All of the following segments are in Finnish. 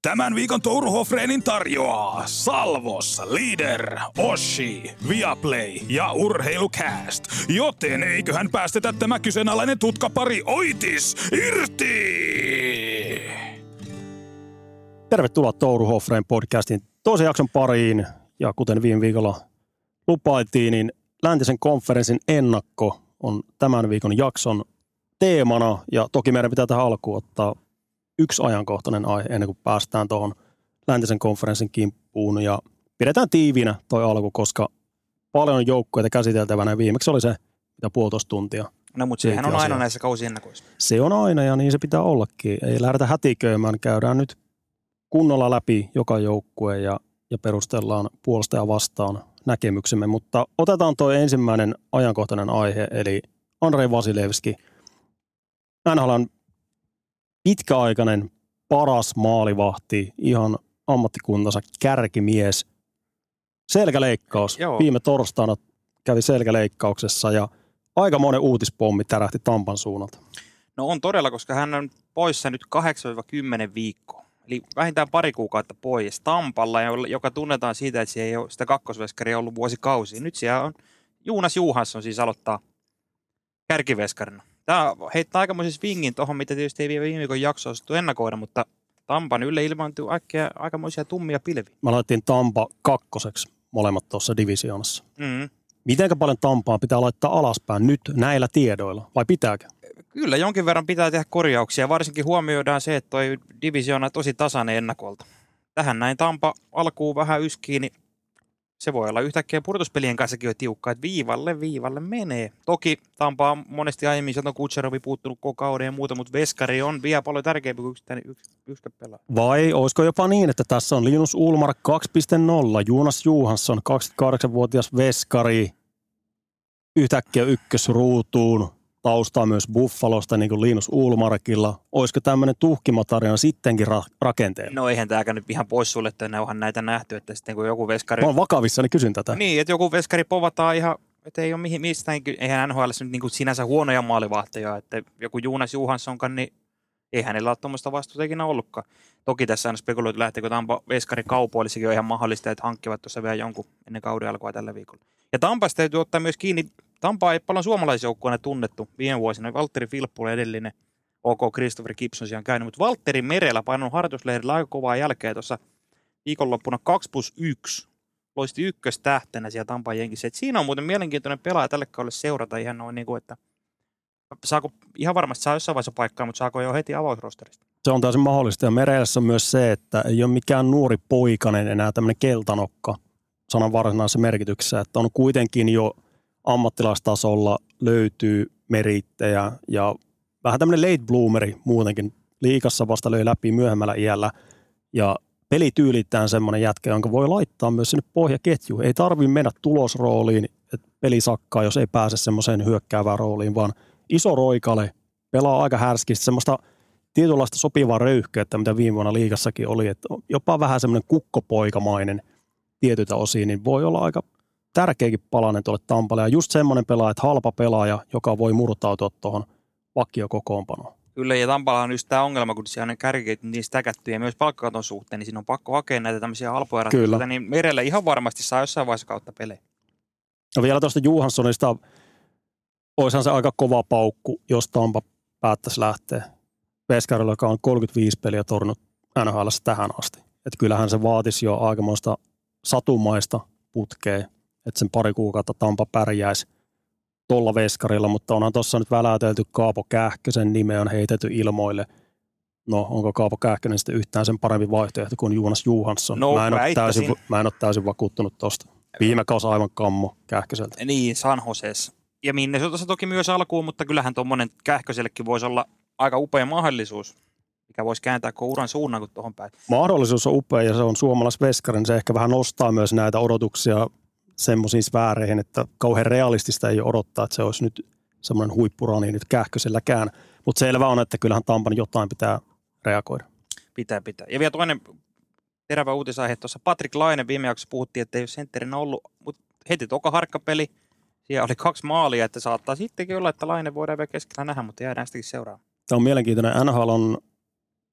Tämän viikon Touru Hofreenin tarjoaa Salvos, Leader, Oshi, Viaplay ja Urheilukääst. Joten eiköhän päästetä tämä kyseenalainen tutkapari Oitis irti! Tervetuloa Touru Hofreen podcastin toisen jakson pariin. Ja kuten viime viikolla lupailtiin, niin läntisen konferenssin ennakko on tämän viikon jakson teemana. Ja toki meidän pitää tähän alkuun ottaa yksi ajankohtainen aihe ennen kuin päästään tuohon läntisen konferenssin kimppuun. Ja pidetään tiiviinä toi alku, koska paljon on joukkueita käsiteltävänä. Viimeksi oli se, mitä 1,5 tuntia. No mutta sehän on aina näissä kausiennakoissa. Se on aina ja niin se pitää ollakin. Ei lähdetä hätiköimään. Käydään nyt kunnolla läpi joka joukkue ja perustellaan puolesta ja vastaan näkemyksemme. Mutta otetaan toi ensimmäinen ajankohtainen aihe, eli Andrei Vasilevski. NHL:n pitkäaikainen paras maalivahti, ihan ammattikuntansa kärkimies. Selkäleikkaus. Joo. Viime torstaina kävi selkäleikkauksessa ja aikamoinen uutispommi tärähti Tampan suunnalta. No on todella, koska hän on poissa nyt 8-10 viikkoa. Eli vähintään pari kuukautta pois Tampalla, joka tunnetaan siitä, että siellä ei ole sitä kakkosveskaria ollut vuosikausia. Nyt siellä on Jonas Johansson siis aloittaa kärkiveskarina. Tämä heittää aikamoisen swingin tuohon, mitä tietysti ei viime viikon jaksoa osattu ennakoida, mutta Tampan ylle ilmaantuu aikamoisia tummia pilviä. Mä laitettiin Tampa kakkoseksi molemmat tuossa divisioonassa. Mm-hmm. Mitenkä paljon Tampaa pitää laittaa alaspäin nyt näillä tiedoilla, vai pitääkö? Kyllä, jonkin verran pitää tehdä korjauksia. Varsinkin huomioidaan se, että toi divisioona on tosi tasainen ennakolta. Tähän näin Tampa alkuun vähän yskiin, niin se voi olla yhtäkkiä pudotuspelien kanssakin jo tiukkaa, että viivalle menee. Toki Tampa on monesti aiemmin sieltä on Kutserovi puuttunut koko kauden ja muuta, mutta veskari on vielä paljon tärkeämpi kuin yksi pelaa. Vai olisiko jopa niin, että tässä on Linus Ullmark 2.0, Jonas Johansson 28-vuotias veskari, yhtäkkiä ykkösruutuun, taustaa myös Buffalosta niin kuin Linus Ullmarkilla. Olisiko tämmöinen tuhkimatarina sittenkin rakenteella? No eihän tämäkään nyt ihan pois suljettu, että onhan näitä nähty, että sitten kun joku veskari... Mä oon vakavissani, kysyn tätä. Niin, että joku veskari povataan ihan, että ei ole mistään, eihän NHL nyt niin kuin sinänsä huonoja maalivahteja, että joku Jonas Johanssonkaan, niin ei hänellä ole tuommoista vastuuta ikinä ollutkaan. Toki tässä on spekuloitu, lähteekö Tampa veskari kaupoillisikin on ihan mahdollista, että hankkivat tuossa vielä jonkun ennen kauden alkua tällä viikolla. Ja Tampasta täytyy ottaa myös kiinni, Tampa ei paljon suomalaisjoukkueena tunnettu viime vuosina. Valtteri Filppula edellinen, Christopher Gibson siellä on käynyt, mutta Valtteri Merellä painanut harjoituslehdellä aika kovaa jälkeä tuossa viikonloppuna 2+1. Loisti ykköstähtenä siellä Tampan jengissä. Et siinä on muuten mielenkiintoinen pelaaja tälle kaudelle seurata ihan noin, niin kuin, että saako, ihan varmasti saa jossain vaiheessa paikkaa, mutta saako jo heti avausrosterista? Se on täysin mahdollista ja Merellä on myös se, että ei ole mikään nuori poikainen enää tämmöinen keltanokka sanan varsinaisessa merkityksessä, että on kuitenkin jo ammattilaistasolla löytyy merittejä ja vähän tämmöinen late bloomeri muutenkin. Liigassa vasta löi läpi myöhemmällä iällä ja pelityylittään semmoinen jätkä, jonka voi laittaa myös sinne pohjaketjuun. Ei tarvitse mennä tulosrooliin, että peli sakkaa, jos ei pääse semmoiseen hyökkäävään rooliin, vaan iso roikale, pelaa aika härskisti, semmoista tietynlaista sopivaa röyhkeyttä, mitä viime vuonna liigassakin oli, että jopa vähän semmoinen kukkopoikamainen tietyiltä osin, niin voi olla aika tärkeäkin palanen tuolle Tampalle. Ja just semmoinen pelaaja, että halpa pelaaja, joka voi murtautua tuohon vakiokokoonpanoon. Kyllä, ja Tampalla on just tämä ongelma, kun siellä on kärkeet niin stäkätty ja myös palkkakaton suhteen, niin siinä on pakko hakea näitä tämmöisiä halpoja ratkaisuja, niin Merelle ihan varmasti saa jossain vaiheessa kautta pelejä. No vielä tuosta Johanssonista, olisihan se aika kova paukku, jos Tampa päättäisi lähteä veskarilla, joka on 35 peliä tornut NHL:ssä tähän asti. Että kyllähän se vaatisi jo aikamoista satumaista putkea, että sen pari kuukautta Tampa pärjäisi tuolla veskarilla, mutta onhan tuossa nyt väläytelty Kaapo Kähkösen nimeä on heitetty ilmoille. No, onko Kaapo Kähkönen sitten yhtään sen parempi vaihtoehto kuin Jonas Johansson? No, mä en ole täysin vakuuttunut tuosta. Viime kausi aivan kammo Kähköseltä. Niin, San Josessa. Ja Minnesotassa toki myös alkuun, mutta kyllähän tuommoinen Kähkösellekin voisi olla aika upea mahdollisuus, mikä voisi kääntää uran suunnan, kun tuohon päin. Mahdollisuus on upea ja se on suomalaisveskarin. Se ehkä vähän nostaa myös näitä odotuksia semmoisiin sfääreihin, että kauhean realistista ei odottaa, että se olisi nyt semmoinen huippurani nyt Kähköselläkään. Mutta selvä on, että kyllähän Tampan jotain pitää reagoida. Pitää. Ja vielä toinen terävä uutisaihe tuossa. Patrik Laine viime jaksossa puhuttiin, että ei ole sentterinä ollut, mutta heti toka harkkapeli. Siellä oli 2 maalia, että saattaa sittenkin olla, että Laine voidaan vielä keskellä nähdä, mutta jäädään sitäkin seuraamaan. Tämä on mielenkiintoinen. NHL on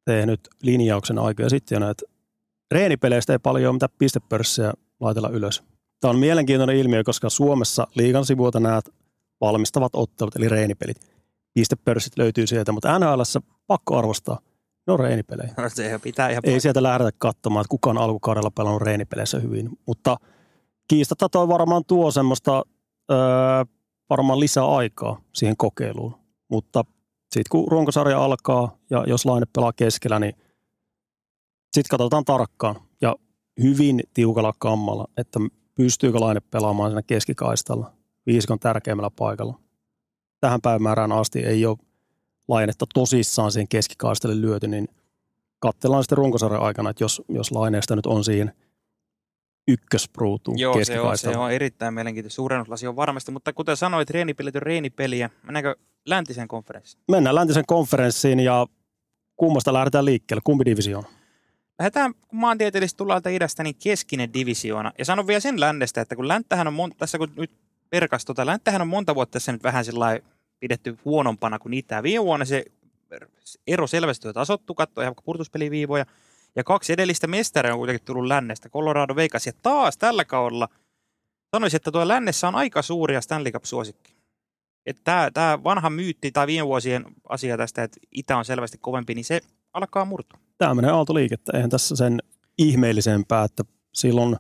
tehnyt linjauksen aikoja sitten, että reenipeleistä ei paljon ole mitään pistepörssiä laitella ylös. Tämä on mielenkiintoinen ilmiö, koska Suomessa liigan sivuilta näet valmistavat ottelut, eli reenipelit. Pistepörssit löytyy sieltä, mutta NHL:ssä pakko arvostaa. Ne on reenipelejä. Se pitää ihan ei sieltä lähdetä katsomaan, että kuka on alkukaudella pelannut reenipeleissä hyvin. Mutta kiistatta toi varmaan tuo semmoista varmaan lisää aikaa siihen kokeiluun. Mutta sitten kun runkosarja alkaa ja jos Laine pelaa keskellä, niin sitten katsotaan tarkkaan ja hyvin tiukalla kammalla, että pystyykö Laine pelaamaan siinä keskikaistalla viisikon tärkeimmällä paikalla. Tähän päivämäärään asti ei ole Lainetta tosissaan siihen keskikaistalle lyöty, niin katsellaan sitten runkosarjan aikana, että jos Laineesta nyt on siihen ykköspruutuun keskikaistalla. Se on erittäin mielenkiintoinen. Suurennuslasi on varmasti, mutta kuten sanoit, reenipelit on reenipeliä. Mennäänkö läntiseen konferenssiin? Mennään läntiseen konferenssiin ja kummasta lähdetään liikkeelle? Kumpi divisioona? Lähdetään, kun maantieteellisesti tullaan idästä, niin keskinen divisioona. Ja sanon vielä sen lännestä, että kun länttähän on tässä kun nyt perkas länttähän on monta vuotta tässä nyt vähän sellainen pidetty huonompana kuin itä. Viime vuonna se ero selvästi on tasottu, katsoo ihan purtuspeliviivoja. Ja 2 edellistä mestaria on kuitenkin tullut lännestä, Colorado, Vegas. Ja taas tällä kaudella sanoisin, että tuo lännessä on aika suuria Stanley Cup-suosikki. Että tämä vanha myytti tai viime vuosien asia tästä, että itä on selvästi kovempi, niin se alkaa murtua. Tämä menee aaltoliikettä. Eihän tässä sen ihmeellisempää, että silloin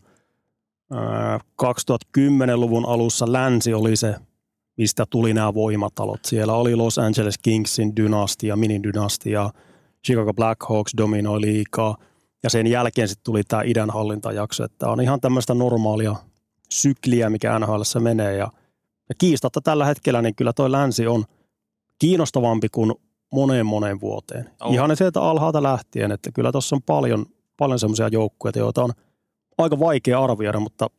2010-luvun alussa länsi oli se, mistä tuli nämä voimatalot. Siellä oli Los Angeles Kingsin dynastia, mini-dynastia, Chicago Blackhawks dominoi liikaa. Ja sen jälkeen sitten tuli tämä idän hallintajakso. Että on ihan tämmöistä normaalia sykliä, mikä NHL:ssä menee. Ja kiistatta tällä hetkellä, niin kyllä toi länsi on kiinnostavampi kuin moneen vuoteen. Oh. Ihan sieltä alhaalta lähtien, että kyllä tuossa on paljon semmoisia joukkueita, joita on aika vaikea arvioida, mutta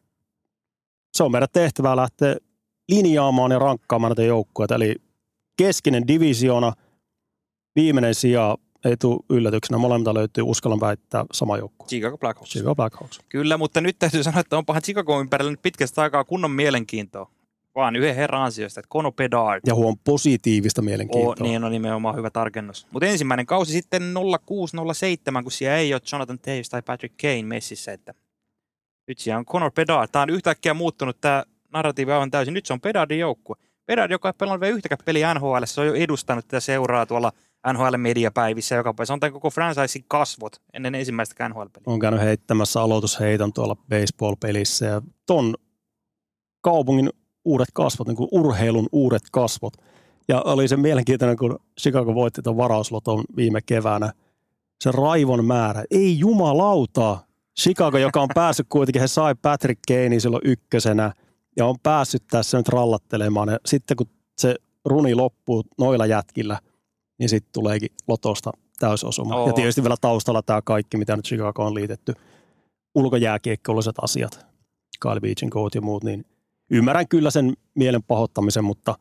se on meidän tehtävää lähteä linjaamaan ja rankkaamaan näitä joukkueita. Eli keskinen divisioona, viimeinen sija, ei tule yllätyksenä. Molemmilta löytyy, uskallan väittää, sama joukkue. Chicago Blackhawks. Kyllä, mutta nyt täytyy sanoa, että onpahan Chicago ympärillä nyt pitkästä aikaa kunnon mielenkiintoa. Vaan yhden herran ansiosta, että Connor Bedard. Ja huom positiivista mielenkiintoa. Niin on nimenomaan hyvä tarkennus. Mutta ensimmäinen kausi sitten 06-07, kun siellä ei ole Jonathan Toews tai Patrick Kane messissä. Että nyt siellä on Connor Bedard. Tämä on yhtäkkiä muuttunut tämä narratiivi aivan täysin. Nyt se on Bedardin joukkue. Bedard, joka ei pelannut vielä yhtäkään peliä NHL, se on jo edustanut tätä seuraa tuolla NHL-mediapäivissä joka päivä. Se on tämän koko franchisein kasvot ennen ensimmäistä NHL-peliä. On käynyt heittämässä aloitusheiton tuolla baseball-pelissä ja ton kaupungin uudet kasvot, niin kuin urheilun uudet kasvot. Ja oli se mielenkiintoinen, kun Chicago voitti tuon varausloton viime keväänä. Se raivon määrä. Ei jumalauta. Chicago, joka on päässyt kuitenkin, he sai Patrick Kanein silloin ykkösenä ja on päässyt tässä nyt rallattelemaan. Ja sitten kun se runi loppuu noilla jätkillä, niin sitten tuleekin lotosta täysosuma. Ja tietysti vielä taustalla tämä kaikki, mitä nyt Chicago on liitetty. Ulkojääkiekkoilliset asiat, Kyle Beachin coach ja muut, niin ymmärrän kyllä sen mielen pahoittamisen, mutta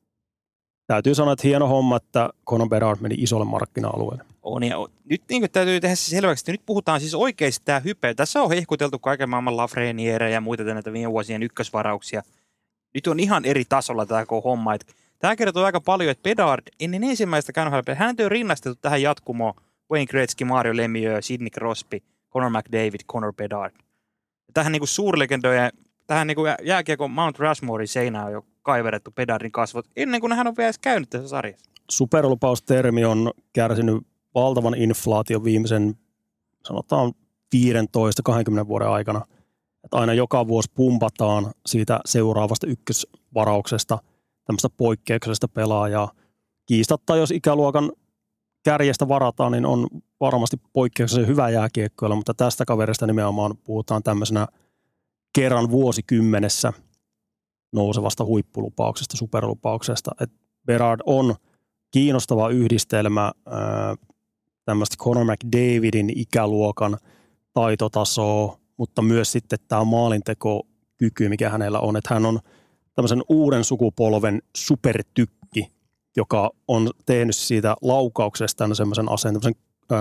täytyy sanoa, että hieno homma, että Connor Bedard meni isolle markkina-alueelle. On, ja nyt niin täytyy tehdä se selväksi, että nyt puhutaan siis oikeasti tämä hype. Tässä on hehkuteltu kaiken maailman Lafreniereja ja muita näitä viime vuosien ykkösvarauksia. Nyt on ihan eri tasolla tämä koko homma. Tämä kertoo aika paljon, että Bedard ennen ensimmäistä NHL-peliä, hän on rinnastettu tähän jatkumoon Wayne Gretzky, Mario Lemieux, Sidney Crosby, Connor McDavid, Connor Bedard. Tähän niin kuin suurlegendoja, tähän niin kuin jääkiekon Mount Rushmorein seinään on jo kaiverettu Bedardin kasvot ennen kuin hän on vielä edes käynyt tässä sarjassa. Superlupaustermi on kärsinyt valtavan inflaation viimeisen, sanotaan 15-20 vuoden aikana. Että aina joka vuosi pumpataan siitä seuraavasta ykkösvarauksesta tämmöistä poikkeuksellista pelaajaa. Kiistatta, jos ikäluokan kärjestä varataan, niin on varmasti poikkeuksellisen hyvä jääkiekkoilla, mutta tästä kaverista nimenomaan puhutaan tämmöisenä kerran vuosikymmenessä nousevasta huippulupauksesta, superlupauksesta. Et Bedard on kiinnostava yhdistelmä tämmöistä Connor McDavidin ikäluokan taitotasoa, mutta myös sitten tämä maalintekokyky, mikä hänellä on. Että hän on tämmöisen uuden sukupolven supertykki, joka on tehnyt siitä laukauksesta semmoisen aseen, tämmöisen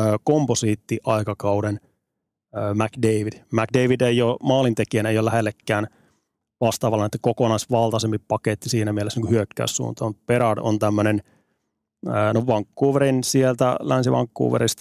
komposiittiaikakauden McDavid. McDavid ei ole maalintekijänä, ei ole lähellekään vastaavalla, että kokonaisvaltaisempi paketti siinä mielessä niin kuin hyökkäyssuuntaan. Bedard on tämmöinen Vancouverin sieltä, Länsi-Vancouverista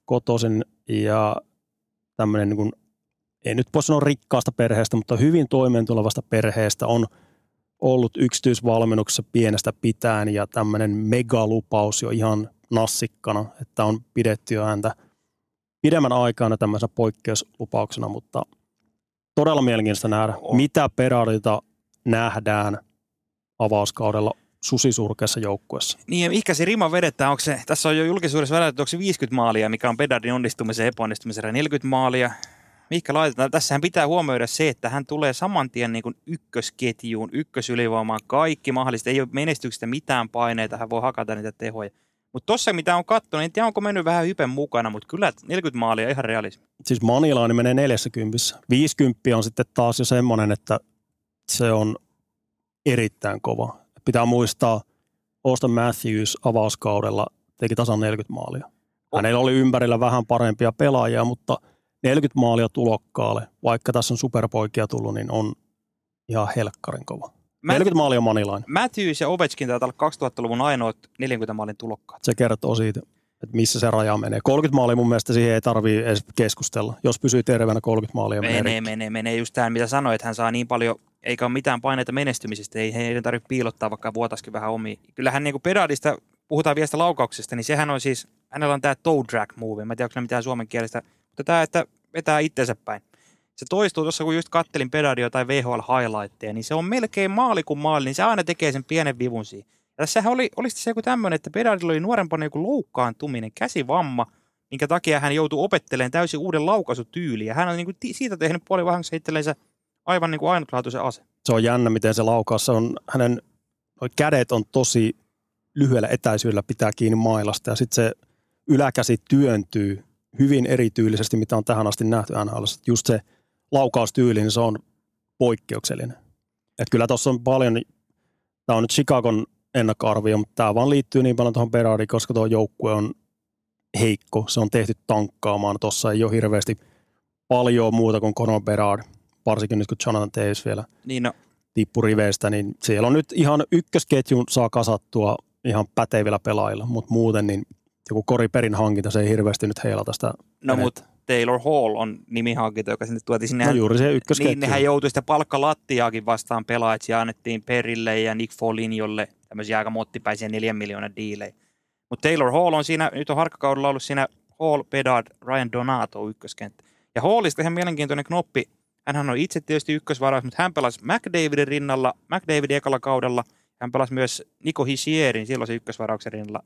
kotoisin ja tämmöinen, niin kuin, ei nyt voi sanoa rikkaasta perheestä, mutta hyvin toimeentulevasta perheestä on ollut yksityisvalmennuksessa pienestä pitäen ja tämmöinen megalupaus jo ihan nassikkana, että on pidetty jo häntä pidemmän aikana tämmöisenä poikkeuslupauksena, mutta todella mielenkiintoista nähdä, mitä Berardilta nähdään avauskaudella susisurkeassa joukkueessa. Niin ja mikä se rima vedetään, onko se, tässä on jo julkisuudessa välitetty, onko se 50 maalia, mikä on Berardin onnistumisen ja epäonnistumisen 40 maalia. Mihinkä laitetaan? Tässähän pitää huomioida se, että hän tulee saman tien niin kuin ykkösketjuun, ykkösylivoimaan, kaikki mahdollista. Ei ole menestyksestä mitään paineita, hän voi hakata niitä tehoja. Mutta tuossa mitä on katsonut, en tiedä onko mennyt vähän hypen mukana, mutta kyllä 40 maalia ihan realismi. Siis Manilaani menee 40. 50 on sitten taas jo semmoinen, että se on erittäin kova. Pitää muistaa, Auston Matthews avauskaudella teki tasan 40 maalia. Hänellä oli ympärillä vähän parempia pelaajia, mutta 40 maalia tulokkaalle, vaikka tässä on superpoikia tullut, niin on ihan helkkarin kova. 40 maalia Manilainen. Matthews ja Ovechkin taitaa olla 2000-luvun ainoat 40 maalin tulokkaat. Se kertoo siitä, että missä se raja menee. 30 maalia mun mielestä siihen ei tarvitse edes keskustella. Jos pysyy terveenä 30 maalia menee just tämä, mitä sanoit, että hän saa niin paljon, eikä ole mitään paineita menestymisestä, ei tarvitse piilottaa, vaikka vuotaisikin vähän omia. Kyllähän niin kuin Berardista, puhutaan vielä sitä laukauksesta, niin sehän on siis, hänellä on tämä toe drag move, mä en tiedä, onko mitään suomenkielistä, mutta tämä, että vetää itsensä päin. Se toistuu tuossa, kun just kattelin Beradia tai VHL-highlightteja, niin se on melkein maali kuin maali, niin se aina tekee sen pienen vivun siihen. Ja tässähän oli se joku tämmöinen, että Beradilla oli nuorempana joku loukkaantuminen, käsivamma, minkä takia hän joutui opettelemaan täysin uuden laukaisutyyliin. Ja hän on niin kuin siitä tehnyt puolivahingossa itsellensä aivan niin kuin ainutlaatuisen ase. Se on jännä, miten se laukaus on. Hänen kädet on tosi lyhyellä etäisyydellä, pitää kiinni mailasta ja sitten se yläkäsi työntyy hyvin erityylisesti, mitä on tähän asti nähty NHL:ssä. Just se laukaustyyli, niin se on poikkeuksellinen. Et kyllä tuossa on paljon, tämä on nyt Chicagon ennakkoarvio, mutta tämä vaan liittyy niin paljon tuohon Berardiin, koska tuo joukkue on heikko. Se on tehty tankkaamaan. Tuossa ei ole hirveästi paljon muuta kuin Conor Bedard, varsinkin nyt kun Jonathan Toews vielä tippui riveistä, niin siellä on nyt ihan ykkösketjun saa kasattua ihan pätevillä pelaajilla, mutta muuten niin joku Corey Perryn hankinta, se ei hirveästi nyt heilata sitä. No mutta Taylor Hall on nimihankinta, joka sinne tuotiin sinne. No juuri se ykkösketju. Niin nehän joutui sitä palkkalattiaakin vastaan pelaajat ja annettiin Perille ja Nick Folignolle tämmöisiä aika mottipäisiä 4 miljoonan diilejä. Mutta Taylor Hall on siinä, nyt on harkkakaudella ollut siinä Hall, Bedard, Ryan Donato ykköskenttä. Ja Hallista ihan mielenkiintoinen knoppi. Hänhän on itse tietysti ykkösvaraus, mutta hän pelasi McDavidin rinnalla, McDavidin ekalla kaudella. Hän pelasi myös Nico Hischierin silloisen ykkösvarauksen rinnalla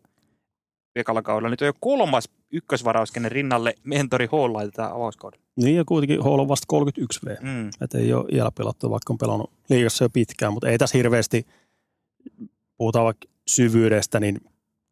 ekalla kaudella. Nyt on jo 3. ykkösvaraus, kenen rinnalle mentori Hall laitetaan avauskaudella. Niin ja kuitenkin Hall on vasta 31V. Että ei ole iällä pelattu, vaikka on pelannut liigassa jo pitkään, mutta ei tässä hirveästi, puhutaan vaikka syvyydestä, niin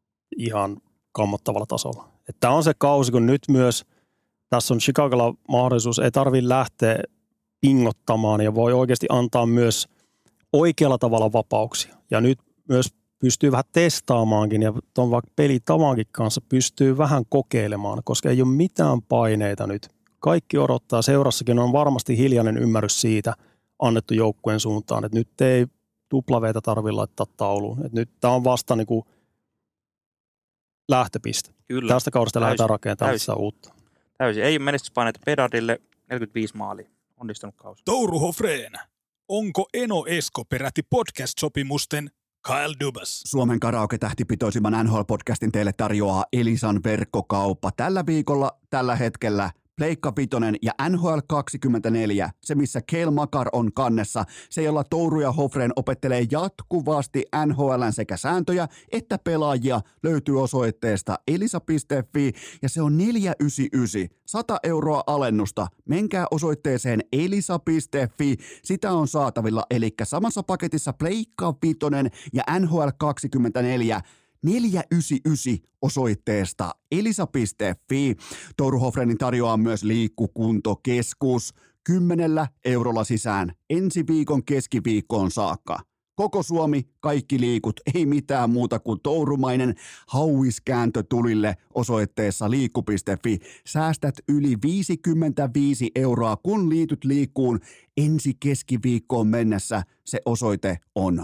ihan kammottavalla tasolla. Tämä on se kausi, kun nyt myös tässä on Chicagolla mahdollisuus, ei tarvitse lähteä pingottamaan ja voi oikeasti antaa myös oikealla tavalla vapauksia. Ja nyt myös pystyy vähän testaamaankin ja tuon vaikka pelitavankin kanssa pystyy vähän kokeilemaan, koska ei ole mitään paineita nyt. Kaikki odottaa. Seurassakin on varmasti hiljainen ymmärrys siitä annettu joukkueen suuntaan, että nyt ei tuplaveita tarvitse laittaa tauluun. Että nyt tämä on vasta niin kuin lähtöpiste. Kyllä. Tästä kaudesta lähdetään rakentamaan uutta. Täysin. Ei ole menestyspaineita Bedardille, 45 maalia. Onnistunut kausi. Touru Hofreen. Onko Eno Esko peräti podcast-sopimusten Kyle Dubas? Suomen karaoke-tähtipitoisimman NHL-podcastin teille tarjoaa Elisan verkkokauppa. Tällä viikolla, tällä hetkellä Pleikka Vitonen ja NHL 24, se missä Cale Makar on kannessa, se jolla Touru ja Hofreen opettelee jatkuvasti NHL:n sekä sääntöjä että pelaajia, löytyy osoitteesta elisa.fi ja se on 499, 100 € alennusta. Menkää osoitteeseen elisa.fi, sitä on saatavilla, eli samassa paketissa Pleikka Vitonen ja NHL 24, 499 osoitteesta elisa.fi. Touru Hofreenin tarjoaa myös liikkukuntokeskus 10 € sisään ensi viikon keskiviikkoon saakka. Koko Suomi, kaikki liikut, ei mitään muuta kuin tourumainen hauiskääntö tulille osoitteessa liikku.fi. Säästät yli 55 €, kun liityt liikkuun ensi keskiviikkoon mennessä. Se osoite on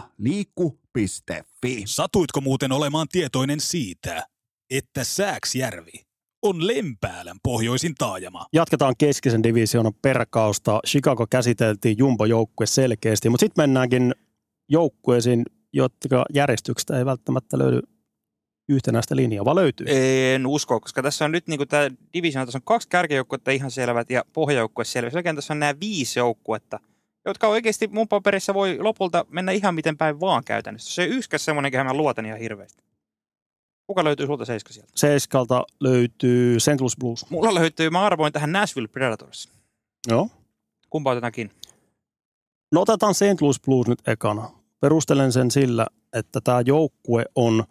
liikku.fi. Satuitko muuten olemaan tietoinen siitä, että Sääksjärvi on Lempäälän pohjoisin taajama. Jatketaan keskisen divisioonan perkausta. Chicago käsiteltiin Jumbo-joukkue selkeästi, mutta sitten mennäänkin joukkueisiin, jotka järjestyksestä ei välttämättä löydy yhtenäistä linjaa, vaan löytyy. En usko, koska tässä on nyt niin tämä divisioona, tässä on 2 kärkijoukkuetta ihan selvät ja pohjajoukkue selvä. Selkeän tässä on nämä 5 joukkuetta, jotka oikeasti mun paperissa voi lopulta mennä ihan miten päin vaan käytännössä. Se on yksikään semmoinen, kehen mä luotan ihan hirveästi. Kuka löytyy sulta 7 sieltä? 7 löytyy St. Louis Blues. Mulla löytyy, mä arvoin tähän Nashville Predators. Joo. Kumpa otetaankin? No otetaan St. Louis Blues nyt ekana. Perustelen sen sillä, että tämä joukkue on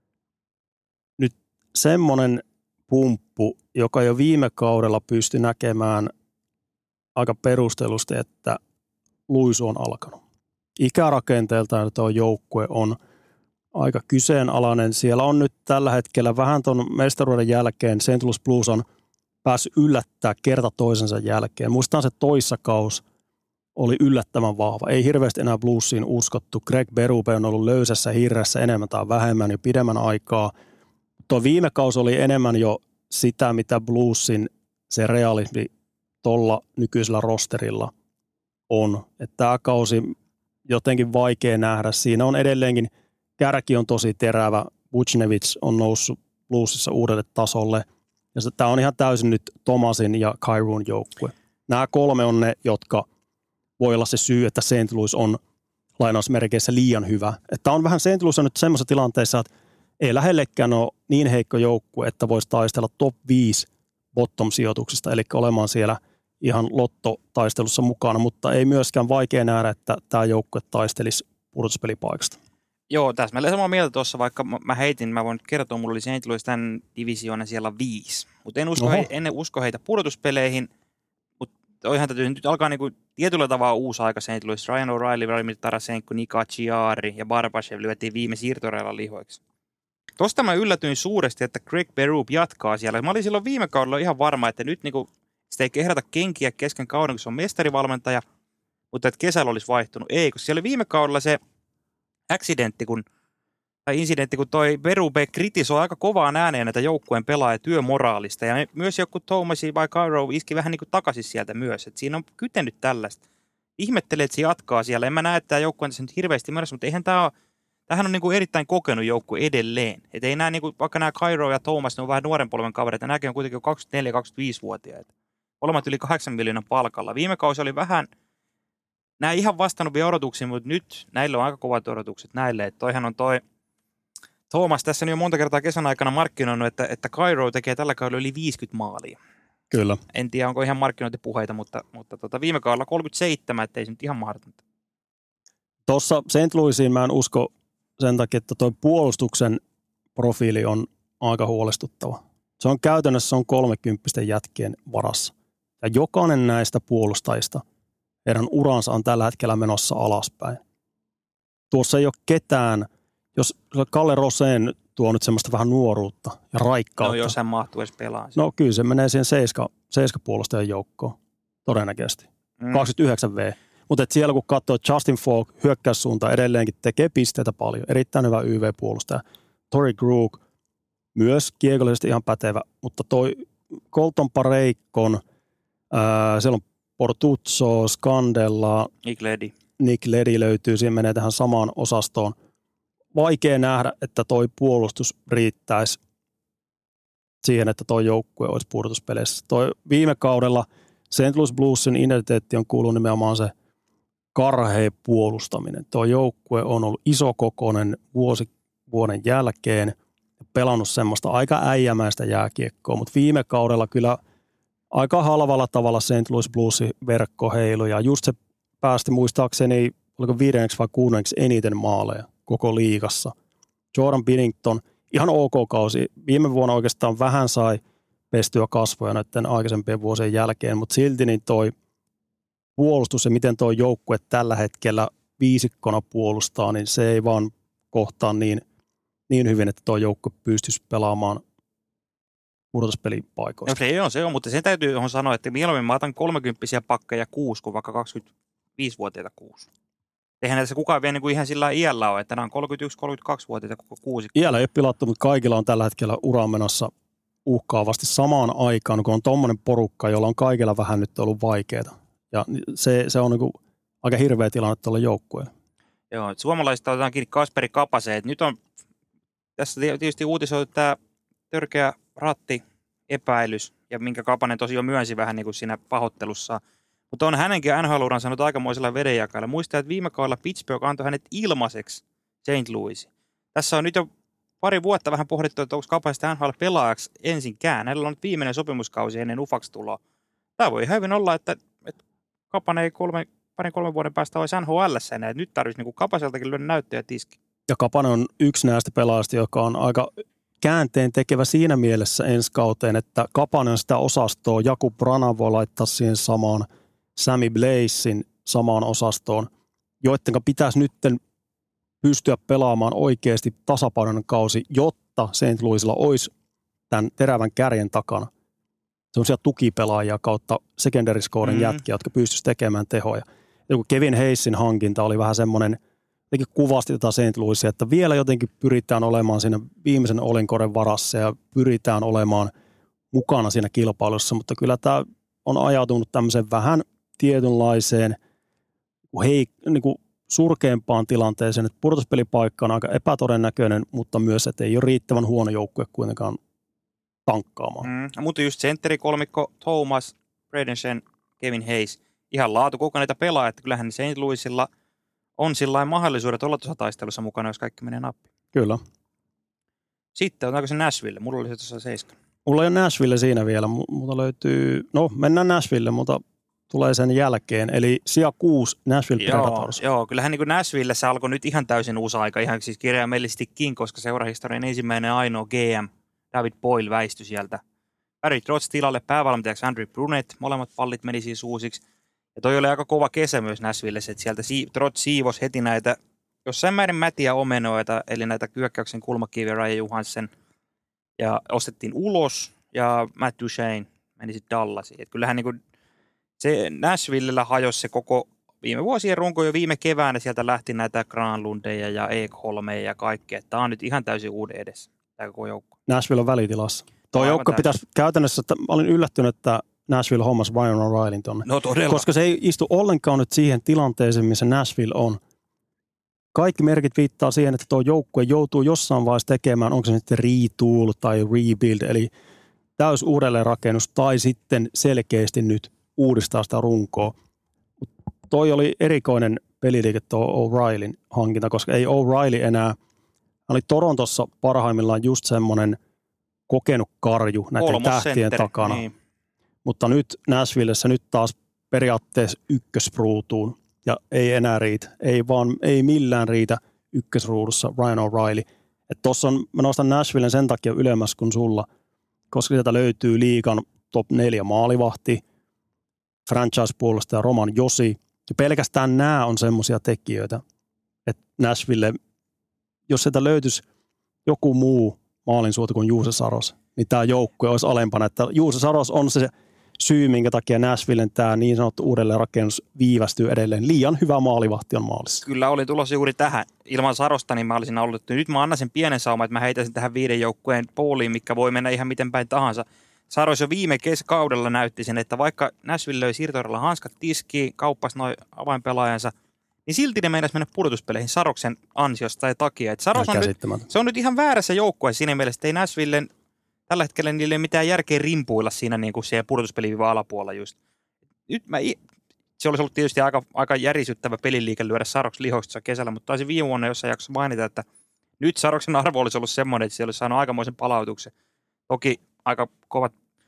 nyt semmoinen pumppu, joka jo viime kaudella pystyi näkemään aika perustellusti, että luisu on alkanut. Ikärakenteeltaan tuo joukkue on aika kyseenalainen. Siellä on nyt tällä hetkellä vähän tuon mestaruuden jälkeen St. Louis Blues on päässyt yllättää kerta toisensa jälkeen. Muistan se toissakaus oli yllättävän vahva. Ei hirveästi enää Bluesiin uskottu. Greg Berube on ollut löysässä hirressä enemmän tai vähemmän jo pidemmän aikaa. Tuo viime kausi oli enemmän jo sitä, mitä Bluesin se realismi tuolla nykyisellä rosterilla on. Että tämä kausi jotenkin vaikea nähdä. Siinä on edelleenkin, kärki on tosi terävä. Buchnevich on noussut Bluesissa uudelle tasolle. Ja tämä on ihan täysin nyt Thomasin ja Kyrun joukkue. Nämä 3 on ne, jotka voi olla se syy, että St. Louis on lainausmerkeissä liian hyvä. Että on vähän St. Louis on nyt semmoisessa tilanteessa, että ei lähellekään ole niin heikko joukkue, että voisi taistella top 5 bottom-sijoituksista, eli olemaan siellä ihan lottotaistelussa mukana, mutta ei myöskään vaikea nähdä, että tämä joukkue taistelisi pudotuspelipaikasta. Joo, täsmälleen samaa mieltä tuossa, vaikka mä heitin, mä voin nyt kertoa, mulla oli St. Louis tämän divisioonan siellä 5, mutta en usko heitä pudotuspeleihin, mutta toihan täytyy nyt alkaa niinku tietyllä tavalla uusi aika St. Louis. Ryan O'Reilly, Vladimir Tarasenko, Nika Chiari ja Barbashev lyötiin viime siirtoreilla lihoiksi. Tuosta mä yllätyin suuresti, että Greg Berube jatkaa siellä. Mä olin silloin viime kaudella ihan varma, että nyt niinku sitä ei kehrata kenkiä kesken kauden, kun se on mestarivalmentaja, mutta että kesällä olisi vaihtunut. Ei, kun siellä oli viime kaudella se incidentti, kun toi Berube kritisoi aika kovaan ääneen näitä joukkueen pelaajia työmoraalista. Ja myös joku Thomas vai Cairo iski vähän niin kuin takaisin sieltä myös. Et siinä on kytennyt tällaista. Ihmettelee, että se jatkaa siellä. En mä näe, että tämä joukkue on tässä nyt hirveästi määrässä, mutta eihän tämä ole. Tämähän on niin kuin erittäin kokenut joukkue edelleen. Et ei nämä, niin kuin, vaikka nämä Cairo ja Thomas, ne on vähän nuoren polven kavereita. Nämäkin on kuitenkin 24-25-vuotiaita. Molemmat yli 8 miljoonan palkalla. Viime kausi oli vähän. Nämä ei ihan vastannut vielä odotuksiin, mutta nyt näillä on aika kovat odotukset näille. Että toihan on toi Thomas tässä on jo monta kertaa kesän aikana markkinoinut, että Cairo tekee tällä kaudella yli 50 maalia. Kyllä. En tiedä, onko ihan markkinointipuheita, mutta viime kaudella 37, ettei se nyt ihan mahdotonta. Tuossa St. Louisiin mä en usko sen takia, että tuo puolustuksen profiili on aika huolestuttava. Se on käytännössä 30 jätkien varassa. Ja jokainen näistä puolustajista, heidän uransa on tällä hetkellä menossa alaspäin. Tuossa ei ole ketään, jos Kalle Rosén tuo nyt semmoista vähän nuoruutta ja raikkautta. No jos hän mahtuu edes pelaa. No kyllä se menee siihen 7 puolustajan joukkoon, todennäköisesti. 29V. Mutta siellä kun katsoo, Justin Falk hyökkäyssuunta edelleenkin tekee pisteitä paljon. Erittäin hyvä YV-puolustaja. Torrey Krug myös kiekollisesti ihan pätevä, mutta toi Colton Pareikon, siellä on Portuzzo, Scandella, Nick Leddy löytyy, siinä menee tähän samaan osastoon. Vaikea nähdä, että toi puolustus riittäisi siihen, että toi joukkue olisi pudotuspeleissä. Toi viime kaudella St. Louis Bluesin identiteetti on kuullut nimenomaan se karhea puolustaminen. Tuo joukkue on ollut isokokoinen vuoden jälkeen ja pelannut semmoista aika äijämäistä jääkiekkoa, mutta viime kaudella kyllä aika halvalla tavalla St. Louis Bluesin verkko heilu ja just se päästi muistaakseni, oliko 5. vai 6. eniten maaleja koko liigassa. Jordan Binnington, ihan ok kausi. Viime vuonna oikeastaan vähän sai pestyä kasvoja näiden aikaisempien vuosien jälkeen, mutta silti niin toi puolustus ja miten tuo joukkue tällä hetkellä viisikkona puolustaa, niin se ei vaan kohtaa niin hyvin, että tuo joukkue pystyisi pelaamaan pudotuspelipaikoista. No se on, mutta sen täytyy sanoa, että mieluummin mä otan 30-vuotiaita pakkeja 6 kuin vaikka 25-vuotiaita 6. Eihän näissä kukaan vielä niin kuin ihan sillä iällä ole, että nämä on 31-32-vuotiaita koko 6. Iällä ei ole pilattu, mutta kaikilla on tällä hetkellä ura menossa uhkaavasti samaan aikaan, kun on tommonen porukka, jolla on kaikilla vähän nyt ollut vaikeaa. Ja se on niin kuin aika hirveä tilanne tuolla joukkueella. Joo, suomalaisista otetaan kiinni Kasperi Kapaseen. Nyt on tässä tietysti uutisoitu tämä törkeä rattiepäilys, ja minkä Kapanen tosiaan myönsi vähän niin kuin siinä pahoittelussa. Mutta on hänenkin NHL-uran sanonut aikamoisella vedenjakailla. Muistaa, että viime kaudella Pittsburgh antoi hänet ilmaiseksi St. Louis. Tässä on nyt jo pari vuotta vähän pohdittu, että onko Kapasesta NHL-pelaajaksi ensinkään. Hänellä on nyt viimeinen sopimuskausi ennen ufaksi tuloa. Tämä voi hyvin olla, että Kapanen ei 2-3 vuoden päästä olisi NHL:ssä enää. Nyt tarvitsisi niin Kapaseltakin lyödä näyttöjä tiski. Ja Kapanen on yksi näistä pelaajista, joka on aika käänteen tekevä siinä mielessä ensi kauteen, että Kapanen sitä osastoa, Jakub Brana voi laittaa siihen samaan, Sammy Blazin samaan osastoon, joittenka pitäisi nyt pystyä pelaamaan oikeasti tasapainoinen kausi, jotta St. Louisilla olisi tämän terävän kärjen takana sellaisia tukipelaajia kautta secondary scoren jätkiä, jotka pystyisivät tekemään tehoja. Ja kun Kevin Hayesin hankinta oli vähän semmoinen, jotenkin kuvasti tätä St. Louisia, että vielä jotenkin pyritään olemaan siinä viimeisen olinkoren varassa ja pyritään olemaan mukana siinä kilpailussa, mutta kyllä tämä on ajautunut tämmöiseen vähän tietynlaiseen niin kuin surkeampaan tilanteeseen, että pudotuspelipaikka on aika epätodennäköinen, mutta myös, että ei ole riittävän huono joukkue kuitenkaan tankkaamaan. Mutta just sentteri-kolmikko Thomas, Bradensen, Kevin Hayes, ihan laatukokoneita pelaajia, että kyllähän St. Louisilla on sillain mahdollisuudet olla tuossa taistelussa mukana, jos kaikki menee nappiin. Kyllä. Sitten otetaanko se Nashville? Mulla oli se tuossa 7. Mulla ei ole Nashville siinä vielä, mutta löytyy, mennään Nashville, mutta tulee sen jälkeen. Eli sija 6 Nashville Predators. Joo, kyllähän niin kuin Nashville se alkoi nyt ihan täysin uusi aika, ihan siis kirjaimellisestikin, koska seurahistorian ensimmäinen ainoa GM David Boyle väistyi sieltä. Barry Trotz tilalle päävalmentajaksi Andrew Brunette, molemmat pallit meni siis uusiksi. Ja toi oli aika kova kesä myös Nashvillessä, että sieltä Trotz siivosi heti näitä jossain määrin mätiä omenoita, eli näitä hyökkäyksen kulmakiviä Ryan Johansson, ja ostettiin ulos, ja Matt Duchene meni sitten Dallasiin. Et kyllähän niin kuin se Nashvillellä hajosi se koko viime vuosien runko jo viime keväänä, sieltä lähti näitä Granlundeja ja Ekholmeja ja kaikkea. Tämä on nyt ihan täysin uuden edessä, tämä koko joukko. Nashville on välitilassa. Tuo joukko pitäisi käytännössä, että mä olin yllättynyt, että Nashville hommas Ryan O'Reillyn tonne. No todella. Koska se ei istu ollenkaan nyt siihen tilanteeseen, missä Nashville on. Kaikki merkit viittaa siihen, että tuo joukkue joutuu jossain vaiheessa tekemään, onko se sitten retool tai rebuild, eli täys uudelleenrakennus, tai sitten selkeästi nyt uudistaa sitä runkoa. Toi oli erikoinen peliliike tuo O'Reillyn hankinta, koska ei O'Reilly enää, hän oli Torontossa parhaimmillaan just semmoinen kokenut karju näiden tähtien takana. Niin. Mutta nyt Nashvillessä nyt taas periaatteessa ykkösruutuun ja ei enää riitä. Ei millään riitä ykkösruudussa Ryan O'Reilly. Että tossa on, mä nostan Nashvillen sen takia ylemmäs kuin sulla, koska sieltä löytyy liigan top 4 maalivahti, franchise-puolustaja Roman Josi. Ja pelkästään nämä on semmoisia tekijöitä, että Nashville, jos sieltä löytyisi joku muu maalinsuoti kuin Juuse Saros, niin tämä joukkue olisi alempana. Että Juuse Saros on se syy, minkä takia Nashvillen tämä niin sanottu uudelleenrakennus viivästyy edelleen. Liian hyvä maalivahti on maalissa. Kyllä olin tulossa juuri tähän. Ilman Sarosta niin mä olisin ollut. Nyt mä annan sen pienen sauman, että mä heitäisin tähän 5 joukkueen pooliin, mikä voi mennä ihan miten päin tahansa. Saros jo viime kaudella näytti sen, että vaikka Nashville löi siirtoudella hanskat tiskiin, kauppasi noin avainpelaajansa, niin silti ne meinasi mennä pudotuspeleihin Saroksen ansiosta tai takia. Saros on nyt, se on nyt ihan väärässä joukkueessa siinä mielessä, että ei Nashvillen tällä hetkellä niille ei mitään järkeä rimpuilla siinä niin kuin siellä pudotuspeliviivan alapuolella just. Nyt se olisi ollut tietysti aika järisyttävä peliliike lyödä Saroks lihoiksi kesällä, mutta taisin viime vuonna jossain jaksossa mainita, että nyt Saroksen arvo olisi ollut semmoinen, että se olisi saanut aikamoisen palautuksen. Toki aika kova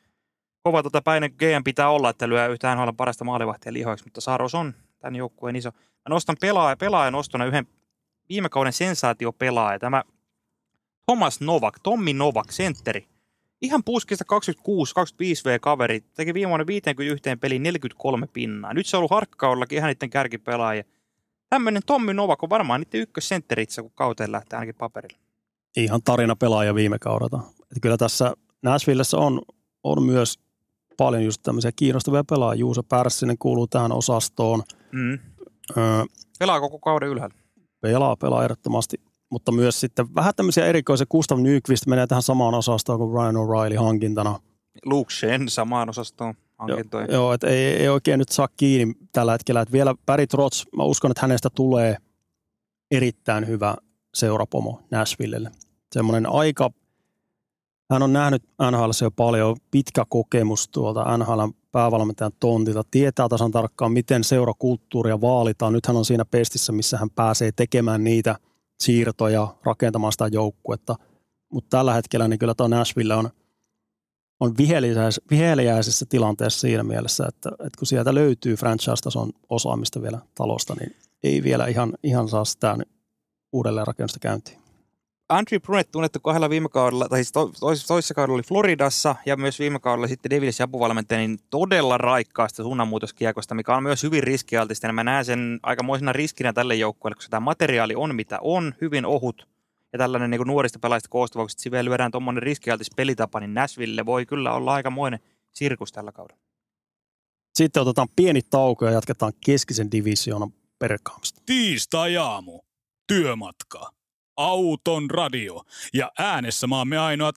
päinen GM pitää olla, että lyö yhtään NHL parasta maalivahtia lihoiksi, mutta Saros on tämän joukkueen iso. Mä nostan pelaajan nostona yhden viime kauden sensaatiopelaaja, tämä Tommi Novak, sentteri. Ihan puskista 26-25 V-kaveri, teki viime vuonna 51 peliin 43 pinnaa. Nyt se on ollut harkkakaudellakin ihan niiden kärkipelaajia. Tämmöinen Tommi Novak on varmaan niiden ykkössentteritse, kun kauteen lähtee ainakin paperilla. Ihan tarina pelaaja viime kaudelta. Että kyllä tässä Nashvillessä on myös paljon just tämmöisiä kiinnostavia pelaajia. Juuso Pärssinen kuuluu tähän osastoon. Pelaa koko kauden ylhäällä. Pelaa ehdottomasti. mutta myös sitten vähän tämmöisiä erikoisia. Gustav Nyqvist menee tähän samaan osastoon kuin Ryan O'Reilly hankintana. Luke Shen samaan osastoon hankintoihin. Joo, että ei oikein nyt saa kiinni tällä hetkellä. Että vielä Barry Trotz, mä uskon, että hänestä tulee erittäin hyvä seurapomo Nashvillelle. Semmoinen aika, hän on nähnyt NHL:ssä jo paljon, pitkä kokemus tuolta NHL:n päävalmentajan tontilta, tietää tasan tarkkaan, miten seurakulttuuria vaalitaan. Nyt hän on siinä pestissä, missä hän pääsee tekemään niitä siirtoja, rakentamaan sitä joukkuetta. Mutta tällä hetkellä niin kyllä tuo Nashville on viheliäisessä tilanteessa siinä mielessä, että kun sieltä löytyy franchise-tason osaamista vielä talosta, niin ei vielä ihan saa sitä uudelleen rakennusta käyntiin. Andrew Brunette tunnettu kahdella viime kaudella, tai siis toisessa kaudella oli Floridassa ja myös viime kaudella sitten Devilsin apuvalmentaja, niin todella raikkaasta suunnanmuutoskiekosta, mikä on myös hyvin riskialtista. Ja mä näen sen aikamoisena riskinä tälle joukkueelle, koska tämä materiaali on mitä on, hyvin ohut ja tällainen niin kuin nuorista pelaajista koostuva, kun sitten vielä lyödään tuommoinen riskialtis pelitapa, niin Nashville voi kyllä olla aikamoinen sirkus tällä kaudella. Sitten otetaan pieni tauko ja jatketaan keskisen divisioonan perkaamista. Tiistai-aamu. Työmatka. Auton radio ja äänessä maamme ainoat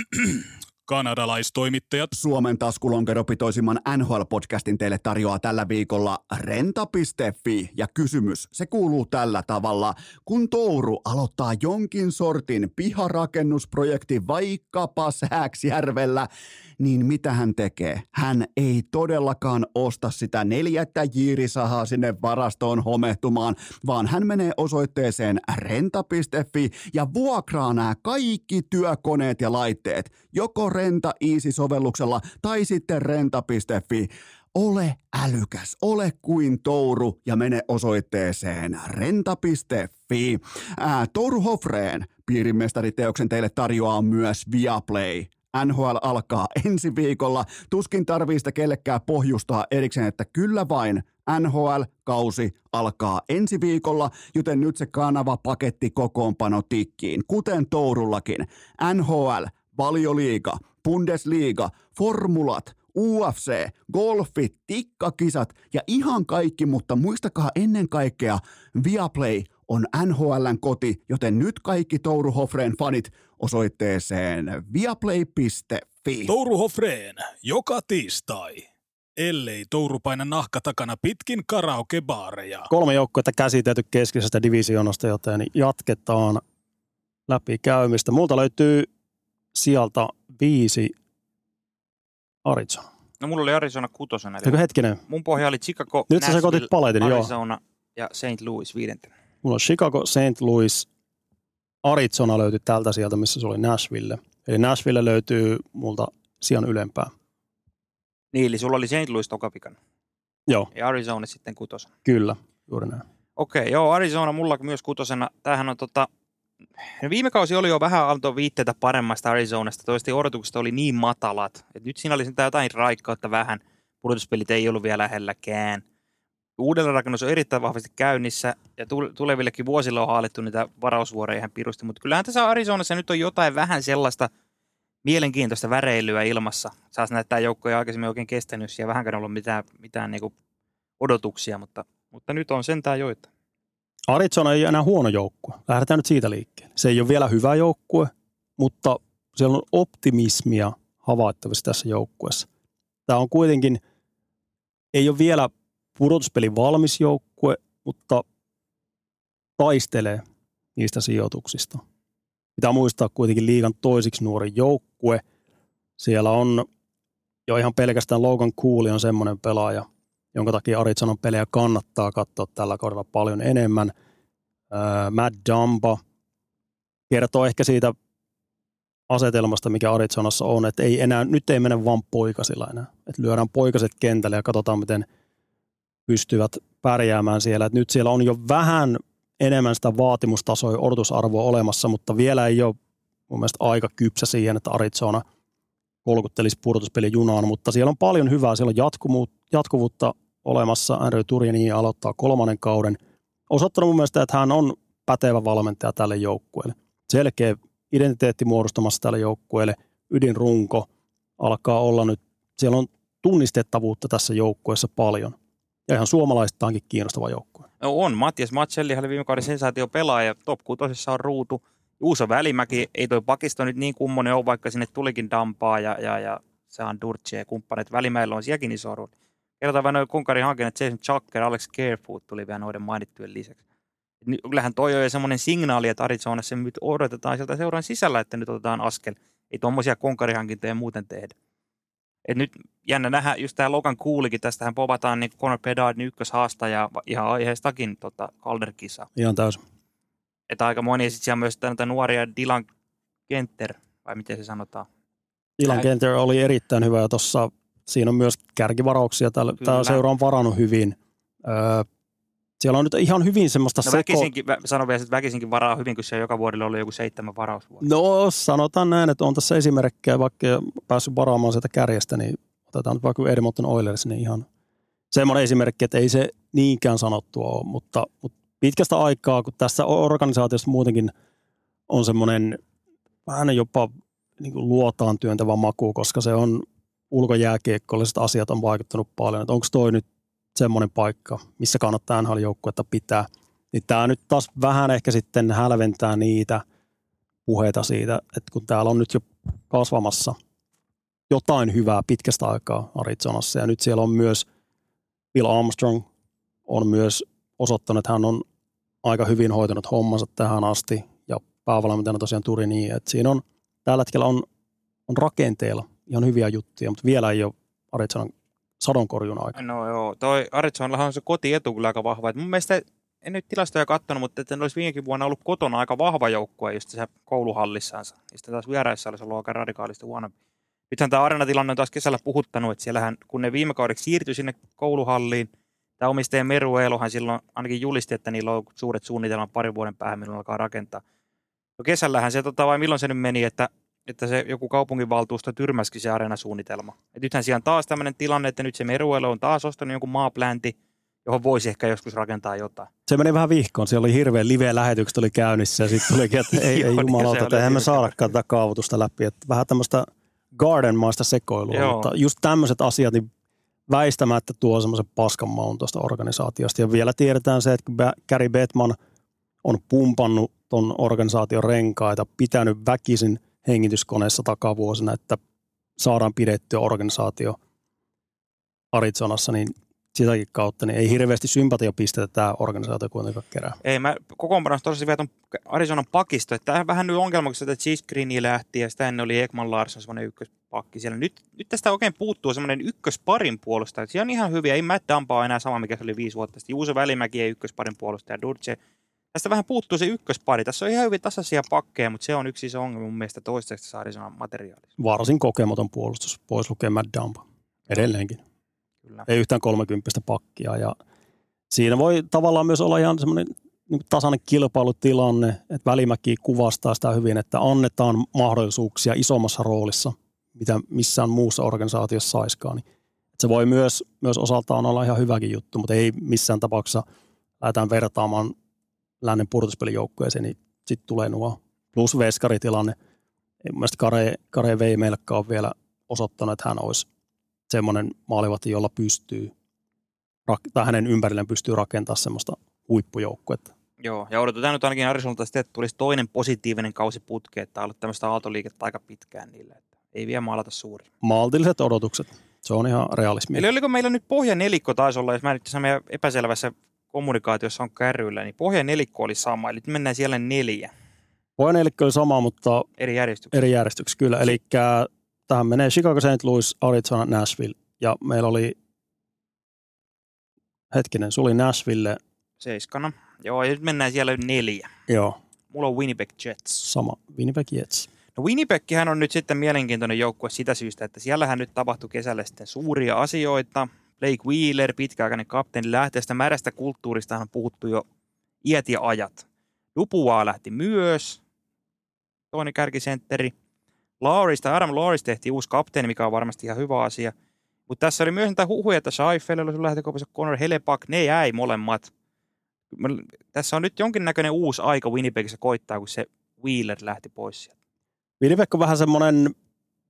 kanadalaistoimittajat. Suomen taskulonkeropitoisimman NHL-podcastin teille tarjoaa tällä viikolla Renta.fi. Ja kysymys, se kuuluu tällä tavalla. Kun Touru aloittaa jonkin sortin piharakennusprojekti vaikkapa Sääksjärvellä, niin mitä hän tekee? Hän ei todellakaan osta sitä 4 jiirisahaa sinne varastoon homehtumaan, vaan hän menee osoitteeseen Renta.fi ja vuokraa nämä kaikki työkoneet ja laitteet, joko Renta Easy-sovelluksella tai sitten Renta.fi. Ole älykäs, ole kuin Touru ja mene osoitteeseen Renta.fi. Touru Hoffreen piirimestariteoksen teille tarjoaa myös Viaplay. NHL alkaa ensi viikolla. Tuskin tarvii sitä kellekään pohjustaa erikseen, että kyllä vain NHL-kausi alkaa ensi viikolla, joten nyt se kanavapaketti kokoonpano tikkiin, kuten Tourullakin. NHL, Valioliiga, Bundesliga, formulat, UFC, golfi, tikkakisat ja ihan kaikki, mutta muistakaa ennen kaikkea Viaplay on NHL:n koti, joten nyt kaikki Touru Hoffreen fanit osoitteeseen viaplay.fi. Touru Hoffreen joka tiistai. Ellei Touru paina nahka takana pitkin karaokebaareja. 3 joukkuetta käsitelty keskisestä divisioonasta, joten jatketaan läpi käymistä. Multa löytyy sieltä 5 Arizona. No mulla oli Arizona 6. Eikö hetkinen? Mun pohja oli Chicago, nyt sä sekoitit paletin, Arizona ja St. Louis 5. Mulla on Chicago, St. Louis, Arizona löytyi tältä sieltä, missä se oli Nashville. Eli Nashville löytyy multa sijan ylempää. Niin, eli sulla oli St. Louis tokapikan. Joo. Ja Arizona sitten 6. Kyllä, juuri näin. Okei, joo, Arizona mulla myös 6. Tämähän on viime kausi oli jo vähän antoi viitteitä paremmasta Arizonasta. Toisesti odotukset oli niin matalat, että nyt siinä oli jotain raikkautta vähän. Pudotuspelit ei ollut vielä lähelläkään. Uudelleenrakennus on erittäin vahvasti käynnissä ja tulevillekin vuosille on haalittu niitä varausvuoroja ihan pirusti. Mutta kyllähän tässä Arizonassa nyt on jotain vähän sellaista mielenkiintoista väreilyä ilmassa. Saas näyttää joukkoja aikaisemmin oikein kestänyt ja vähänkään ollut mitään niinku odotuksia, mutta nyt on sentään joita. Arizona ei ole enää huono joukkue. Lähdetään nyt siitä liikkeelle. Se ei ole vielä hyvä joukkue, mutta siellä on optimismia havaittavissa tässä joukkueessa. Tämä on kuitenkin, ei ole vielä pudotuspelin valmis joukkue, mutta taistelee niistä sijoituksista. Pitää muistaa kuitenkin liigan toisiksi nuorin joukkue. Siellä on jo ihan pelkästään Logan Cooley on semmoinen pelaaja, jonka takia Arizonan pelejä kannattaa katsoa tällä kaudella paljon enemmän. Matt Dumba kertoo ehkä siitä asetelmasta, mikä Arizonassa on, että nyt ei mene vaan poikasilla enää. Että lyödään poikaset kentälle ja katsotaan, miten pystyvät pärjäämään siellä. Että nyt siellä on jo vähän enemmän sitä vaatimustasoa ja odotusarvoa olemassa, mutta vielä ei ole mun mielestä aika kypsä siihen, että Arizona kolkuttelisi pudotuspelin junaan, mutta siellä on paljon hyvää. Siellä on jatkuvuutta olemassa. Andrew Turini aloittaa 3. kauden. Osoittanut mun mielestä, että hän on pätevä valmentaja tälle joukkueelle. Selkeä identiteetti muodostamassa tälle joukkueelle. Ydinrunko alkaa olla nyt. Siellä on tunnistettavuutta tässä joukkueessa paljon. Ja ihan suomalaistaankin kiinnostava joukkue. No on. Mattias Macelli oli viime kauden sensaatiopelaaja. Top 6 on Ruutu. Juuso Välimäki. Ei toi pakisto nyt niin kummonen ole, vaikka sinne tulikin Dampaa ja Sean Durce ja kumppanit. Välimäellä on sielläkin iso rooli. Kerrotaan vähän noin kunkarin hankinnat. Jason Chucker, Alex Carefoot tuli vielä noiden mainittujen lisäksi. Kyllähän toi on jo semmoinen signaali, että Arizonassa nyt odotetaan sieltä seuran sisällä, että nyt otetaan askel. Ei tuommoisia konkarihankintoja muuten tehdä. Et nyt jännä nähdä, just tämä Logan Coolikin, tästähän povataan niin Connor Bedardin ykköshaastaja ihan aiheestakin Calder-kisaa. Ihan täysin. Että aika moni, ja sitten siellä myös näitä nuoria Dylan Kenter, vai miten se sanotaan? Dylan Kenter oli erittäin hyvä, ja tuossa siinä on myös kärkivarauksia. Tämä seura on varannut hyvin. Siellä on nyt ihan hyvin semmoista sanon vielä, että väkisinkin varaa hyvin, kun siellä joka vuodelle oli joku 7 varausvuotta. No sanotaan näin, että on tässä esimerkkejä, vaikka ei päässyt varaamaan sieltä kärjestä, niin otetaan nyt vaikka Edmonton Oilers, niin ihan semmoinen esimerkki, että ei se niinkään sanottua ole, mutta pitkästä aikaa, kun tässä organisaatiossa muutenkin on semmoinen vähän jopa niin kuin luotaan työntävä maku, koska se on ulkojääkiekkoilliset asiat on vaikuttanut paljon, että onko toi nyt semmoinen paikka, missä kannattaa NHL-joukkuetta pitää. Niin tämä nyt taas vähän ehkä sitten hälventää niitä puheita siitä, että kun täällä on nyt jo kasvamassa jotain hyvää pitkästä aikaa Arizonassa, ja nyt siellä on myös Bill Armstrong on myös osoittanut, että hän on aika hyvin hoitanut hommansa tähän asti, ja päävalmentajana tosiaan Turi niin, että siinä on tällä hetkellä on rakenteella ihan hyviä juttuja, mutta vielä ei ole Arizonan sadonkorjun aika. No joo, toi Arizonallahan on se kotietu kyllä aika vahva. Et mun mielestä, en nyt tilastoja katsonut, mutta että ne olisi viimekin vuonna ollut kotona aika vahva joukkue just se kouluhallissaansa. Ja sitten taas vieraissa olisi ollut aika radikaalisti huonompi. Nythän tämä areenatilanne on taas kesällä puhuttanut, että siellähän, kun ne viime kaudeksi siirtyi sinne kouluhalliin, tämä omistaja Meru Eelohan silloin ainakin julisti, että niillä on suuret suunnitelmat parin vuoden päähän, milloin alkaa rakentaa. No kesällähän se, vai milloin se nyt meni, että se joku kaupunginvaltuusto tyrmäski se areenasuunnitelma. Et nythän siellä on taas tämmöinen tilanne, että nyt se Meruelo on taas ostanut jonkun maaplänti, johon voisi ehkä joskus rakentaa jotain. Se meni vähän vihkoon. Siellä oli hirveän live-lähetykset oli käynnissä ja sitten tulikin, että ei jumalauta, että eihän me saadakaan tätä kaavoitusta läpi. Että vähän tämmöistä garden-maista sekoilua, joo. Mutta just tämmöiset asiat niin väistämättä tuo semmoisen paskan maun tuosta organisaatiosta. Ja vielä tiedetään se, että kun Gary Bettman on pumpannut ton organisaation renkaita, pitänyt väkisin hengityskoneessa takavuosina, että saadaan pidettyä organisaatio Arizonassa, niin sitäkin kautta niin ei hirveästi sympatiopisteitä tämä organisaatio kuitenkaan kerää. Ei, mä kokoonpanossa tosiaan vielä tuon Arizonan pakisto, että tämä vähän nyt ongelmaksi, että Chase Greeni lähti ja sitä ennen oli Ekman Larsson semmoinen ykköspakki siellä. Nyt tästä oikein puuttuu semmoinen ykkösparin puolustaja. Siellä on ihan hyviä, ei Matt Dampa ole enää sama, mikä se oli 5 vuotta sitten. Juuso Välimäki ei ykkösparin puolustaja, Durce. Tästä vähän puuttuu se ykköspari. Tässä on ihan hyvin tasaisia pakkeja, mutta se on yksi iso ongelma mun mielestä toistaiseksi Arizonan materiaalissa. Varsin kokematon puolustus, pois lukee Matt Dampa. Edelleenkin. Kyllä. Ei yhtään 30 pakkia. Ja siinä voi tavallaan myös olla ihan semmoinen niin tasainen kilpailutilanne, että Välimäki kuvastaa sitä hyvin, että annetaan mahdollisuuksia isommassa roolissa, mitä missään muussa organisaatiossa saiskaan. Niin, se voi myös osaltaan olla ihan hyväkin juttu, mutta ei missään tapauksessa lähdetään vertaamaan lännen pudotuspelijoukkueeseen, niin sitten tulee nuo plus veskaritilanne. Mun mielestä Kare Veimeilläkään on vielä osoittanut, että hän olisi semmoinen maalivahti, jolla pystyy, tai hänen ympärilleen pystyy rakentamaan semmoista huippujoukkuetta. Joo, ja odotetaan nyt ainakin Arizonalta sitten, että tulisi toinen positiivinen kausi putke, että on ollut tämmöistä aaltoliikettä aika pitkään niille. Että ei vielä maalata suuri. Maltilliset odotukset, se on ihan realismia. Eli oliko meillä nyt pohjanelikko taisi olla, jos mä nyt tässä meidän epäselvässä kommunikaatiossa on kärryillä, niin pohjanelikko oli sama, eli mennään siellä 4. Pohjanelikko oli sama, mutta eri järjestyksessä kyllä. Eli tähän menee Chicago, St. Louis, Arizona, Nashville. Ja meillä oli, se oli Nashville. 7. Joo, ja nyt mennään siellä 4. Joo. Mulla on Winnipeg Jets. Sama, Winnipeg Jets. No Winnipeghän on nyt sitten mielenkiintoinen joukkue sitä syystä, että siellähän nyt tapahtui kesällä sitten suuria asioita. Blake Wheeler, pitkäaikainen kapteeni, lähtee sitä märästä kulttuurista on puhuttu jo iät ja ajat. Dupuaa lähti myös, toinen kärkisentteri. Adam Lawrence tehtiin uusi kapteeni, mikä on varmasti ihan hyvä asia. Mutta tässä oli myös niitä huhuja, että Scheifele oli lähtökohdassa Connor Hellebuyck, ne jäi molemmat. Tässä on nyt jonkinnäköinen uusi aika Winnipegissä koittaa, kun se Wheeler lähti pois sieltä. Winnipeg on vähän semmoinen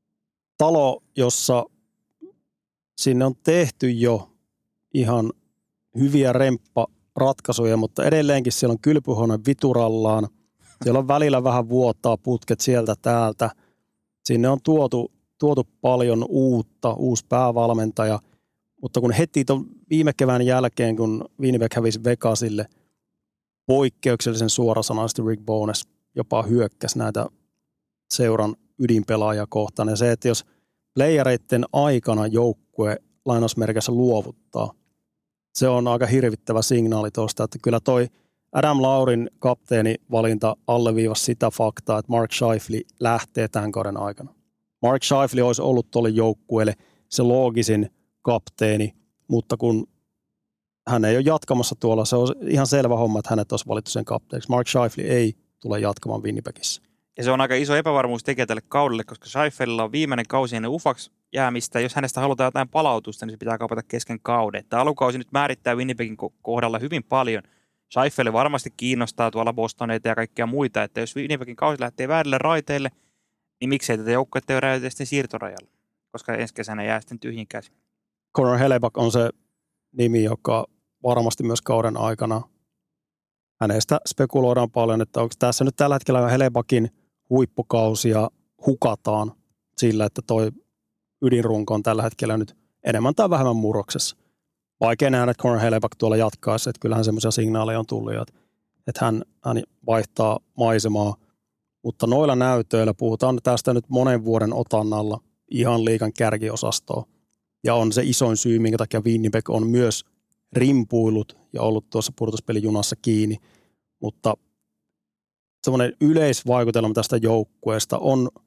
talo, jossa sinne on tehty jo ihan hyviä rempparatkaisuja, mutta edelleenkin siellä on kylpyhuone viturallaan. Siellä on välillä vähän vuottaa putket sieltä täältä. Sinne on tuotu paljon uusi päävalmentaja, mutta kun heti ton viime kevään jälkeen, kun Winnipeg hävisi Vegasille, poikkeuksellisen suorasanaisesti Rick Bowness jopa hyökkäsi näitä seuran ydinpelaajia kohtaan. Ja se, että jos playereiden aikana joukkue lainausmerkissä luovuttaa, se on aika hirvittävä signaali tuosta, että kyllä toi Adam Laurin kapteenivalinta alleviivasi sitä faktaa, että Mark Scheifele lähtee tämän kauden aikana. Mark Scheifele olisi ollut tuolle joukkueelle se loogisin kapteeni, mutta kun hän ei ole jatkamassa tuolla, se on ihan selvä homma, että hänet olisi valittu sen kapteeniksi. Mark Scheifele ei tule jatkamaan Winnipegissä. Ja se on aika iso epävarmuustekijä tälle kaudelle, koska Scheifelellä on viimeinen kausi ennen UFAksi jäämistä. Jos hänestä halutaan jotain palautusta, niin se pitää kaupata kesken kauden. Tämä alukausi nyt määrittää Winnipegin kohdalla hyvin paljon. Scheifele varmasti kiinnostaa tuolla Bostoneita ja kaikkia muita, että jos Winnipegin kausi lähtee väärille raiteille, niin miksei tätä joukkuetta ei ole sitten siirtorajalla, koska ensi kesänä jää sitten tyhjin käsi. Connor Hellebuyck on se nimi, joka varmasti myös kauden aikana, hänestä spekuloidaan paljon, että onko tässä nyt tällä hetkellä Hellebuyckin huippukausia hukataan sillä, että toi ydinrunko on tällä hetkellä nyt enemmän tai vähemmän murroksessa. Vaikea nähdä, että Connor Hellebuyck tuolla jatkaisi, että kyllähän semmoisia signaaleja on tullut, että hän vaihtaa maisemaa, mutta noilla näytöillä puhutaan tästä nyt monen vuoden otannalla ihan liigan kärkiosastoa. Ja on se isoin syy, minkä takia Winnipeg on myös rimpuillut ja ollut tuossa pudotuspelijunassa kiinni, mutta semmoinen yleisvaikutelma tästä joukkueesta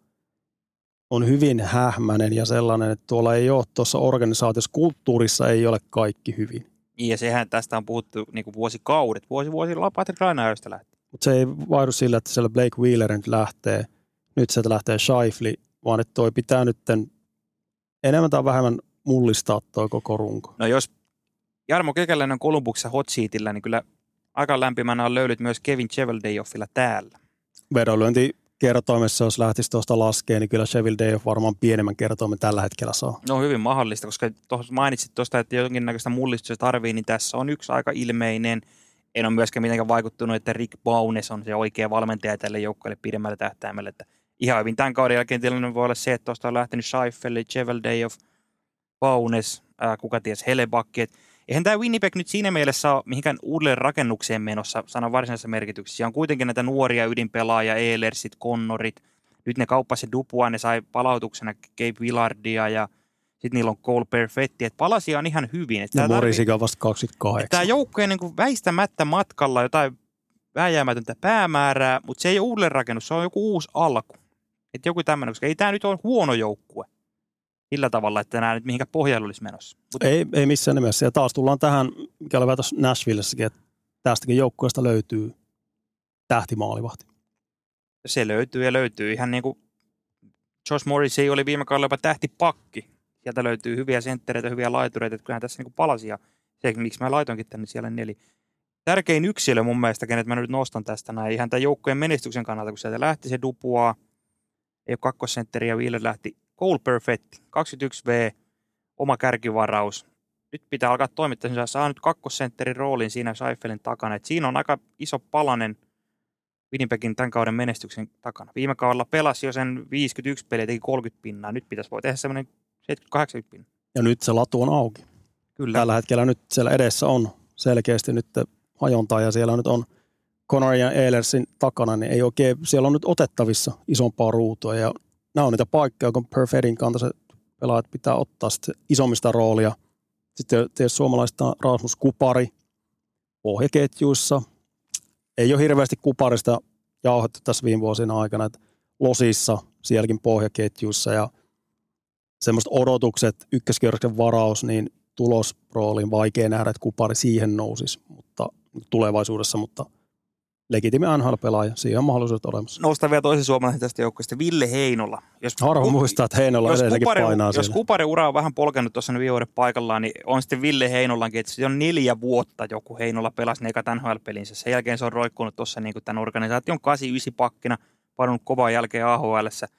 on hyvin hähmäinen ja sellainen, että tuolla ei ole tuossa organisaatiossa, kulttuurissa ei ole kaikki hyvin. Ja sehän tästä on puhuttu niin kuin vuosikaudet, vuosilla Patrick Laine-ajoista lähtee. Mutta se ei vaihdu sillä, että siellä Blake Wheeler nyt lähtee, nyt sieltä lähtee Scheifele, vaan että toi pitää nyt enemmän tai vähemmän mullistaa toi koko runko. No jos Jarmo Kekäläinen on Columbuksessa hot seatillä, niin kyllä aika lämpimänä on löylyt myös Kevin Cheveldayoffilla täällä. Vedonlyöntikertoimessa, jos lähtisi tuosta laskeen, niin kyllä Cheveldayoff varmaan pienemmän kertoimen tällä hetkellä saa. No hyvin mahdollista, koska mainitsit tuosta, että jonkinnäköistä mullistusta tarvii, niin tässä on yksi aika ilmeinen. En ole myöskään mitenkään vaikuttunut, että Rick Bowness on se oikea valmentaja tälle joukkueelle pidemmällä tähtäimellä. Että ihan hyvin tämän kauden jälkeen tilanne voi olla se, että tuosta on lähtenyt Scheifele, Cheveldayoff, Bowness, kuka ties Hellebuyck. Eihän tämä Winnipeg nyt siinä mielessä ole mihinkään uudelleen rakennukseen menossa sanan varsinaisessa merkityksessä. On kuitenkin näitä nuoria ydinpelaajia, Ehlersit, Connorit. Nyt ne kauppasi Dupuis, ne sai palautuksena Gabe Villardia ja sitten niillä on Cole Perfetti. Että palasia on ihan hyvin. Ja Morisikä on vasta 28. Tämä joukko ei niin väistämättä matkalla jotain vääjäämätöntä päämäärää, mutta se ei ole uudelleenrakennus, se on joku uusi alku. Että joku tämmöinen, koska ei tämä nyt ole huono joukkue. Sillä tavalla, että nämä nyt mihinkään pohjalle olisi menossa. Ei missään nimessä. Ja taas tullaan tähän, mikä oli vähän tuossa Nashvillessäkin, että tästäkin joukkueesta löytyy tähtimaalivahti. Se löytyy ja löytyy. Ihan niin kuin Josh Morrissey oli viime kaudella jopa tähtipakki. Sieltä löytyy hyviä senttereitä, hyviä laitureita. Että kyllähän tässä niin kuin palasia. Se, miksi mä laitoinkin tänne siellä 4. Tärkein yksilö mun mielestä, kenet mä nyt nostan tästä näin. Ihan tämän joukkueen menestyksen kannalta, kun sieltä lähti se Dupuis, ei ole kakkosentteri ja Wheeler lähti. Cole Perfetti, 21V, oma kärkivaraus. Nyt pitää alkaa toimittaa, että saa nyt kakkosentterin roolin siinä Scheifelin takana. Et siinä on aika iso palanen Winnipegin tämän kauden menestyksen takana. Viime kaudella pelasi jo sen 51 peliä, teki 30 pinnaa. Nyt pitäisi voi tehdä semmoinen 70-80 pinnaa. Ja nyt se latu on auki. Kyllä. Tällä hetkellä nyt siellä edessä on selkeästi nyt hajontaa ja siellä nyt on Connor ja Ehlersin takana, niin ei oikein, siellä on nyt otettavissa isompaa ruutua ja nämä on niitä paikkoja, kun Perfettin kantaiset pelaajat pitää ottaa sitten isommista roolia. Sitten tietysti suomalaista Rasmus Kupari pohjaketjuissa. Ei ole hirveästi Kuparista jauhettu tässä viime vuosina aikana, että Losissa sielläkin pohjaketjuissa ja semmoiset odotukset, ykköskierroksen varaus, niin tulosrooliin vaikea nähdä, että Kupari siihen nousisi mutta tulevaisuudessa, mutta legitiimi NHL-pelaaja, siihen on mahdollisuudet olemassa. Nostan vielä toisen suomalaisen tästä joukkueesta, Ville Heinola. Harvo muistaa, että Heinola edelleenkin painaa siellä. Jos Kupari ura on vähän polkenut tuossa viime vuoden paikallaan, niin on sitten Ville Heinolankin, että se on 4 vuotta joku Heinola pelasi ne ekat NHL-pelinsä. Sen jälkeen se on roikkunut tuossa niin tämän organisaation 8-9 pakkina, painunut kovaa jälkeen AHL:ssä.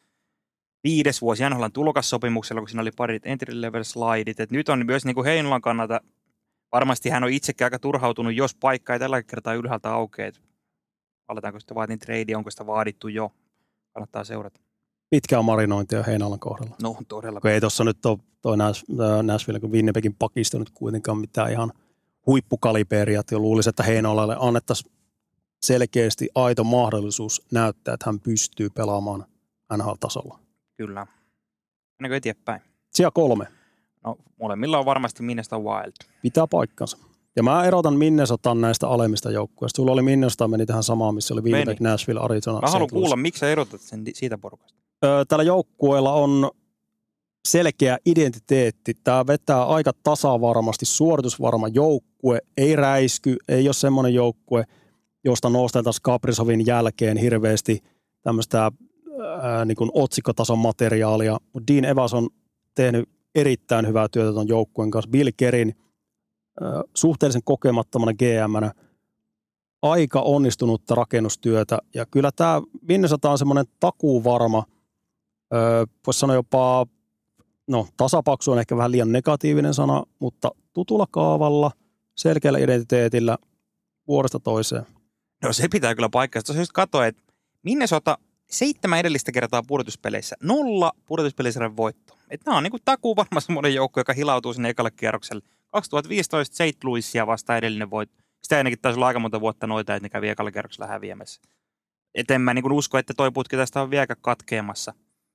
5. vuosi NHL:n tulokassopimuksella, kun siinä oli parit entry level slideit. Et nyt on myös niin kuin Heinolan kannalta varmasti hän on itsekin aika turhautunut, jos paikka ei tällä kertaa ylhäältä aukea. Aletaanko sitä vaatin trade, onko sitä vaadittu jo? Kannattaa seurata. Pitkää marinointia Heinolan kohdalla. No todella. Kun ei tuossa nyt ole toi Nashville, kun Winnipegin pakista nyt kuitenkaan mitään ihan huippukaliberia. Jo luulisin, että Heinolalle annettaisiin selkeästi aito mahdollisuus näyttää, että hän pystyy pelaamaan NHL-tasolla. Kyllä. Mennäänkö eteenpäin? Siellä 3. No molemmilla on varmasti Minnesota Wild. Pitää paikkansa. Ja mä erotan Minnesotan näistä alemmista joukkueista. Sulla oli Minnesota, meni tähän samaan, missä oli Winnipeg, Nashville, Arizona. Mä haluan kuulla, miksi sä erotat sen siitä porukasta. Tällä joukkueella on selkeä identiteetti. Tämä vetää aika tasavarmasti, suoritusvarma joukkue, ei räisky, ei ole semmoinen joukkue, josta nosteltaisiin Kaprizovin jälkeen hirveästi tämmöistä niin kuin otsikkotason materiaalia. Dean Evans on tehnyt erittäin hyvää työtä tuon joukkueen kanssa. Bill Kerin suhteellisen kokemattomana GM-nä aika onnistunutta rakennustyötä. Ja kyllä tämä Minnesota on semmoinen takuuvarma, voisi sanoa jopa, tasapaksu on ehkä vähän liian negatiivinen sana, mutta tutulla kaavalla, selkeällä identiteetillä vuodesta toiseen. No se pitää kyllä paikkaa. Tuossa just katsoa, että Minnesota 7 edellistä kertaa pudotuspeleissä, 0 pudotuspelisarjan voitto. Että nämä on niin takuu varma semmoinen joukko, joka hilautuu sinne ekalle kierrokselle. 2015 St. Louisia vasta edellinen voitto. Sitä ennenkin taisi olla aika monta vuotta noita, että ne kävi ekalle kierroksella häviämässä. Et en mä niin usko, että toi putki tästä on vieläkään katkeamassa.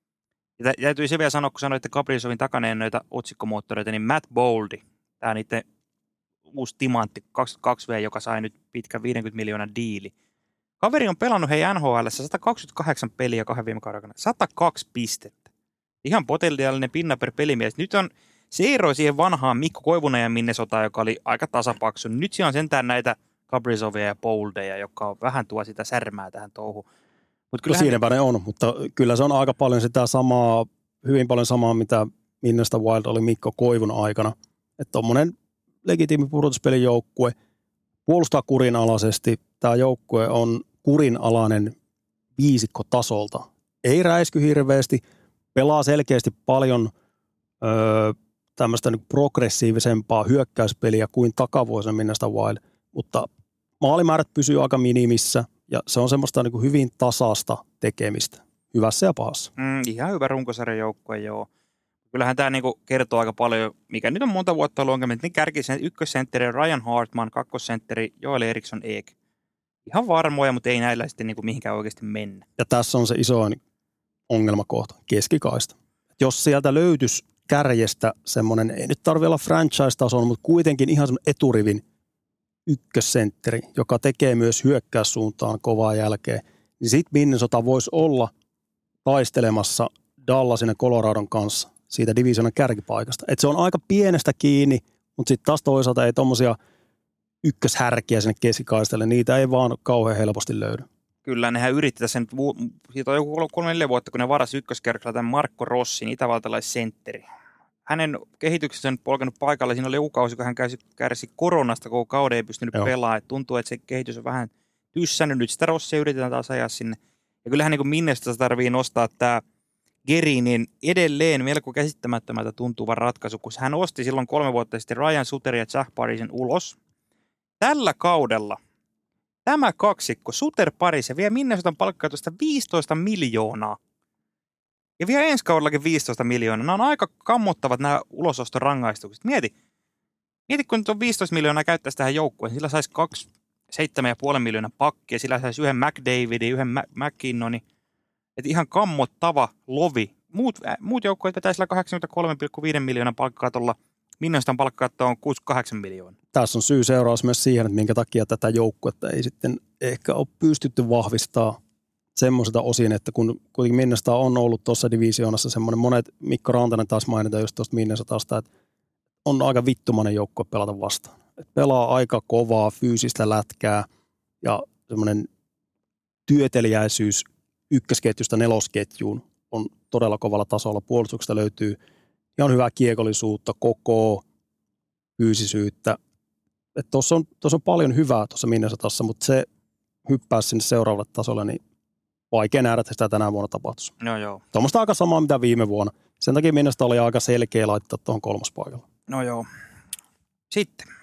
Ja täytyy se vielä sanoa, kun sanoitte Kaprizovin takaneen noita otsikkomoottoreita, niin Matt Boldy, tämä niiden uusi timantti 22V, joka sai nyt pitkän 50 miljoonan diili. Kaveri on pelannut NHL:ssä 128 peliä 2 viime kauden aikana, 102 pistettä. Ihan potentiaalinen pinna per pelimies. Nyt on se ero siihen vanhaan Mikko Koivunen ja Minnesota, joka oli aika tasapaksu. Nyt siellä on sentään näitä Kaprizovia ja Boldeja, joka vähän tuo sitä särmää tähän touhuun. Siinäpä ne on, mutta kyllä se on aika paljon sitä samaa, hyvin paljon samaa, mitä Minnesota Wild oli Mikko Koivun aikana. Että tommonen legitiimi pudotuspelijoukkue puolustaa kurinalaisesti. Tämä joukkue on kurinalainen viisikkotasolta. Ei räisky hirveästi, pelaa selkeästi paljon tämmöistä niin progressiivisempaa hyökkäyspeliä kuin takavuosina Minnesota Wild, mutta maalimäärät pysyy aika minimissä ja se on semmoista niin kuin hyvin tasaista tekemistä, hyvässä ja pahassa. Ihan hyvä runkosarjan joukkue, joo. Kyllähän tämä niinku kertoo aika paljon, mikä nyt on monta vuotta ollut ongelma, että ne kärkisen ykkössentteri Ryan Hartman, kakkosentteri Joel Eriksson Ek. Ihan varmoja, mutta ei näillä sitten niinku mihinkään oikeasti mennä. Ja tässä on se isoin ongelmakohta, keskikaista. Jos sieltä löytyisi kärjestä semmoinen, ei nyt tarvitse olla franchise-tason, mutta kuitenkin ihan semmoinen eturivin ykkössentteri, joka tekee myös hyökkäyssuuntaan kovaa jälkeen, niin sitten Minnesota voisi olla taistelemassa Dallasin ja Coloradon kanssa siitä divisionan kärkipaikasta. Et se on aika pienestä kiinni, mutta sitten taas toisaalta ei tommosia ykköshärkiä sinne keskikaistalle, niitä ei vaan kauhean helposti löydy. Kyllä, nehän yritti tässä nyt, siitä on joku 3-4 vuotta, kun ne varasi ykköskerralla tämän Marco Rossin, itävaltalaisentteri. Hänen kehityksensä on polkenut paikalle. Siinä oli joku kausi, kun hän kärsi koronasta, kun kauden ei pystynyt pelaamaan. Et tuntuu, että se kehitys on vähän tyssännyt. Nyt sitä Rossia yritetään taas ajaa sinne. Ja kyllähän niin kuin Minnesota tarvii nostaa tämä Gerinin edelleen melko käsittämättömältä tuntuva ratkaisu, kun hän osti silloin 3 vuotta sitten Ryan Suter ja Jack Parisen ulos. Tällä kaudella tämä kaksikko, Suter Paris, ja vie Minnesotan palkkautusta 15 miljoonaa. Ja vielä ensi kaudellakin 15 miljoonaa. Nämä on aika kammottavat nämä ulosostorangaistukset. Mieti, kun nyt on 15 miljoonaa käyttäisi tähän joukkueen. Sillä saisi 7,5 miljoonaa pakkia. Sillä saisi yhden McDavidin, yhden McKinnonin. Että ihan kammottava lovi. Muut joukkueet vetää sillä 83,5 miljoonan palkkakatolla. Minnesotan palkkakatto on 68 miljoonaa. Tässä on syy-seuraus myös siihen, että minkä takia tätä joukkuetta ei sitten ehkä ole pystytty vahvistamaan semmoiselta osin, että kun kuitenkin Minnesota on ollut tuossa divisioonassa semmoinen, monet, Mikko Rantanen taas mainita just tuosta Minnesotasta, että on aika vittumainen joukkue pelata vastaan. Et pelaa aika kovaa fyysistä lätkää ja semmoinen työteliäisyys ykkösketjusta nelosketjuun on todella kovalla tasolla. Puolustuksesta löytyy ihan hyvää kiekollisuutta, kokoa, fyysisyyttä. Tuossa on paljon hyvää tuossa Minnesotassa, mutta se hyppää sinne seuraavalle tasolle, niin vaikea nähdä, että sitä tänä vuonna tapahtuisi. No joo. Tuommoista aika samaa, mitä viime vuonna. Sen takia Minnesota oli aika selkeä laittaa tuohon 3. paikalla. No joo. Sitten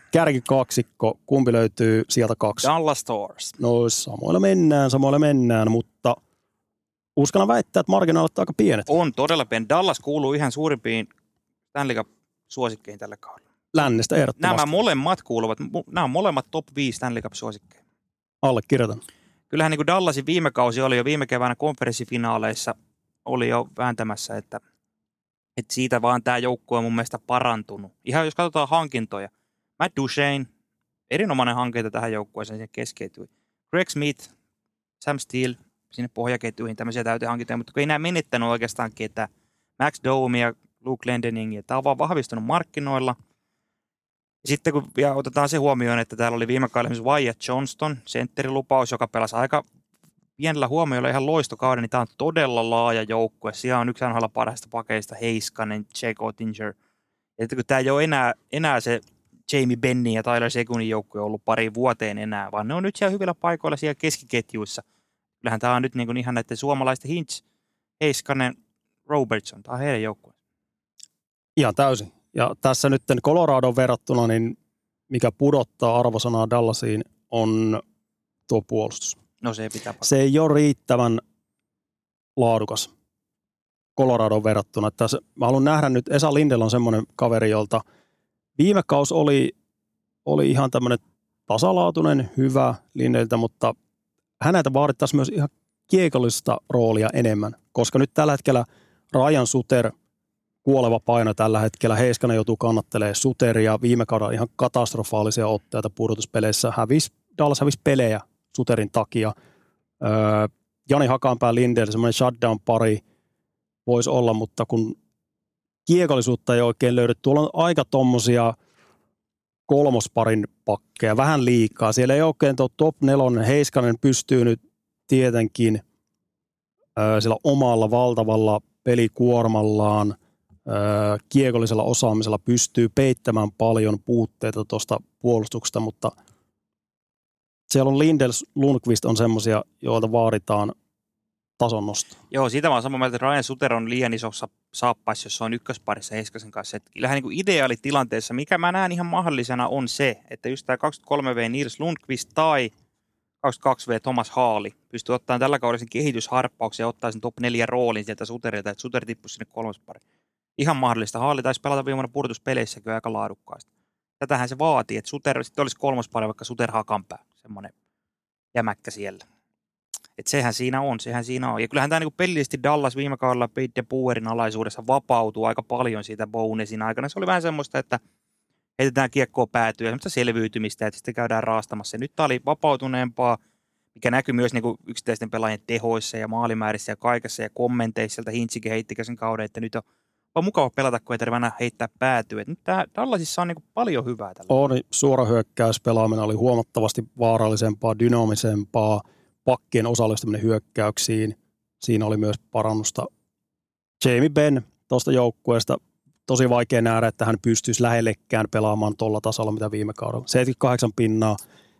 kärkikaksikko, kumpi löytyy sieltä 2? Dallas Stars. No samoilla mennään, mutta uskallan väittää, että marginaalit on aika pienet. On todella pieni. Dallas kuuluu ihan suurimpiin Stanley Cup-suosikkeihin tällä kaudella. Lännestä ehdottomasti. Nämä molemmat kuuluvat, nämä on molemmat top 5 Stanley Cup-suosikkeja. Allekirjoitan. Kyllähän niin kuin Dallasin viime kausi oli jo viime keväänä konferenssifinaaleissa, oli jo vääntämässä, että siitä vaan tämä joukkue on mun mielestä parantunut. Ihan jos katsotaan hankintoja. Matt Duchene, erinomainen hankinta tähän joukkueeseen, sinne keskeytyi. Greg Smith, Sam Steele, sinne pohjaketjuihin tämmöisiä täytehankintoja, mutta kun ei nämä menettänyt oikeastaan ketään. Max Domi ja Luke Glendening, tämä on vaan vahvistunut markkinoilla. Sitten kun vielä otetaan se huomioon, että täällä oli viime kaudella esimerkiksi Wyatt Johnston, sentterilupaus, joka pelasi aika pienellä huomioilla ihan loistokauden, niin tämä on todella laaja joukkue. Siellä on yksi NHL parhaista pakeista, Heiskanen, Jake Ottinger. Ja kun tämä ei ole enää se Jamie Bennin ja Tyler Seguinin joukkue ollut pari vuoteen enää, vaan ne on nyt siellä hyvillä paikoilla siellä keskiketjuissa. Kyllähän tämä on nyt niin kuin ihan näiden suomalaisten Hintz, Heiskanen, Robertson, tämä on heidän joukkue. Ihan täysin. Ja tässä nyt Coloradon verrattuna, niin mikä pudottaa arvosanaa Dallasiin on tuo puolustus. No se pitää. Se ei ole riittävän laadukas Coloradon verrattuna. Mä haluan nähdä nyt, Esa Lindell on semmoinen kaveri, jolta viime kaus oli ihan tämmöinen tasalaatuinen, hyvä Lindelltä, mutta häneltä vaadittaisiin myös ihan kiekollista roolia enemmän, koska nyt tällä hetkellä Ryan Suter, kuoleva paino tällä hetkellä, Heiskanen joutuu kannattelemaan Suteria, viime kaudella ihan katastrofaalisia otteita pudotuspeleissä, Dallas hävisi pelejä Suterin takia. Jani Hakanpää Lindell, semmoinen shutdown-pari voisi olla, mutta kun kiekollisuutta ei oikein löydy, tuolla on aika tommosia kolmosparin pakkeja, vähän liikaa. Siellä ei oikein tuo top 4, Heiskanen pystyy nyt tietenkin sillä omalla valtavalla pelikuormallaan, kiekollisella osaamisella pystyy peittämään paljon puutteita tuosta puolustuksesta, mutta siellä on Lindell, Lundqvist on semmoisia, joilta vaaditaan tason nosto. Joo, siitä mä oon samaa mieltä, että Ryan Suter on liian isossa saappaissa, jos se on ykkösparissa Heiskasen kanssa. Että kyllähän niin kuin ideaalitilanteessa, mikä mä näen ihan mahdollisena, on se, että just tämä 23V Nils Lundqvist tai 22V Thomas Haali pystyy ottamaan tällä kaudella sen kehitysharppauksen ja ottaa sen top 4 roolin sieltä Suterilta, että Suter tippuisi sinne kolmospari. Ihan mahdollista. Haali taisi pelata viime vuonna pudotuspeleissäkin aika laadukkaasti. Tätähän se vaatii, että Suter sitten olisi kolmospari, vaikka Suter Hakanpää, semmoinen jämäkkä siellä. Että sehän siinä on. Ja kyllähän tämä niin pelillisesti Dallas viime kaudella Pete DeBoerin alaisuudessa vapautuu aika paljon siitä Bonesin aikana. Se oli vähän semmoista, että heitetään kiekkoa päätyä ja semmoista selviytymistä, että sitten käydään raastamassa. Ja nyt tämä oli vapautuneempaa, mikä näkyy myös niin kuin yksittäisten pelaajien tehoissa ja maalimäärissä ja kaikessa ja kommenteissa. Sieltä Hintzikin heittikö sen kauden, että nyt on mukava pelata, kun ei tarvitse enää heittää päätyä. Nyt tämä Dallasissa on niin kuin paljon hyvää tällä. On, suora hyökkäyspelaaminen oli huomattavasti vaarallisempaa, dynaamisempaa. Pakkien osallistuminen hyökkäyksiin. Siinä oli myös parannusta. Jamie Benn tuosta joukkueesta. Tosi vaikea nähdä, että hän pystyisi lähellekään pelaamaan tuolla tasolla, mitä viime kaudella. 78 pinnaa.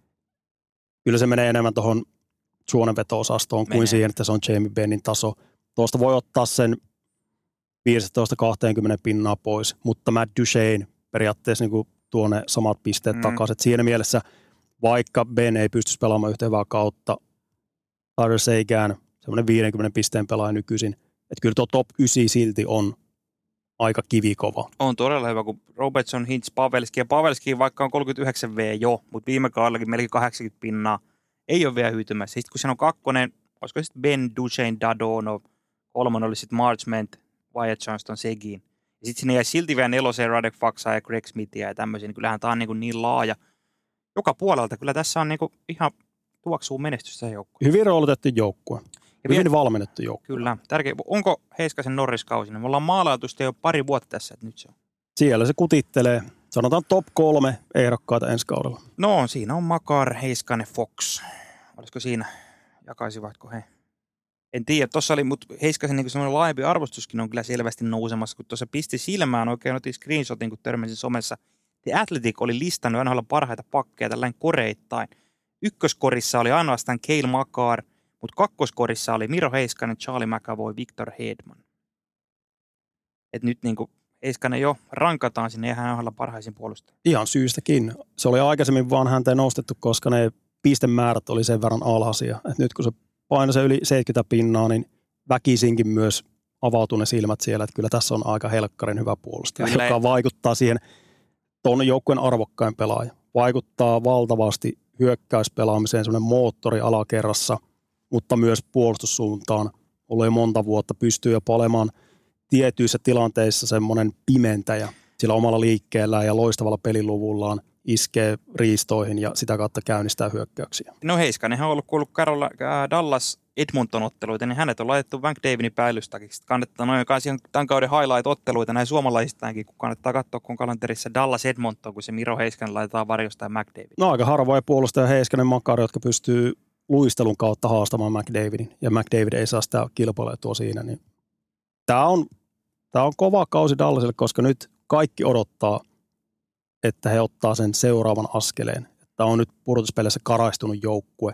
Kyllä se menee enemmän tuohon suonenveto-osastoon kuin siihen, että se on Jamie Bennin taso. Tuosta voi ottaa sen 15-20 pinnaa pois, mutta Matt Duchene periaatteessa niin tuo ne samat pisteet takaisin. Et siinä mielessä, vaikka Ben ei pystyisi pelaamaan yhtä hyvää kautta, Tyler Seguin, semmoinen 50 pisteen pelaaja nykyisin. Että kyllä tuo top 9 silti on aika kivikova. On todella hyvä, kun Robertson, Hintz, Pavelski. Ja Pavelski vaikka on 39V jo, mutta viime kaudellakin melkein 80 pinnaa. Ei ole vielä hyytymässä. Sitten kun siinä on kakkonen, olisiko sitten Ben, Duchene, Dadonov, kolmonen oli sitten Marchment, Wyatt Johnston, Seguin. Ja sitten sinne jäi silti vielä neloseen Radek Faksaa ja Greg Smithia ja tämmöisiä. Niin kyllähän tämä on niin laaja. Joka puolelta kyllä tässä on ihan tuoksuu menestystä joukkue. Hyvin roolitettu joukkue. Hyvin valmennettu joukkue. Kyllä. Tärkeä. Onko Heiskasen Norris-kausi? Me ollaan maalailtu sitä jo pari vuotta tässä, että nyt se on. Siellä se kutittelee. Sanotaan top 3 ehdokkaita ensi kaudella. No, siinä on Makar, Heiskanen, Fox. Olisiko siinä? Jakaisivatko he? En tiedä. Tuossa oli, mutta Heiskasen niin semmoinen laajempi arvostuskin on kyllä selvästi nousemassa, kun tuossa pisti silmään oikein, otin screenshotin, kun törmäsin somessa. The Athletic oli listannut aina parhaita pakkeja tällainen koreittain. Ykköskorissa oli ainoastaan Cale Makar, mutta kakkoskorissa oli Miro Heiskanen, Charlie McAvoy, Victor Hedman. Et nyt niin kuin Heiskanen jo rankataan sinne ja hän on ohella parhaisin puolustaja. Ihan syystäkin. Se oli aikaisemmin vaan häntä nostettu, koska ne pistemäärät oli sen verran alhaisia. Et nyt kun se painoi se yli 70 pinnaa, niin väkisinkin myös avautuu ne silmät siellä, että kyllä tässä on aika helkkarin hyvä puolustaja, kyllä, joka vaikuttaa siihen tuon joukkueen arvokkain pelaaja. Vaikuttaa valtavasti hyökkäyspelaamiseen, semmoinen moottori alakerrassa, mutta myös puolustussuuntaan. Ollut jo monta vuotta, pystyy jopa olemaan tietyissä tilanteissa semmoinen pimentäjä sillä omalla liikkeellään ja loistavalla peliluvullaan iskee riistoihin ja sitä kautta käynnistää hyökkäyksiä. No Heiskanenhan on ollut kuullut Dallas Edmonton-otteluita, niin hänet on laitettu McDavidin päällystäkiksi. Kannattaa noin kanssa tämän kauden highlight-otteluita näin suomalaisistaankin, kun kannattaa katsoa, kun kalenterissa Dallas Edmonton, kun se Miro Heiskanen laitetaan varjosta ja McDavid. No aika harvoja puolustaja Heiskanen Makari, jotka pystyy luistelun kautta haastamaan McDavidin, ja McDavid ei saa sitä kilpailuetua siinä. Niin tämä on kova kausi Dallasille, koska nyt kaikki odottaa, että he ottaa sen seuraavan askeleen. Tämä on nyt pudotuspeleissä karaistunut joukkue.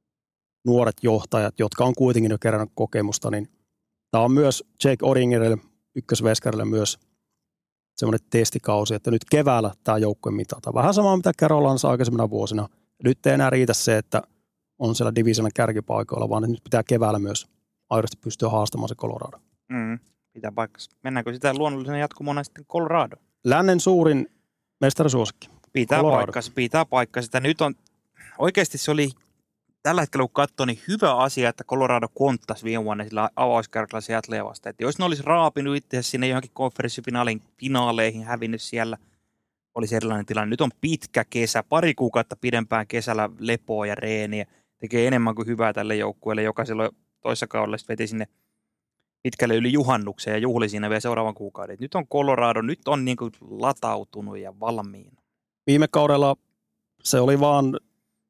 Nuoret johtajat, jotka on kuitenkin jo kerännyt kokemusta, niin tämä on myös Jake Oettingerille, ykkösveskarille myös semmoinen testikausi, että nyt keväällä tämä joukkue mitataan. Vähän samaa, mitä Carolinassa aikaisemmina vuosina. Nyt ei enää riitä se, että on siellä divisionan kärkipaikoilla, vaan nyt pitää keväällä myös aidosti pystyä haastamaan se Colorado. Pitää paikkansa. Mennäänkö sitä luonnollisena jatkumona sitten Colorado? Lännen suurin mestarisuosikki. Pitää paikkansa. Nyt on, oikeasti se oli tällä hetkellä kun katsoo, niin hyvä asia, että Colorado konttasi viime vuonna sillä avauskierroksella Seattlea vastaan. Että jos ne olisi raapinut itse sinne johonkin konferenssifinaaleihin, hävinnyt siellä, olisi erilainen tilanne. Nyt on pitkä kesä, 2 kuukautta pidempään kesällä lepoa ja reeniä. Tekee enemmän kuin hyvää tälle joukkueelle, joka silloin toissa kaudella veti sinne pitkälle yli juhannukseen ja juhli siinä vielä seuraavan kuukauden. Nyt on Colorado, nyt on niin kuin latautunut ja valmiina. Viime kaudella se oli vaan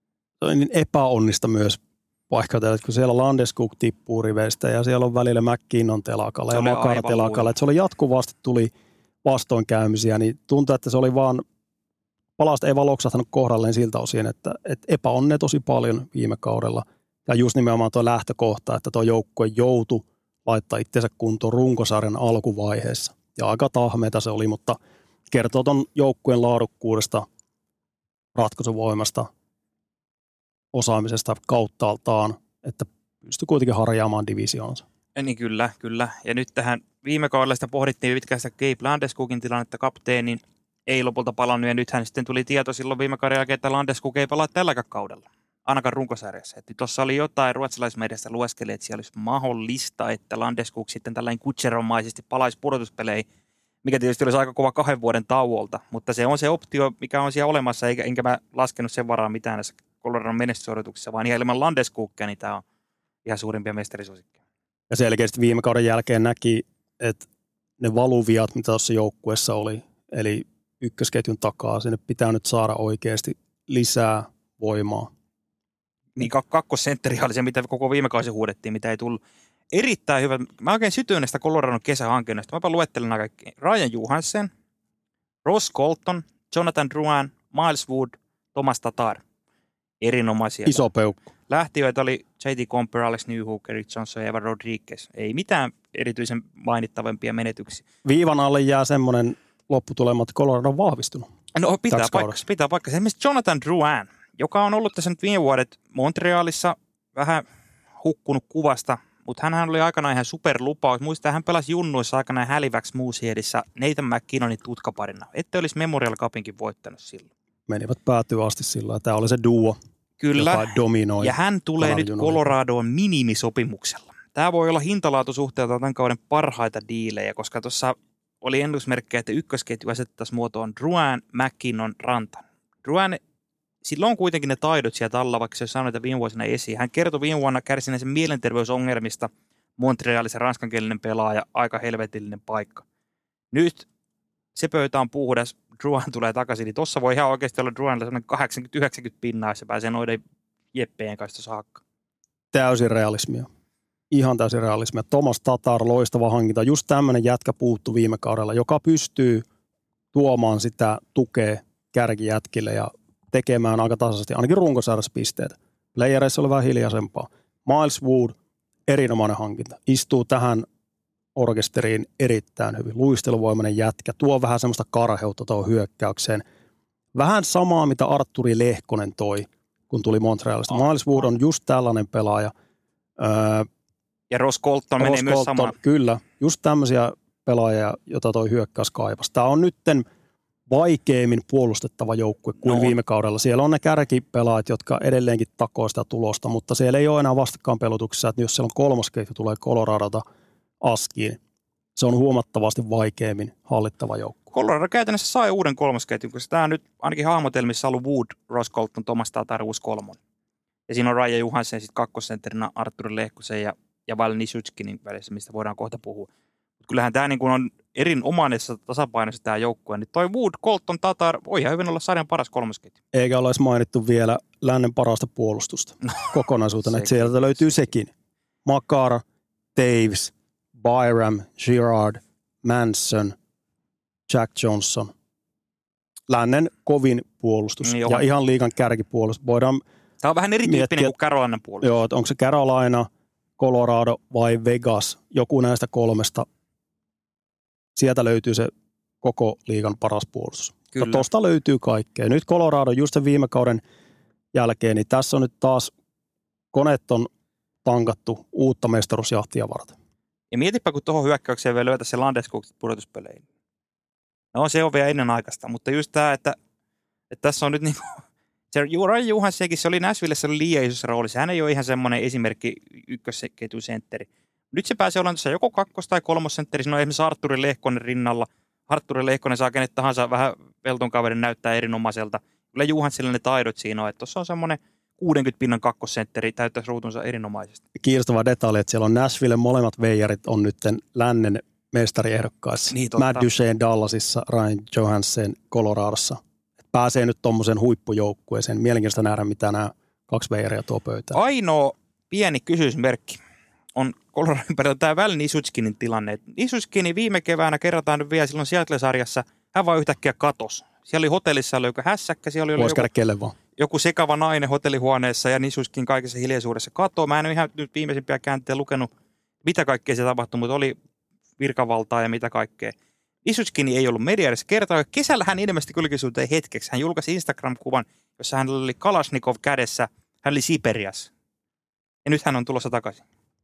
niin epäonnista myös paikkautella, kun siellä Landeskog tippuu riveistä ja siellä on välillä McKinnon telakalla ja Makar telakalla. Että se oli jatkuvasti tuli vastoinkäymisiä, niin tuntuu, että se oli vaan, palasta ei vaan loksahtanut kohdalleen siltä osin, että epäonne tosi paljon viime kaudella. Ja just nimenomaan tuo lähtökohta, että tuo joukkue joutui laittaa itsensä kuntoon runkosarjan alkuvaiheessa. Ja aika tahmeita se oli, mutta kertoo tuon joukkueen laadukkuudesta, ratkaisuvoimasta, osaamisesta kauttaaltaan, että pystyi kuitenkin harjaamaan divisioonsa. Niin kyllä. Ja nyt tähän viime kaudella sitä pohdittiin pitkään sitä Gabe Landeskogin tilannetta, kapteenin ei lopulta palannut, ja nythän sitten tuli tieto silloin viime kauden jälkeen, että Landeskog ei palaa tälläkään kaudella, ainakaan runkosarjassa. Tuossa oli jotain ruotsalaismediasta lueskeli, että siellä olisi mahdollista, että Landeskog sitten tällainen kutseromaisesti palaisi pudotuspeleihin, mikä tietysti olisi aika kova 2 vuoden tauolta, mutta se on se optio, mikä on siellä olemassa, enkä mä laskenut sen varaan mitään näissä Coloradon menestysodotuksissa, vaan ihan ilman Landeskogia, niin tämä on ihan suurimpia mestarisuosikkeja. Ja selkeästi viime kauden jälkeen näki, että ne valuviat, mitä tuossa joukkueessa oli, eli ykkösketjun takaa, sinne pitää nyt saada oikeasti lisää voimaa. Niin kakkosentteri oli se, mitä koko viime kausi huudettiin, mitä ei tullut. Erittäin hyvä. Mä oikein sytyin näistä Coloradon kesähankinnoista. Mäpä luettelen nämä kaikki. Ryan Johansson, Ross Colton, Jonathan Drouin, Miles Wood, Thomas Tatar. Erinomaisia. Iso peukku. Lähtiöitä oli J.T. Comper, Alex Newhook, Eric Johnson ja Evan Rodriguez. Ei mitään erityisen mainittavampia menetyksiä. Viivan alle jää semmoinen lopputulema, että Colorado on vahvistunut. No pitää paikkansa. Esimerkiksi Jonathan Drouin, joka on ollut tässä nyt viime vuodet Montrealissa vähän hukkunut kuvasta, mutta hänhän oli aikanaan ihan superlupaus. Muistaa, hän pelasi junnuissa aikanaan Halifax Mooseheadissä Nathan McKinnonin tutkaparina. Ette olisi Memorial Cupinkin voittanut silloin. Menivät päätyä asti silloin. Tämä oli se duo, joka dominoi. Ja hän tulee nyt Coloradoon minimisopimuksella. Tämä voi olla hintalaatusuhteelta tämän kauden parhaita diilejä, koska tuossa oli ennusmerkkejä, että ykkösketju asettaisiin muotoon Drouin, McKinnon, Rantan. Drouin, sillä on kuitenkin ne taidot sieltä alla, vaikka se on saanut viime vuosina esiin. Hän kertoi viime vuonna kärsineensä mielenterveysongelmista. Montrealissa ranskankielinen pelaaja, aika helvetillinen paikka. Nyt se pöytä on puhdas, Drouin tulee takaisin, niin tuossa voi ihan oikeasti olla Drouinilla sellainen 80-90 pinnaa, jos se pääsee noiden jeppeen kanssa saakka. Täysin realismia. Ihan täysin realismia. Thomas Tatar, loistava hankinta. Just tämmöinen jätkä puuttu viime kaudella, joka pystyy tuomaan sitä tukea kärkijätkille ja tekemään aika tasaisesti, ainakin runkosarjassa pisteitä. Playereissa oli vähän hiljaisempaa. Miles Wood, erinomainen hankinta. Istuu tähän orkesteriin erittäin hyvin. Luisteluvoimainen jätkä, tuo vähän semmoista karheutta tuohon hyökkäykseen. Vähän samaa, mitä Artturi Lehkonen toi, kun tuli Montrealista. Miles Wood on just tällainen pelaaja. Ja Ross Colton menee myös samaan. Kyllä, just tämmöisiä pelaajia, joita toi hyökkäys kaipasi. Tämä on nytten vaikeimmin puolustettava joukkue kuin viime kaudella. Siellä on ne kärkipelaajat, jotka edelleenkin takoo sitä tulosta, mutta siellä ei ole enää vastakkainpelutuksessa, että jos siellä on kolmas ketju tulee Coloradota Askiin, se on huomattavasti vaikeimmin hallittava joukkue. Colorado käytännössä sai uuden kolmosketjun, koska tämä on nyt ainakin hahmotelmissa ollut Wood, Ross Colton, Thomas Tatar, uusi kolmon. Ja siinä on Raija Johansen sitten kakkosentterinä Artturi Lehkosen ja Val Nichuchkinin välissä, mistä voidaan kohta puhua. Mutta kyllähän tämä niin kuin on erinomaisessa tasapainossa tämä joukkue. Niin toi Wood, Colton, Tatar voi ihan hyvin olla sarjan paras kolmosketju. Eikä ole edes mainittu vielä lännen parasta puolustusta kokonaisuutena. Että sieltä löytyy sekin. Makar, Taves, Byram, Girard, Manson, Jack Johnson. Lännen kovin puolustus Niin ja ihan liigan kärkipuolustus. Voidaan tämä on vähän erityyppinen kuin Carolinan puolustus. Joo, onko se Carolina, Colorado vai Vegas, joku näistä kolmesta. Sieltä löytyy se koko liigan paras puolustus. Kyllä. Tuosta löytyy kaikkea. Nyt Colorado just sen viime kauden jälkeen, niin tässä on nyt taas koneet on tankattu uutta mestaruusjahtia varten. Ja mietipä, kun tuohon hyökkäykseen vielä löytäisi se Landeskogin pudotuspeleihin. No se on vielä ennenaikaista, mutta just tämä, että tässä on nyt niin kuin se Raija Johansenkin, se oli Nashvillessä liian isossa roolissa. Hän ei ole ihan semmoinen esimerkki ykkösketjusentteri. Nyt se pääsee olemaan tuossa joko kakkos- tai kolmosentteri. Siinä on esimerkiksi Artturi Lehkonen rinnalla. Artturi Lehkonen saa kenet tahansa vähän velton kaverin näyttää erinomaiselta. Kyllä Johanssilla ne taidot siinä on, että tuossa on semmoinen 60 pinnan kakkosentteri, täyttäisi ruutunsa erinomaisesti. Kiinnostava detalji, että siellä on Nashvillen molemmat veijarit on nyt lännen mestariehdokkaissa. Niin, Matt Duchene Dallasissa, Ryan Johansen Coloradossa. Pääsee nyt tuommoisen huippujoukkueeseen. Mielenkiintoista nähdä, mitä nämä kaksi veijaria tuo pöytään. Ainoa pieni kysymysmerkki on Coloradon ympärillä tämä Val Nichuchkinin tilanne. Nichuchkini viime keväänä kerrotaan nyt vielä silloin Seattle-sarjassa, hän vaan yhtäkkiä katosi. Siellä oli hotellissa oli joku hässäkkä, siellä oli joku sekava nainen hotellihuoneessa ja Nichuchkin kaikessa hiljaisuudessa katoo. Mä en ole ihan nyt viimeisimpiä käänteitä lukenut, mitä kaikkea se tapahtui, mutta oli virkavaltaa ja mitä kaikkea. Nichuchkini ei ollut mediassa kertaa. Kesällä hän ilmeisesti julkisuuteen hetkeksi. Hän julkaisi Instagram-kuvan, jossa hän oli Kalashnikov kädessä. Hän oli Siperiassa. Ja nyt hän on tulossa takaisin.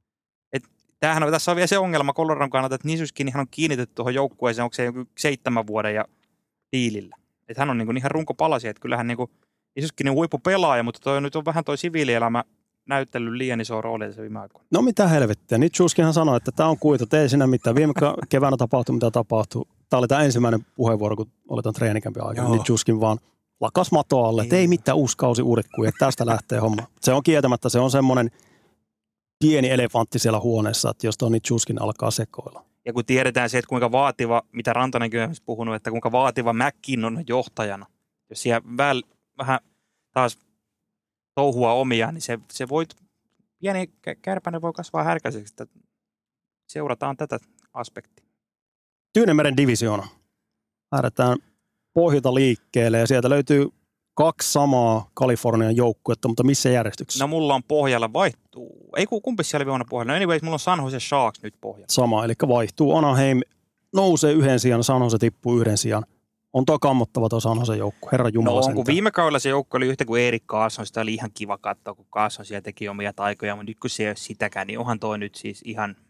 Tässä on vielä se ongelma Coloradon kannalta, että Nichuchkinihan on kiinnitetty tuohon joukkueeseen, onko se joku 7 vuoden ja diilillä. Että hän on niin ihan runkopalasia, että kyllähän niin Nichuchkinin huippupelaaja, mutta nyt on vähän toi siviilielämä näyttänyt liian iso rooli tässä viime aikoina. No mitä helvettiä. Nichuchkinhan sanoi, että tämä on kuitu, ei siinä mitään. Viime keväänä tapahtui, mitä tapahtui. Tämä oli tämä ensimmäinen puheenvuoro, kun oli tämän treenikämpin aikana. Nichuchkin vaan lakas mato alle, että ei mitään uusi kausi, uudet kuin, että tästä lähtee homma. Se on kieltämättä, se on semmoinen pieni elefantti siellä huoneessa, että jos tuo Nichuchkin alkaa sekoilla. Ja kun tiedetään se, että kuinka vaativa, mitä Rantanenkin on puhunut, että kuinka vaativa Mäkin on johtajana. Jos siellä vähän taas touhua omia, niin se voi, pieni kärpänen voi kasvaa härkäiseksi. Seurataan tätä aspektia. Tyynemeren divisioona. Lähdetään pohjalta liikkeelle ja sieltä löytyy 2 samaa Kalifornian joukkuetta, mutta missä järjestyksessä? No mulla on pohjalla vaihtuu. Ei kumpi siellä oli vuonna pohjalla. No anyways, mulla on San Jose Sharks nyt pohjalla. Sama, eli vaihtuu. Anaheim nousee 1 sijan, San Jose tippuu 1 sijan. On tuo kammottava tuo San Jose joukku, herra jumala sentään. No kun viime kaudella se joukko oli yhtä kuin Erik Karlsson, sitä oli ihan kiva katsoa, kun Karlsson siellä teki omia taikoja, mutta nyt kun se ei ole sitäkään, niin onhan toi nyt siis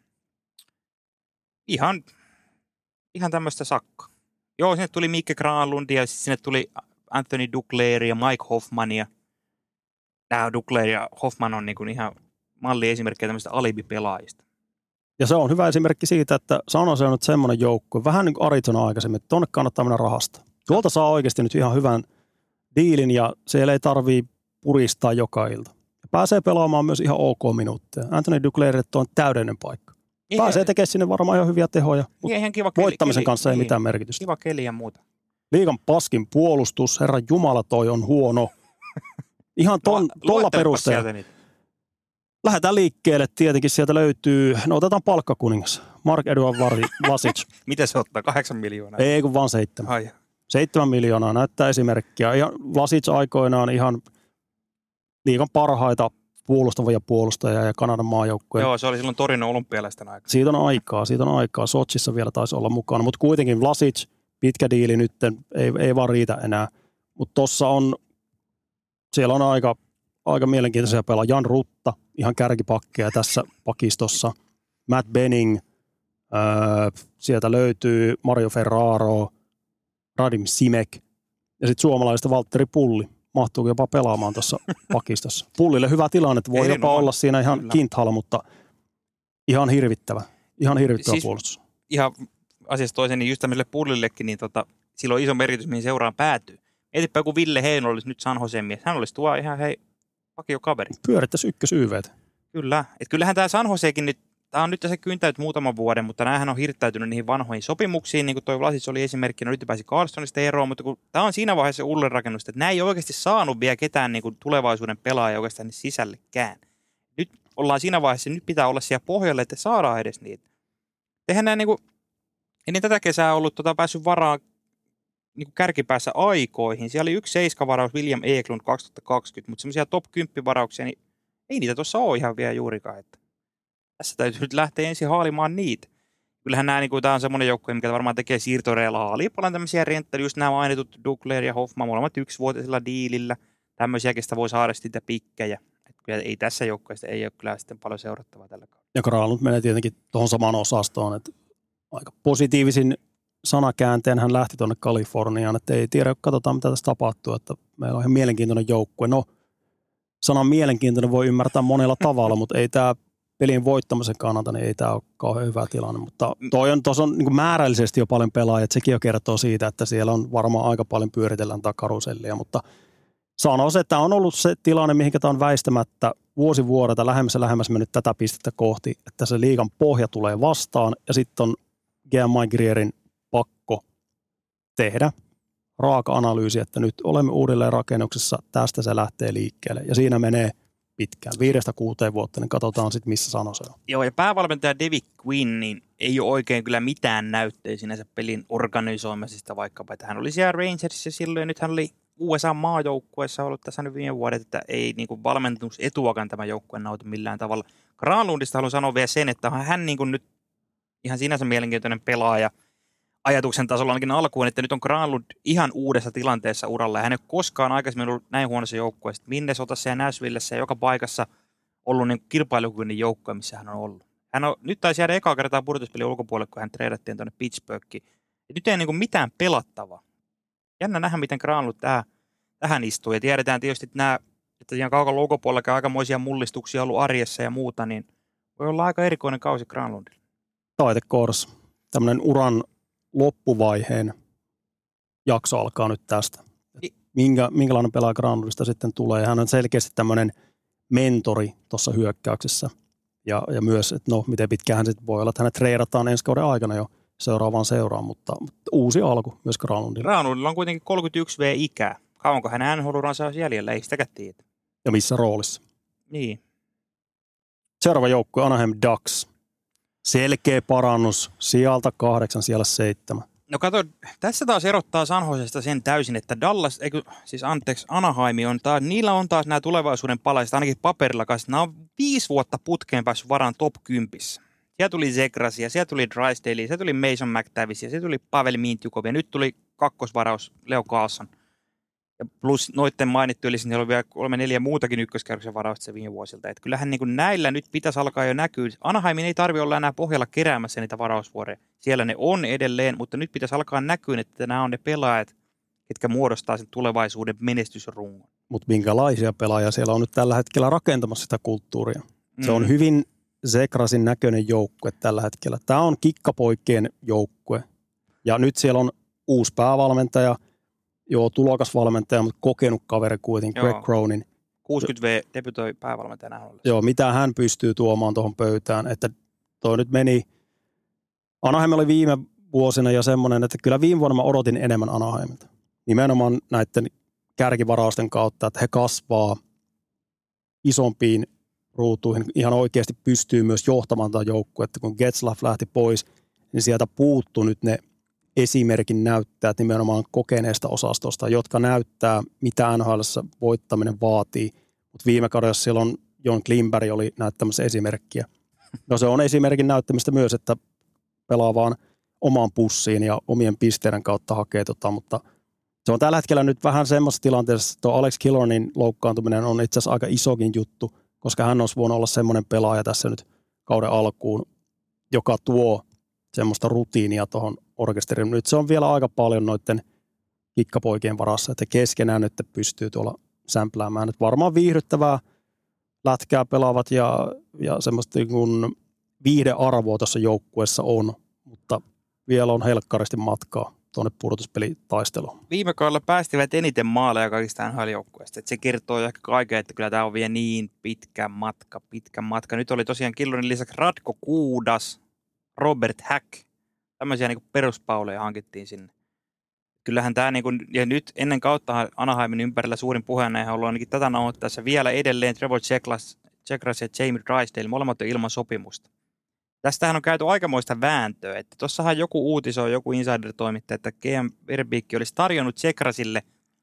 ihan tämmöistä sakkaa. Joo, sinne tuli Mikke Granlund ja sinne tuli Anthony Duclair ja Mike Hoffman ja nämä Duclair ja Hoffman on niin kuin ihan malliesimerkkejä tämmöistä alibipelaajista. Ja se on hyvä esimerkki siitä, että San Jose on nyt semmoinen joukko, vähän niin kuin Arizona aikaisemmin, että tuonne kannattaa mennä rahasta. Tuolta saa oikeasti nyt ihan hyvän diilin ja siellä ei tarvii puristaa joka ilta. Ja pääsee pelaamaan myös ihan ok minuutteja. Anthony Duclairille on täydellinen paikka. Pääsee tekemään sinne varmaan ihan hyviä tehoja, mutta voittamisen kanssa ei mitään merkitystä. Kiva keli ja muuta. Liigan paskin puolustus, herra jumala toi on huono. Ihan tuolla perusteella. Lähdetään liikkeelle, tietenkin sieltä löytyy, no otetaan palkkakuningas, Marc-Edouard Vlasic. Miten se ottaa, 8 miljoonaa? Ei kun vaan 7. 7 miljoonaa näyttää esimerkkiä. Ja Vlasic aikoinaan ihan liigan parhaita puolustavia puolustajia ja Kanadan maajoukkojen. Joo, se oli silloin Torinon olympialaisten aikaa. Siitä on aikaa. Sotsissa vielä taisi olla mukana, mutta kuitenkin Vlasic, pitkä diili nyt, ei vaan riitä enää. Mutta tossa siellä on aika mielenkiintoisia pelaajia. Jan Rutta, ihan kärkipakkeja tässä pakistossa. Matt Benning, sieltä löytyy Mario Ferraro, Radim Simek ja sitten suomalaisesta Valtteri Pulli. Mahtuuko jopa pelaamaan tuossa pakistossa. Pullille hyvä tilanne, että voi jopa olla siinä ihan kinthalla, mutta ihan hirvittävä siis puolustus. Ihan asiasta toiseen, niin just tämmöiselle Pullillekin, niin sillä on iso merkitys, mihin seuraan päätyy. Mietipä joku Ville Heino olisi nyt San Joseen mies. Hän olisi tuo ihan vakiokaveri. Pyörittäisi ykkösyyveet. Kyllä. Et kyllähän tämä San Josekin nyt, tämä on nyt se kyntäyt muutaman vuoden, mutta näähän on hirttäytynyt niihin vanhoihin sopimuksiin, niin kuin toi Vlasic oli esimerkkinä, nyt pääsi Carlsonista eroon, mutta kun tämä on siinä vaiheessa uudelleenrakennusta, että nämä ei oikeasti saanut vielä ketään niin kuin tulevaisuuden pelaajia oikeastaan sisällekään. Nyt ollaan siinä vaiheessa, nyt pitää olla siellä pohjalle, että saadaan edes niitä. Eihän nämä ennen tätä kesää ollut päässyt varaan niin kärkipäässä aikoihin. Siellä oli 1 7-varaus William Eklund 2020, mutta semmoisia top 10 varauksia, niin ei niitä tuossa ole ihan vielä juurikaan. Että tässä täytyy nyt lähteä ensin haalimaan niitä. Kyllähän nämä, tämä on semmoinen joukkue, mikä varmaan tekee siirtoreilla haalia paljon tämmöisiä renttelyjä, just nämä mainitut Duclair ja Hoffman, molemmat 1-vuotisella diilillä. Tämmöisiä, kestä voi saada sitten pikkejä. Että kyllä ei tässä joukkueessa ei ole kyllä sitten paljon seurattavaa tällä kaudella. Ja Granlund menee tietenkin tuohon samaan osastoon, että aika positiivisin sanakäänteen hän lähti tuonne Kaliforniaan, että ei tiedä, katsotaan mitä tässä tapahtuu, että meillä on ihan mielenkiintoinen joukkue. No, sanan mielenkiintoinen voi ymmärtää monella tavalla, mutta ei tämä pelin voittamisen kannalta, niin ei tämä ole kauhean hyvä tilanne, mutta tuossa on niin kuin määrällisesti jo paljon pelaajia, että sekin jo kertoo siitä, että siellä on varmaan aika paljon pyöritellään tätä karusellia, mutta sanoisin, että tämä on ollut se tilanne, mihinkä tämä on väistämättä vuosi vuodelta lähemmäs mennyt tätä pistettä kohti, että se liigan pohja tulee vastaan ja sitten on Mike Grierin pakko tehdä raaka analyysi, että nyt olemme uudelleen rakennuksessa, tästä se lähtee liikkeelle ja siinä menee pitkään, 5-6 vuotta, niin katsotaan sitten missä San Jose on. Joo, ja päävalmentaja David Quinn niin ei ole oikein kyllä mitään näyttöä sinänsä pelin organisoimisesta vaikkapa, että hän oli siellä Rangersissa silloin ja nyt hän oli USA-maajoukkueessa ollut tässä nyt viime vuodet, että ei niin kuin valmennusetuakaan tämä joukkue nauti millään tavalla. Granlundista haluan sanoa vielä sen, että hän niin kuin nyt ihan sinänsä mielenkiintoinen pelaaja ajatuksen tasolla ainakin alkuun, että nyt on Granlund ihan uudessa tilanteessa uralla ja hän ei ole koskaan aikaisemmin ollut näin huonossa joukkueessa. Minnesotassa ja Nashvillessä ja joka paikassa ollut niin kilpailukykyinen joukkue, missä hän on ollut. Nyt taisi jäädä ekaa kertaa pudotuspelin ulkopuolelle, kun hän treidattiin tuonne Pittsburghiin. Nyt ei niin kuin mitään pelattavaa. Jännä nähdä, miten Granlund tähän istuu. Ja tiedetään tietysti, että ihan kaukan ulkopuolellakin aikamoisia mullistuksia ollut arjessa ja muuta, niin voi olla aika erikoinen kausi Granlundille. Taitekohdassa. Tämmöinen uran loppuvaiheen jakso alkaa nyt tästä. Minkälainen pelaaja Granlundista sitten tulee. Ja hän on selkeästi tämmöinen mentori tuossa hyökkäyksessä. Ja myös, että no, miten pitkään hän sitten voi olla, että hänet treidataan ensi kauden aikana jo seuraavaan seuraan, mutta uusi alku myös Granlundilla. Granlundilla on kuitenkin 31 V-ikää. Kauanko hänen NHL-uransa olisi jäljellä? Ei sitäkään tiedä. Ja missä roolissa? Niin. Seuraava joukkue Anaheim Ducks. Selkeä parannus. Sieltä 8, siellä 7. No kato, tässä taas erottaa San Josesta sen täysin, että Anaheim on taas, niillä on taas nämä tulevaisuuden palaiset, ainakin paperilla kanssa. Nämä on 5 vuotta putkeen päässyt varaan top 10. Siellä tuli Zegrasia, siellä tuli Drysdale, siellä tuli Mason McTavisia, siellä tuli Pavel Mintjukov ja nyt tuli kakkosvaraus Leo Carlson. Ja plus noitten mainittu, eli siellä oli vielä 3-4 muutakin ykköskärksen varausta se viime vuosilta. Että kyllähän niin kuin näillä nyt pitäisi alkaa jo näkyä. Anaheimin ei tarvitse olla enää pohjalla keräämässä niitä varausvuoreja. Siellä ne on edelleen, mutta nyt pitäisi alkaa näkyä, että nämä on ne pelaajat, jotka muodostaa sen tulevaisuuden menestysrungon. Mutta minkälaisia pelaajia siellä on nyt tällä hetkellä rakentamassa sitä kulttuuria? Se on hyvin Zegrasin näköinen joukkue tällä hetkellä. Tämä on kikkapoikien joukkue. Ja nyt siellä on uusi päävalmentaja, tulokasvalmentaja, mutta kokenut kaveri kuitenkin, Greg Cronin. 60V debytoi päävalmentajana. Joo, mitä hän pystyy tuomaan tuohon pöytään. Että toi nyt meni, Anaheim oli viime vuosina jo semmoinen, että kyllä viime vuonna mä odotin enemmän Anaheimilta. Nimenomaan näiden kärkivarausten kautta, että he kasvaa isompiin ruutuihin. Ihan oikeasti pystyy myös johtamaan tätä joukkuetta. Kun Getzlaff lähti pois, niin sieltä puuttuu nyt ne esimerkin näyttäjät nimenomaan kokeneesta osastosta, jotka näyttää, mitä NHL:ssä voittaminen vaatii. Mutta viime kaudella siellä on John Klingberg oli näyttämässä esimerkkiä. No se on esimerkin näyttämistä myös, että pelaa vaan omaan pussiin ja omien pisteiden kautta hakee, mutta se on tällä hetkellä nyt vähän semmoisessa tilanteessa, että tuo Alex Killornin loukkaantuminen on itse asiassa aika isokin juttu, koska hän olisi voinut olla semmoinen pelaaja tässä nyt kauden alkuun, joka tuo semmoista rutiinia tuohon orkesteriin. Nyt se on vielä aika paljon noiden kikkapoikien varassa, että keskenään nyt pystyy tuolla sämpläämään. Että varmaan viihdyttävää lätkää pelaavat ja semmoista niin kuin viihdearvoa tuossa joukkueessa on, mutta vielä on helkkaristi matkaa tuonne pudotuspelitaisteluun. Viime kaudella päästivät eniten maaleja kaikista NHL-joukkueista. Se kertoo ehkä kaiken, että kyllä tämä on vielä niin pitkä matka. Nyt oli tosiaan Killornin lisäksi Radko Kuudas, Robert Hack. Tämmöisiä niin peruspauleja hankittiin sinne. Kyllähän tämä, niin kuin, ja nyt ennen kautta Anaheimin ympärillä suurin puheenaihe on ollut ainakin tätä nauhoittaessa vielä edelleen Trevor Zegras ja Jamie Drysdale, molemmat on ilman sopimusta. Tästähän on käyty aikamoista vääntöä, että tuossahan joku uutisoi, joku insider-toimittaja, että GM Verbeek olisi tarjonnut Zegrasille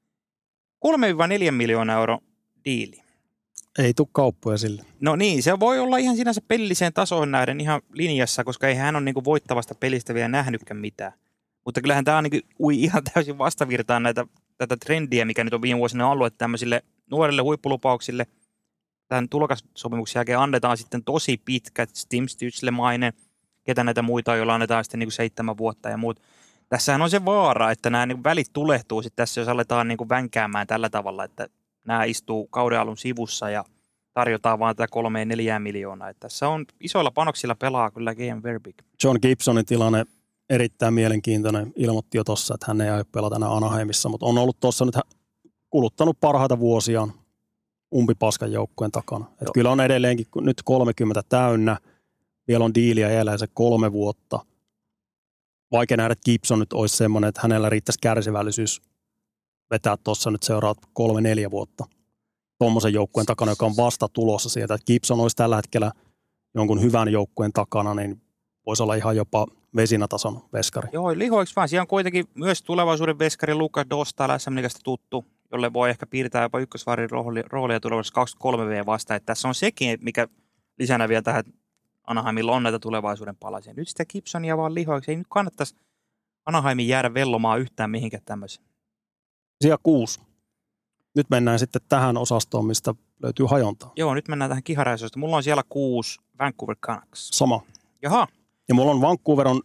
3-4 miljoonaa euro diili. Ei tule kauppoja sille. No niin, se voi olla ihan sinänsä pelilliseen tasoon nähden ihan linjassa, koska ei hän ole niin kuin voittavasta pelistä vielä nähnytkään mitään. Mutta kyllähän tämä on niin kuin, ihan täysin vastavirtaan tätä trendiä, mikä nyt on viime vuosina ollut, että tämmöisille nuorille huippulupauksille tämän tulokassopimuksen jälkeen annetaan sitten tosi pitkät Tim Stützle-mainen, ketä näitä muita on, joilla annetaan sitten niin kuin 7 vuotta ja muut. Tässähän on se vaara, että nämä niin kuin välit tulehtuu sitten tässä, jos aletaan niin kuin vänkäämään tällä tavalla, että nämä istuu kauden alun sivussa ja tarjotaan vaan tätä 3-4 miljoonaa. Että tässä on isoilla panoksilla pelaa kyllä GM Verbeek. John Gibsonin tilanne erittäin mielenkiintoinen. Ilmoitti jo tuossa, että hän ei aio pelata enää Anaheimissa, mutta on ollut tuossa nyt kuluttanut parhaita vuosiaan umpipaskan joukkueen takana. Että kyllä on edelleenkin nyt 30 täynnä, vielä on diiliä jäljellä se 3 vuotta. Vaikea nähdä, että Gibson nyt olisi semmoinen, että hänellä riittäisi kärsivällisyys vetää tuossa nyt seuraavat 3-4 vuotta tuommoisen joukkueen takana, joka on vasta tulossa sieltä. Että Gibson olisi tällä hetkellä jonkun hyvän joukkueen takana, niin voisi olla ihan jopa vesinatason veskari. Joo, lihoiksi vaan. Siellä on kuitenkin myös tulevaisuuden veskari Lukas Dostal, SM-liigasta tuttu, jolle voi ehkä piirtää jopa ykkösvarin roolia tulevaisuudessa 23V vastaan. Että tässä on sekin, mikä lisänä vielä tähän Anaheimilla on näitä tulevaisuuden palasia. Nyt sitä Gibsonia vaan lihoiksi. Ei nyt kannattaisi Anaheimin jäädä vellomaan yhtään mihinkään tämmöisen. Siellä 6. Nyt mennään sitten tähän osastoon, mistä löytyy hajontaa. Joo, nyt mennään tähän kiharäisöstä. Mulla on siellä 6 Vancouver Canucks. Sama. Jaha. Ja mulla on Vancouver on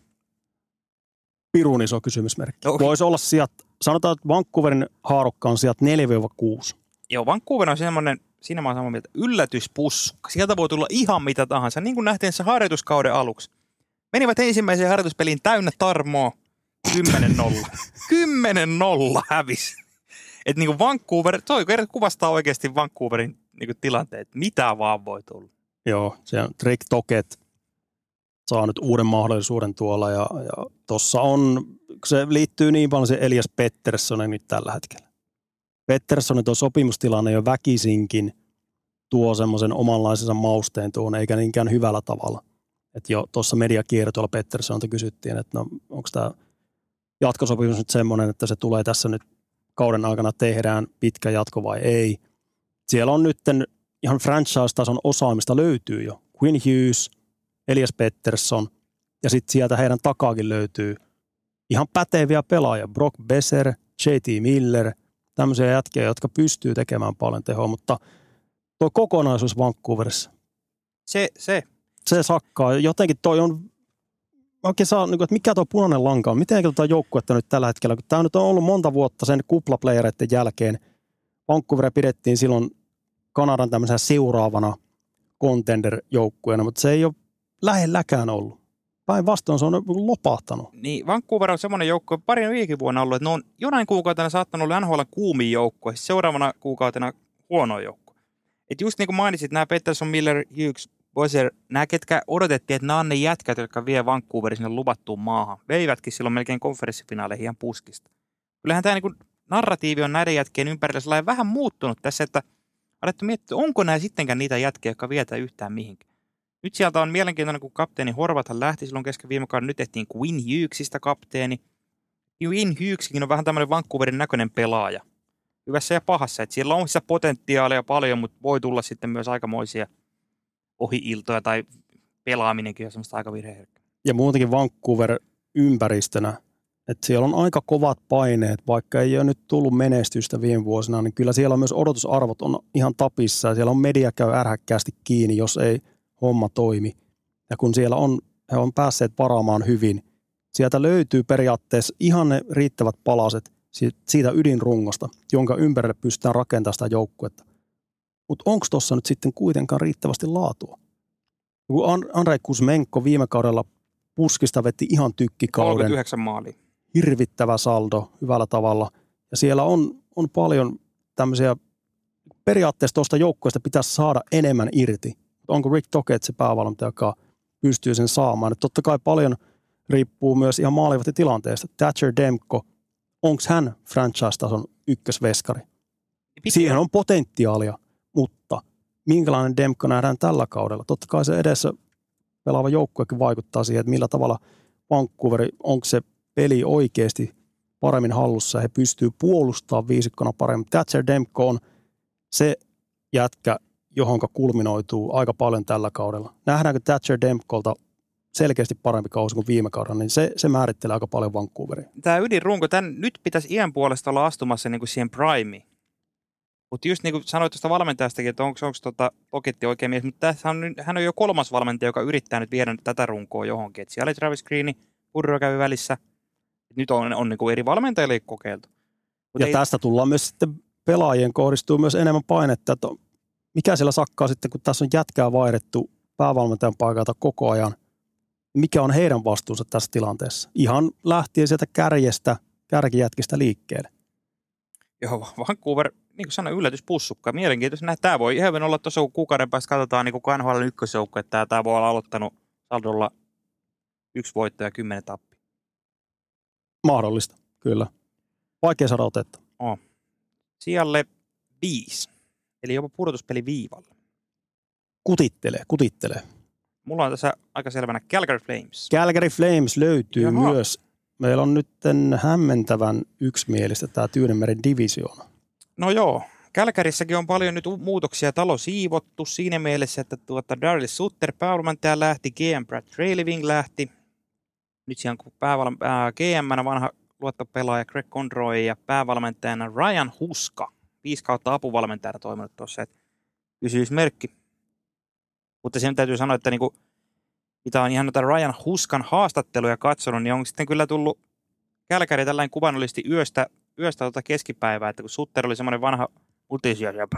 pirun iso kysymysmerkki. Okay. Voisi olla sanotaan, että Vancouverin haarukka on sieltä 4-6. Joo, Vancouver on semmoinen, siinä mä oon samaa mieltä, yllätyspussukka. Sieltä voi tulla ihan mitä tahansa, niin kuin nähtiin se harjoituskauden aluksi. Menivät ensimmäiseen harjoituspeliin täynnä tarmoa, 10-0. 10-0 hävisi. Että niin kuin Vancouver, toi kuvastaa oikeasti Vancouverin niin kuin tilanteet, mitä vaan voi tulla. Joo, se on Rick Tocchet saa nyt uuden mahdollisuuden tuolla ja tuossa on, se liittyy niin paljon se Elias Petterssonen nyt tällä hetkellä. Petterssonen tuo sopimustilanne jo väkisinkin tuo semmoisen omanlaisensa mausteen tuon, eikä niinkään hyvällä tavalla. Että jo tuossa mediakiertoilla Petterssonilta kysyttiin, että no onko tämä jatkosopimus nyt semmoinen, että se tulee tässä nyt kauden aikana tehdään pitkä jatko vai ei. Siellä on nyt ihan franchise-tason osaamista löytyy jo. Quinn Hughes, Elias Pettersson ja sitten sieltä heidän takaakin löytyy ihan päteviä pelaajia. Brock Besser, J.T. Miller, tämmöisiä jätkiä, jotka pystyy tekemään paljon tehoa, mutta tuo kokonaisuus Vancouverissa. Se sakkaa. Jotenkin toi on, oikein saa, että mikä tuo punainen lanka on, miten tuo joukkuetta nyt tällä hetkellä, kun tämä nyt on ollut monta vuotta sen kuplaplayereiden jälkeen. Vancouveria pidettiin silloin Kanadan tämmöisenä seuraavana contender-joukkueena, mutta se ei ole lähelläkään ollut. Päinvastoin se on lopahtanut. Niin, Vancouver on semmoinen joukkue parin viikin vuonna ollut, että ne on jonain kuukautena saattanut olla NHL kuumin joukkue, siis seuraavana kuukautena huono joukkue. Että just niin kuin mainitsit, nämä Pettersson, Miller, Hughes, Boiser, nämä ketkä odotettiin, että nämä on ne jätkät, jotka vie Vancouverin sinne luvattuun maahan. Veivätkin silloin melkein konferenssifinaaleihin ihan puskista. Kyllähän tämä niin kuin narratiivi on näiden jätkien ympärillä sellainen vähän muuttunut tässä, että alettu miettiä, onko nämä sittenkään niitä jätkiä, jotka vietä yhtään mihinkään. Nyt sieltä on mielenkiintoinen, kun kapteeni Horvathan lähti silloin kesken viime kauden. Nyt tehtiin Quinn Hughesista kapteeni. Quinn Hugheskin on vähän tämmöinen Vancouverin näköinen pelaaja. hyvässä ja pahassa. Et siellä on sitä potentiaalia paljon, mutta voi tulla sitten myös aikamoisia ohi-iltoja tai pelaaminenkin on semmoista aika virheherkkää. Ja muutenkin Vancouver ympäristönä, että siellä on aika kovat paineet, vaikka ei ole nyt tullut menestystä viime vuosina, niin kyllä siellä on myös odotusarvot on ihan tapissa ja siellä on media käy ärhäkkäästi kiinni, jos ei homma toimi. Ja kun siellä he on päässeet varaamaan hyvin, sieltä löytyy periaatteessa ihan ne riittävät palaset siitä ydinrungosta, jonka ympärille pystytään rakentamaan sitä joukkuetta. Mutta onko tuossa nyt sitten kuitenkaan riittävästi laatua? Kun Andrei Kuzmenko viime kaudella puskista veti ihan tykkikauden. 39 maalia. Hirvittävä saldo hyvällä tavalla. Ja siellä on paljon tämmöisiä, periaatteessa tuosta joukkueesta pitäisi saada enemmän irti. Onko Rick Tocchet se päävalmentaja, joka pystyy sen saamaan? Et totta kai paljon riippuu myös ihan maalivahtitilanteesta. Thatcher Demko, onko hän franchise-tason ykkösveskari? Siihen on potentiaalia, mutta minkälainen Demko nähdään tällä kaudella? Totta kai se edessä pelaava joukkuekin vaikuttaa siihen, että millä tavalla Vancouver, onko se peli oikeasti paremmin hallussa. He pystyy puolustamaan viisikkona paremmin. Thatcher Demko on se jätkä, johonka kulminoituu aika paljon tällä kaudella. Nähdäänkö Thatcher Demkolta selkeästi parempi kausi kuin viime kaudella, niin se määrittelee aika paljon Vancouveria. Tämä ydinrunko, nyt pitäisi iän puolesta olla astumassa niin kuin siihen primeen. Mutta just niin kuin sanoit tuosta valmentajastakin, että onko Tocetti oikein mies, mutta hän on jo kolmas valmentaja, joka yrittää nyt viedä tätä runkoa johonkin. Et siellä oli Travis Green, Purro kävi välissä. Nyt on niin kuin eri valmentajille kokeiltu. Ja tästä tullaan myös sitten pelaajien kohdistuu myös enemmän painetta, että mikä siellä sakkaa sitten, kun tässä on jätkää vaihdettu päävalmentajan paikalta koko ajan. Mikä on heidän vastuunsa tässä tilanteessa? Ihan lähtien sieltä kärkijätkistä liikkeelle. Joo, Vancouver, niin kuin sanoin, yllätyspussukka. Mielenkiintoista nähdä. Tämä voi ihan olla tuossa, kun kuukauden päästä katsotaan niin kuin NHL ykkösjoukko, että tämä voi olla aloittanut saldolla 1 voitto ja 10 tappia. Mahdollista, kyllä. Vaikea saada otetta. Sijalle 5, eli jopa pudotuspeli viivalle. Kutittelee. Mulla on tässä aika selvänä Calgary Flames. Calgary Flames löytyy Jaha. myös. Meillä on nyt hämmentävän yksimielistä tämä Tyynemeren divisioona. No joo, Calgaryssäkin on paljon nyt muutoksia talo siivottu siinä mielessä, että Daryl Sutter päävalmentaja lähti, GM Brad Treliving lähti. Nyt siellä on GM-nä vanha luottopelaaja Greg Conroy ja päävalmentajana Ryan Huska. 5 kautta apuvalmentajana toiminut tuossa, että kysymysmerkki. Mutta sen täytyy sanoa, että niinku, mitä on ihan noita Ryan Huskan haastatteluja katsonut, niin on sitten kyllä tullut Calgary tällainen kuvannollisesti yöstä keskipäivää, että kun Sutter oli semmoinen vanha utisia ja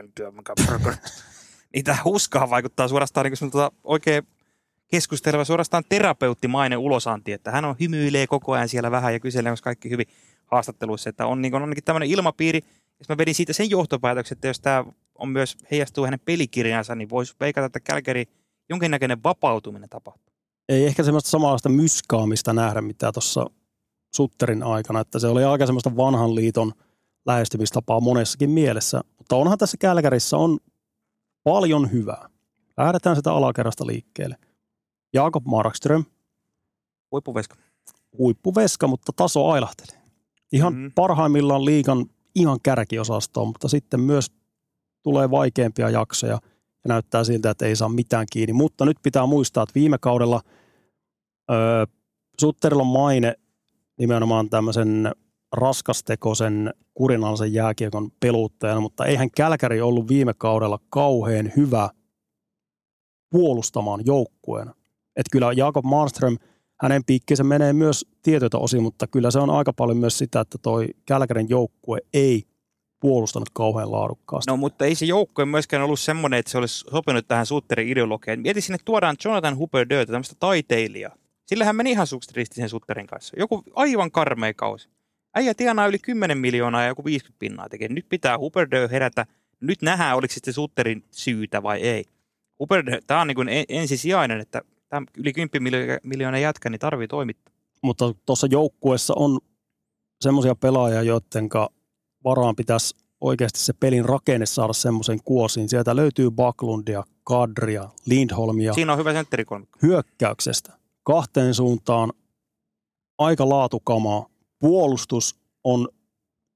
niin tämä Huskaan vaikuttaa suorastaan niin kuin oikein keskusteleva, suorastaan terapeuttimainen ulosanti, että hän hymyilee koko ajan siellä vähän ja kyselee, onko kaikki hyvin haastatteluissa, että on niin kuin ainakin tämmöinen ilmapiiri, ja mä vedin siitä sen johtopäätöksen, että jos tämä on myös heijastuu hänen pelikirjansa, niin voisi veikata, että Calgary jonkinnäköinen vapautuminen tapahtuu. Ei ehkä semmoista samanlaista myskaamista nähdä, mitä tuossa Sutterin aikana, että se oli aika semmoista vanhan liiton lähestymistapaa monessakin mielessä. Mutta onhan tässä Calgaryssa on paljon hyvää. Lähdetään sitä alakerrasta liikkeelle. Jakob Markström. Huippuveska, mutta taso ailahtelee. Ihan parhaimmillaan liigan ihan kärkiosastoon, mutta sitten myös tulee vaikeampia jaksoja ja näyttää siltä, että ei saa mitään kiinni. Mutta nyt pitää muistaa, että viime kaudella Sutterilla on maine nimenomaan tämmöisen raskastekoisen kurinalaisen jääkiekon peluuttajana, mutta eihän Calgary ollut viime kaudella kauhean hyvä puolustamaan joukkueena. Että kyllä Jakob Markström, hänen piikkinsä menee myös tietyiltä osin, mutta kyllä se on aika paljon myös sitä, että toi Calgaryn joukkue ei puolustanut kauhean laadukkaasti. No, mutta ei se joukkue myöskään ollut semmoinen, että se olisi sopinut tähän Sutterin ideologiaan. Mieti, sinne tuodaan Jonathan Huberdeauta, tämmöistä taiteilijaa. Sillähän meni ihan sukstristi sen Sutterin kanssa. Joku aivan karmea kausi. Äijä tienaa yli 10 miljoonaa ja joku 50 pinnaa tekee. Nyt pitää Huberdeau herätä. Nyt nähdään, oliko sitten Sutterin syytä vai ei. Huberdeau, tämä on niin kuin ensisijainen, että tämä yli 10 miljoonaa jätkä, niin tarvii toimittaa. Mutta tuossa joukkueessa on semmoisia pelaajia, joidenka varaan pitäisi oikeasti se pelin rakenne saada semmoisen kuosiin. Sieltä löytyy Backlundia, Kadria, Lindholmia. Siinä on hyvä sentterikolmikko. Hyökkäyksestä kahteen suuntaan aika laatukamaa. Puolustus on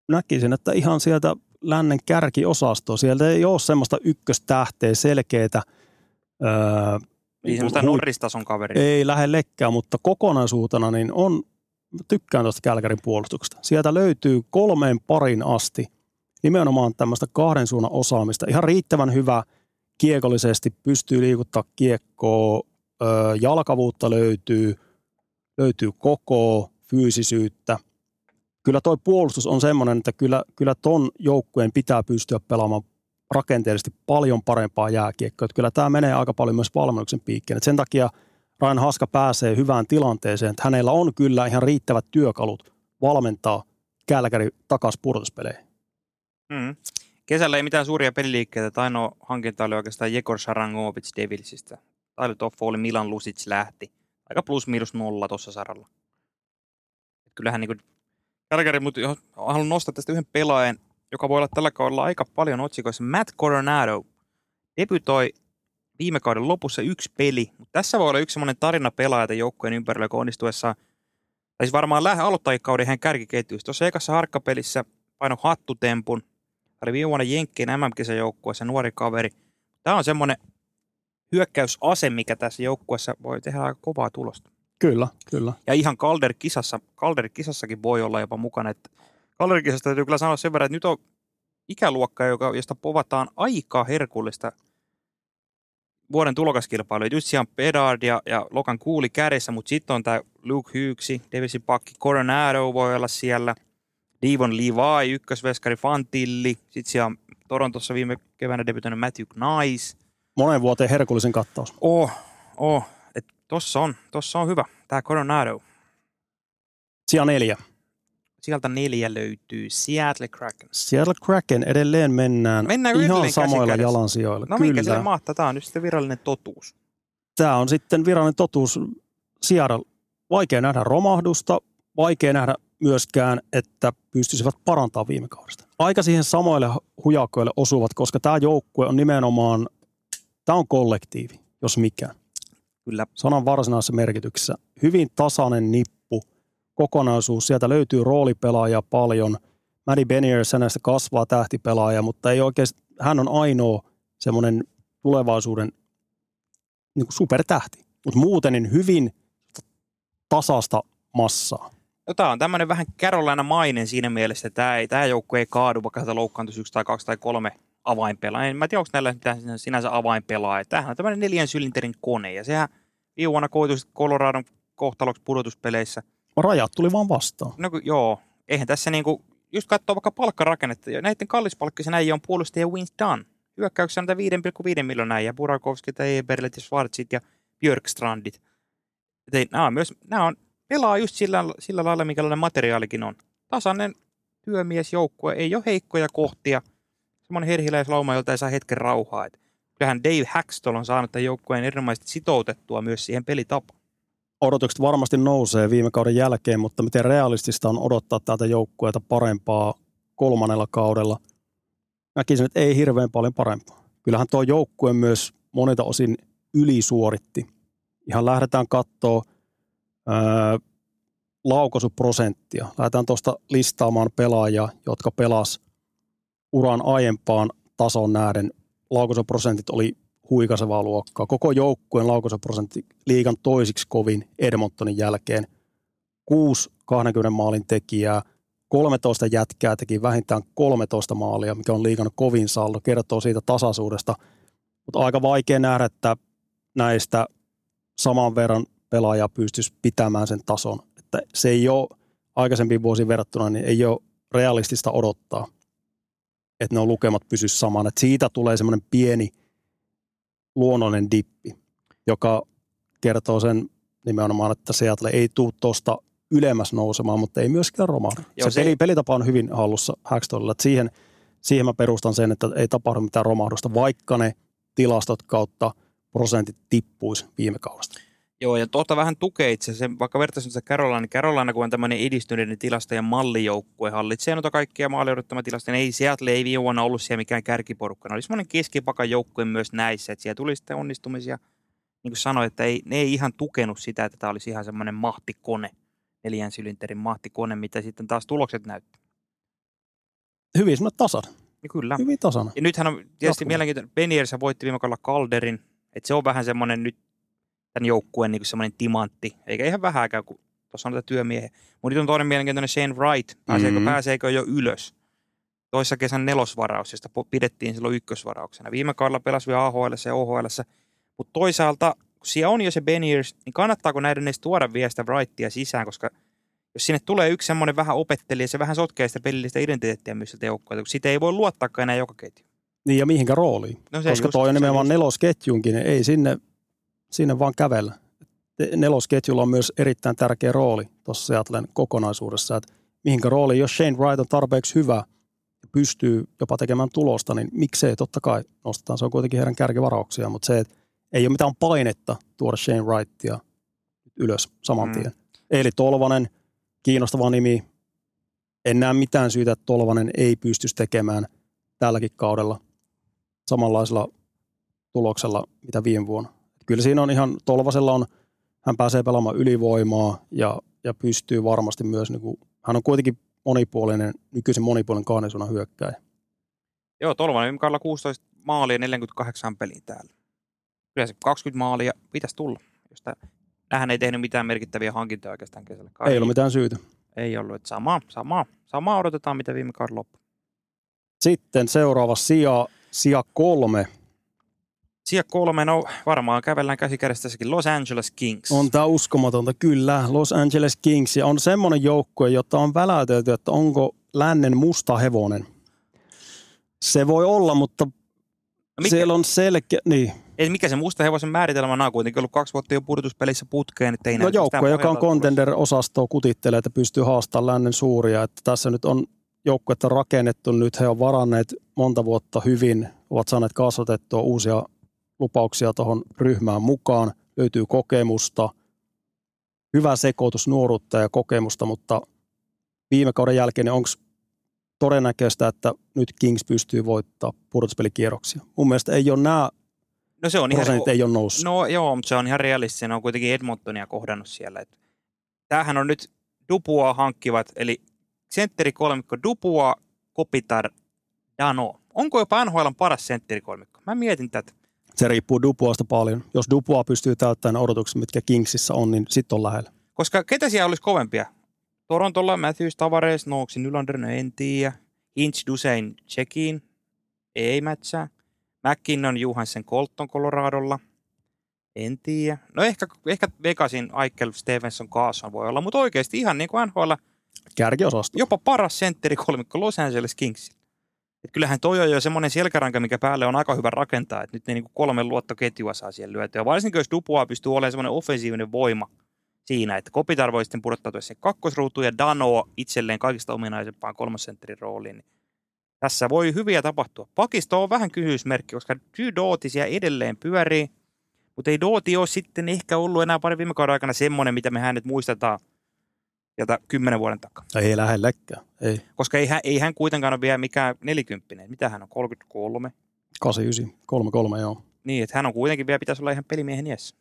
näkisin, että ihan sieltä lännen kärkiosastoa. Sieltä ei ole semmoista ykköstähteä selkeätä. Ei semmoista Norris-tason kaveria. Ei lähellekään, mutta kokonaisuutena niin tykkään tuosta Kälkärin puolustuksesta. Sieltä löytyy 3 parin asti nimenomaan tämmöistä 2 suunnan osaamista. Ihan riittävän hyvä kiekollisesti, pystyy liikuttaa kiekkoa, jalkavuutta löytyy koko fyysisyyttä. Kyllä toi puolustus on semmoinen, että kyllä ton joukkueen pitää pystyä pelaamaan rakenteellisesti paljon parempaa jääkiekkoa. Että kyllä tämä menee aika paljon myös valmennuksen piikkiin. Et sen takia Ryan Haska pääsee hyvään tilanteeseen, että hänellä on kyllä ihan riittävät työkalut valmentaa Kälkäri takaisin pudotuspeleihin. Kesällä ei mitään suuria peliliikkeitä, tai ainoa hankinta oli oikeastaan Jegor Sharangovich Devilsistä. Tyler Toffoli, Milan Lucic lähti. Aika +-0 tuossa saralla. Kyllähän niin Kälkäri, mutta haluan nostaa tästä yhden pelaajan, joka voi olla tällä kaudella aika paljon otsikoissa. Matt Coronado debytoi viime kauden lopussa 1 peli, mutta tässä voi olla yksi semmoinen tarina pelaaja joukkueen ympärillä, joka onnistuessaan, tai siis varmaan aloittaa kauden ihan kärkiketjuista. Tuossa ekassa harkkapelissä paino hattutempun. Tämä oli viime vuonna Jenkkien MM-kisajoukkueessa nuori kaveri. Tämä on semmoinen hyökkäysase, mikä tässä joukkueessa voi tehdä aika kovaa tulosta. Kyllä. Ja ihan Calder-kisassakin voi olla jopa mukana. Calder-kisasta täytyy kyllä sanoa sen verran, että nyt on ikäluokka, josta povataan aika herkullista vuoden tulokaskilpailu. Just siellä on Bedard ja Logan Cooley kädessä, mutta sitten on tämä Luke Hughes, Davisin pakki, Coronado voi olla siellä, Devon Levi, ykkösveskari Fantilli, sitten siellä on Torontossa viime keväänä debytoinut Matthew Knies. Monen vuoteen herkullisen kattaus. Tossa on hyvä, tämä Coronado. Sija 4. Sieltä 4 löytyy Seattle Kraken. Seattle Kraken edelleen mennään ihan samoilla jalansijoilla. No minkä sille mahtaa? Tämä on nyt sitten virallinen totuus. Tämä on sitten virallinen totuus. Seattle, vaikea nähdä romahdusta, vaikea nähdä myöskään, että pystyisivät parantamaan viime kaudesta. Aika siihen samoille hujakoille osuvat, koska tämä joukkue on nimenomaan, tämä on kollektiivi, jos mikään. Kyllä. Sanan varsinaisessa merkityksessä. Hyvin tasainen nippu, kokonaisuus. Sieltä löytyy roolipelaajia paljon. Matty Beniers, hänestä kasvaa tähtipelaaja, mutta ei oikeasti, hän on ainoa semmoinen tulevaisuuden niin kuin supertähti. Mutta muuten niin hyvin tasasta massaa. No, tämä on tämmöinen vähän Carolina-mainen siinä mielessä, että tämä joukko ei kaadu, vaikka sieltä loukkaantuisi 1 tai 2 tai 3 avainpelaa. En mä tiedä, onko näillä mitään sinänsä avainpelaa. Tämähän on tämmöinen 4 sylinterin kone, ja sehän viime vuonna koitui Coloradon kohtaloksi pudotuspeleissä. Rajat tuli vaan vastaan. No joo, eihän tässä niinku, just katsoo vaikka palkkarakennetta, näiden kallispalkkisen äijä on puolustaja Vince Dunn. Hyökkäyksessä on 5,5 miljoonaa äijä, Burakovskit ja Eberlet ja Schwarzit ja Björkstrandit. Nämä on pelaa just sillä lailla, minkälainen materiaalikin on. Tasainen työmiesjoukkue, ei ole heikkoja kohtia. Semmoinen herhiläislauma, jolta ei saa hetken rauhaa. Kyllähän Dave Haxtell on saanut tämän joukkueen erinomaisesti sitoutettua myös siihen pelitapaan. Odotukset varmasti nousee viime kauden jälkeen, mutta miten realistista on odottaa tältä joukkueelta parempaa 3. kaudella? Näkisin, että ei hirveän paljon parempaa. Kyllähän tuo joukkue myös monilta osin ylisuoritti. Ihan lähdetään katsoa laukaisuprosenttia. Lähdetään tuosta listaamaan pelaajia, jotka pelas uran aiempaan tason nähden. Laukaisuprosentit oli huikasevaa luokkaa. Koko joukkueen laukaisuprosentti liigan toisiksi kovin Edmontonin jälkeen. 6 20 maalin tekijää, 13 jätkää teki vähintään 13 maalia, mikä on liigan kovin saldo. Kertoo siitä tasaisuudesta, mutta aika vaikea nähdä, että näistä saman verran pelaajaa pystyisi pitämään sen tason. Että se ei ole aikaisempiin vuosiin verrattuna, niin ei ole realistista odottaa, että ne lukemat pysyisivät saman. Että siitä tulee semmoinen pieni luonnollinen dippi, joka kertoo sen nimenomaan, että Seattle ei tule tuosta ylemmäs nousemaan, mutta ei myöskään romahda. Pelitapa on hyvin hallussa Hackstallilla. Siihen mä perustan sen, että ei tapahdu mitään romahdusta, vaikka ne tilastot kautta prosentit tippuisi viime kaudesta. Joo, ja vähän tukee itse asiassa, vaikka vertaisin sitä Carolina, kun on tämmöinen edistyneiden tilastojen mallijoukkue, hallitsee noita kaikkia maali odottama tilastoja, ei Seattle ei viime vuonna ollut siellä mikään kärkiporukka. Ne oli semmoinen keskipakan joukkue myös näissä, että siellä tuli sitten onnistumisia. Niin kuin sanoin, että ne ei ihan tukenut sitä, että tämä olisi ihan semmoinen mahtikone, 4 sylinterin mahtikone, mitä sitten taas tulokset näyttää. Hyvin semmoinen tasainen. Kyllä. Hyvin tasainen. Ja nythän on tietysti mielenkiintoinen. Beniers voitti viime kaudella Calderin. Että se on vähän semmoinen nyt tämän joukkueen niin semmoinen timantti. Eikä ihan vähääkään, kun tuossa on tätä työmiehiä. Mutta nyt on toinen mielenkiintoinen Shane Wright. Pääseekö jo ylös? Toissa kesän 4. varaus, josta pidettiin silloin 1. varauksena. Viime kaudella pelasi vielä AHL:ssä ja OHL:ssä. Mutta toisaalta, kun siellä on jo se Beniers, niin kannattaako näiden edes tuoda vielä sitä Wrightia sisään, koska jos sinne tulee yksi semmoinen vähän opettelija, se vähän sotkee sitä pelillistä identiteettiä myös sieltä joukkueelta, kun siitä ei voi luottaakaan enää joka ketju. Niin ja mihinkä rooliin, koska toi on nimenomaan nelosketjunkin, niin ei sinne vaan kävellä. Nelosketjulla on myös erittäin tärkeä rooli tuossa Seattlen kokonaisuudessa, että mihinkä rooliin, jos Shane Wright on tarpeeksi hyvä ja pystyy jopa tekemään tulosta, niin miksei totta kai nostetaan, se on kuitenkin heidän kärkivarauksia, mutta se, että ei ole mitään painetta tuoda Shane Wrightia ylös saman tien. Eli Tolvanen, kiinnostava nimi. En näe mitään syytä, että Tolvanen ei pystyisi tekemään tälläkin kaudella samanlaisella tuloksella, mitä viime vuonna. Kyllä siinä on ihan, Tolvasella hän pääsee pelaamaan ylivoimaa ja pystyy varmasti myös, niin kuin, hän on kuitenkin nykyisin monipuolinen kahdensuunnan hyökkääjä. Joo, Tolvanen viime kaudella 16 maalia 48 peliin täällä. Kyllä se 20 maalia pitäisi tulla, josta hän ei tehnyt mitään merkittäviä hankintoja oikeastaan kesällä. Ei ollut mitään syytä. Ei ollut, että samaa odotetaan, mitä viime kaudella loppu. Sitten seuraava sija 3. Sija 3, no varmaan kävellään käsikädessä tässäkin Los Angeles Kings. On tämä uskomatonta, kyllä. Los Angeles Kings ja on semmoinen joukkue, jota on väläytelty, että onko lännen musta hevonen. Se voi olla, mutta siellä on selkeä, niin. Ei, mikä se musta hevosen määritelmä on kuitenkin ollut 2 vuotta jo pudotuspelissä putkeen. Että ei no joukkue, joka on contender-osastoa kutittelee, että pystyy haastamaan lännen suuria. Että tässä nyt on joukkuetta rakennettu, nyt he on varanneet monta vuotta hyvin, ovat saaneet kasvatettua uusia lupauksia tuohon ryhmään mukaan. Löytyy kokemusta, hyvä sekoitus nuoruutta ja kokemusta, mutta viime kauden jälkeen onko todennäköistä, että nyt Kings pystyy voittamaan pudotuspelikierroksia? Mun mielestä ei ole nämä prosentit ei ole noussut. No joo, mutta se on ihan realistinen. Ne on kuitenkin Edmontonia kohdannut siellä. Tämähän on nyt Dubois hankkivat, eli sentterikolmikko Dubois, Kopitar, Dano. Onko jopa NHL:n paras sentterikolmikko? Mä mietin tätä. Se riippuu Duboista paljon. Jos Dubois pystyy täyttämään odotukset, mitkä Kingsissä on, niin sitten on lähellä. Koska ketä siellä olisi kovempia? Torontolla Matthews, Tavares, Nooksi, Nylander, en tiedä. Hinch, Dusein, Tsekiin. Ei mätsää. McKinnon, Johansson, Colton, Coloradolla. En tiedä. No ehkä Vegasin Eichel, Stevenson, Carson voi olla, mutta oikeasti ihan niin kuin NHL. Kärkiosasto. Jopa paras sentteri-kolmikko Los Angeles Kings. Et kyllähän toi on jo semmoinen selkäranka, mikä päälle on aika hyvä rakentaa, että nyt ne niin kuin 3 luottoketjua saa siellä lyötyä. Varsinkin jos Dubois pystyy olemaan semmoinen offensiivinen voima siinä, että Kopitar voi sitten pudottautua sen kakkosruutuun ja Dano itselleen kaikista ominaisempaan 3 sentterin rooliin. Niin tässä voi hyviä tapahtua. Pakisto on vähän kysymysmerkki, koska Drew Doughty siellä edelleen pyörii, mutta ei Doughty ole sitten ehkä ollut enää pari viime kauden aikana semmoinen, mitä me hänet muistetaan sieltä 10 vuoden takaa. Ei lähellekään, ei. Koska ei hän kuitenkaan ole vielä mikään 40. Mitä hän on, 33? 89, 33, joo. Niin, että hän on kuitenkin vielä, pitäisi olla ihan pelimiehen iässä.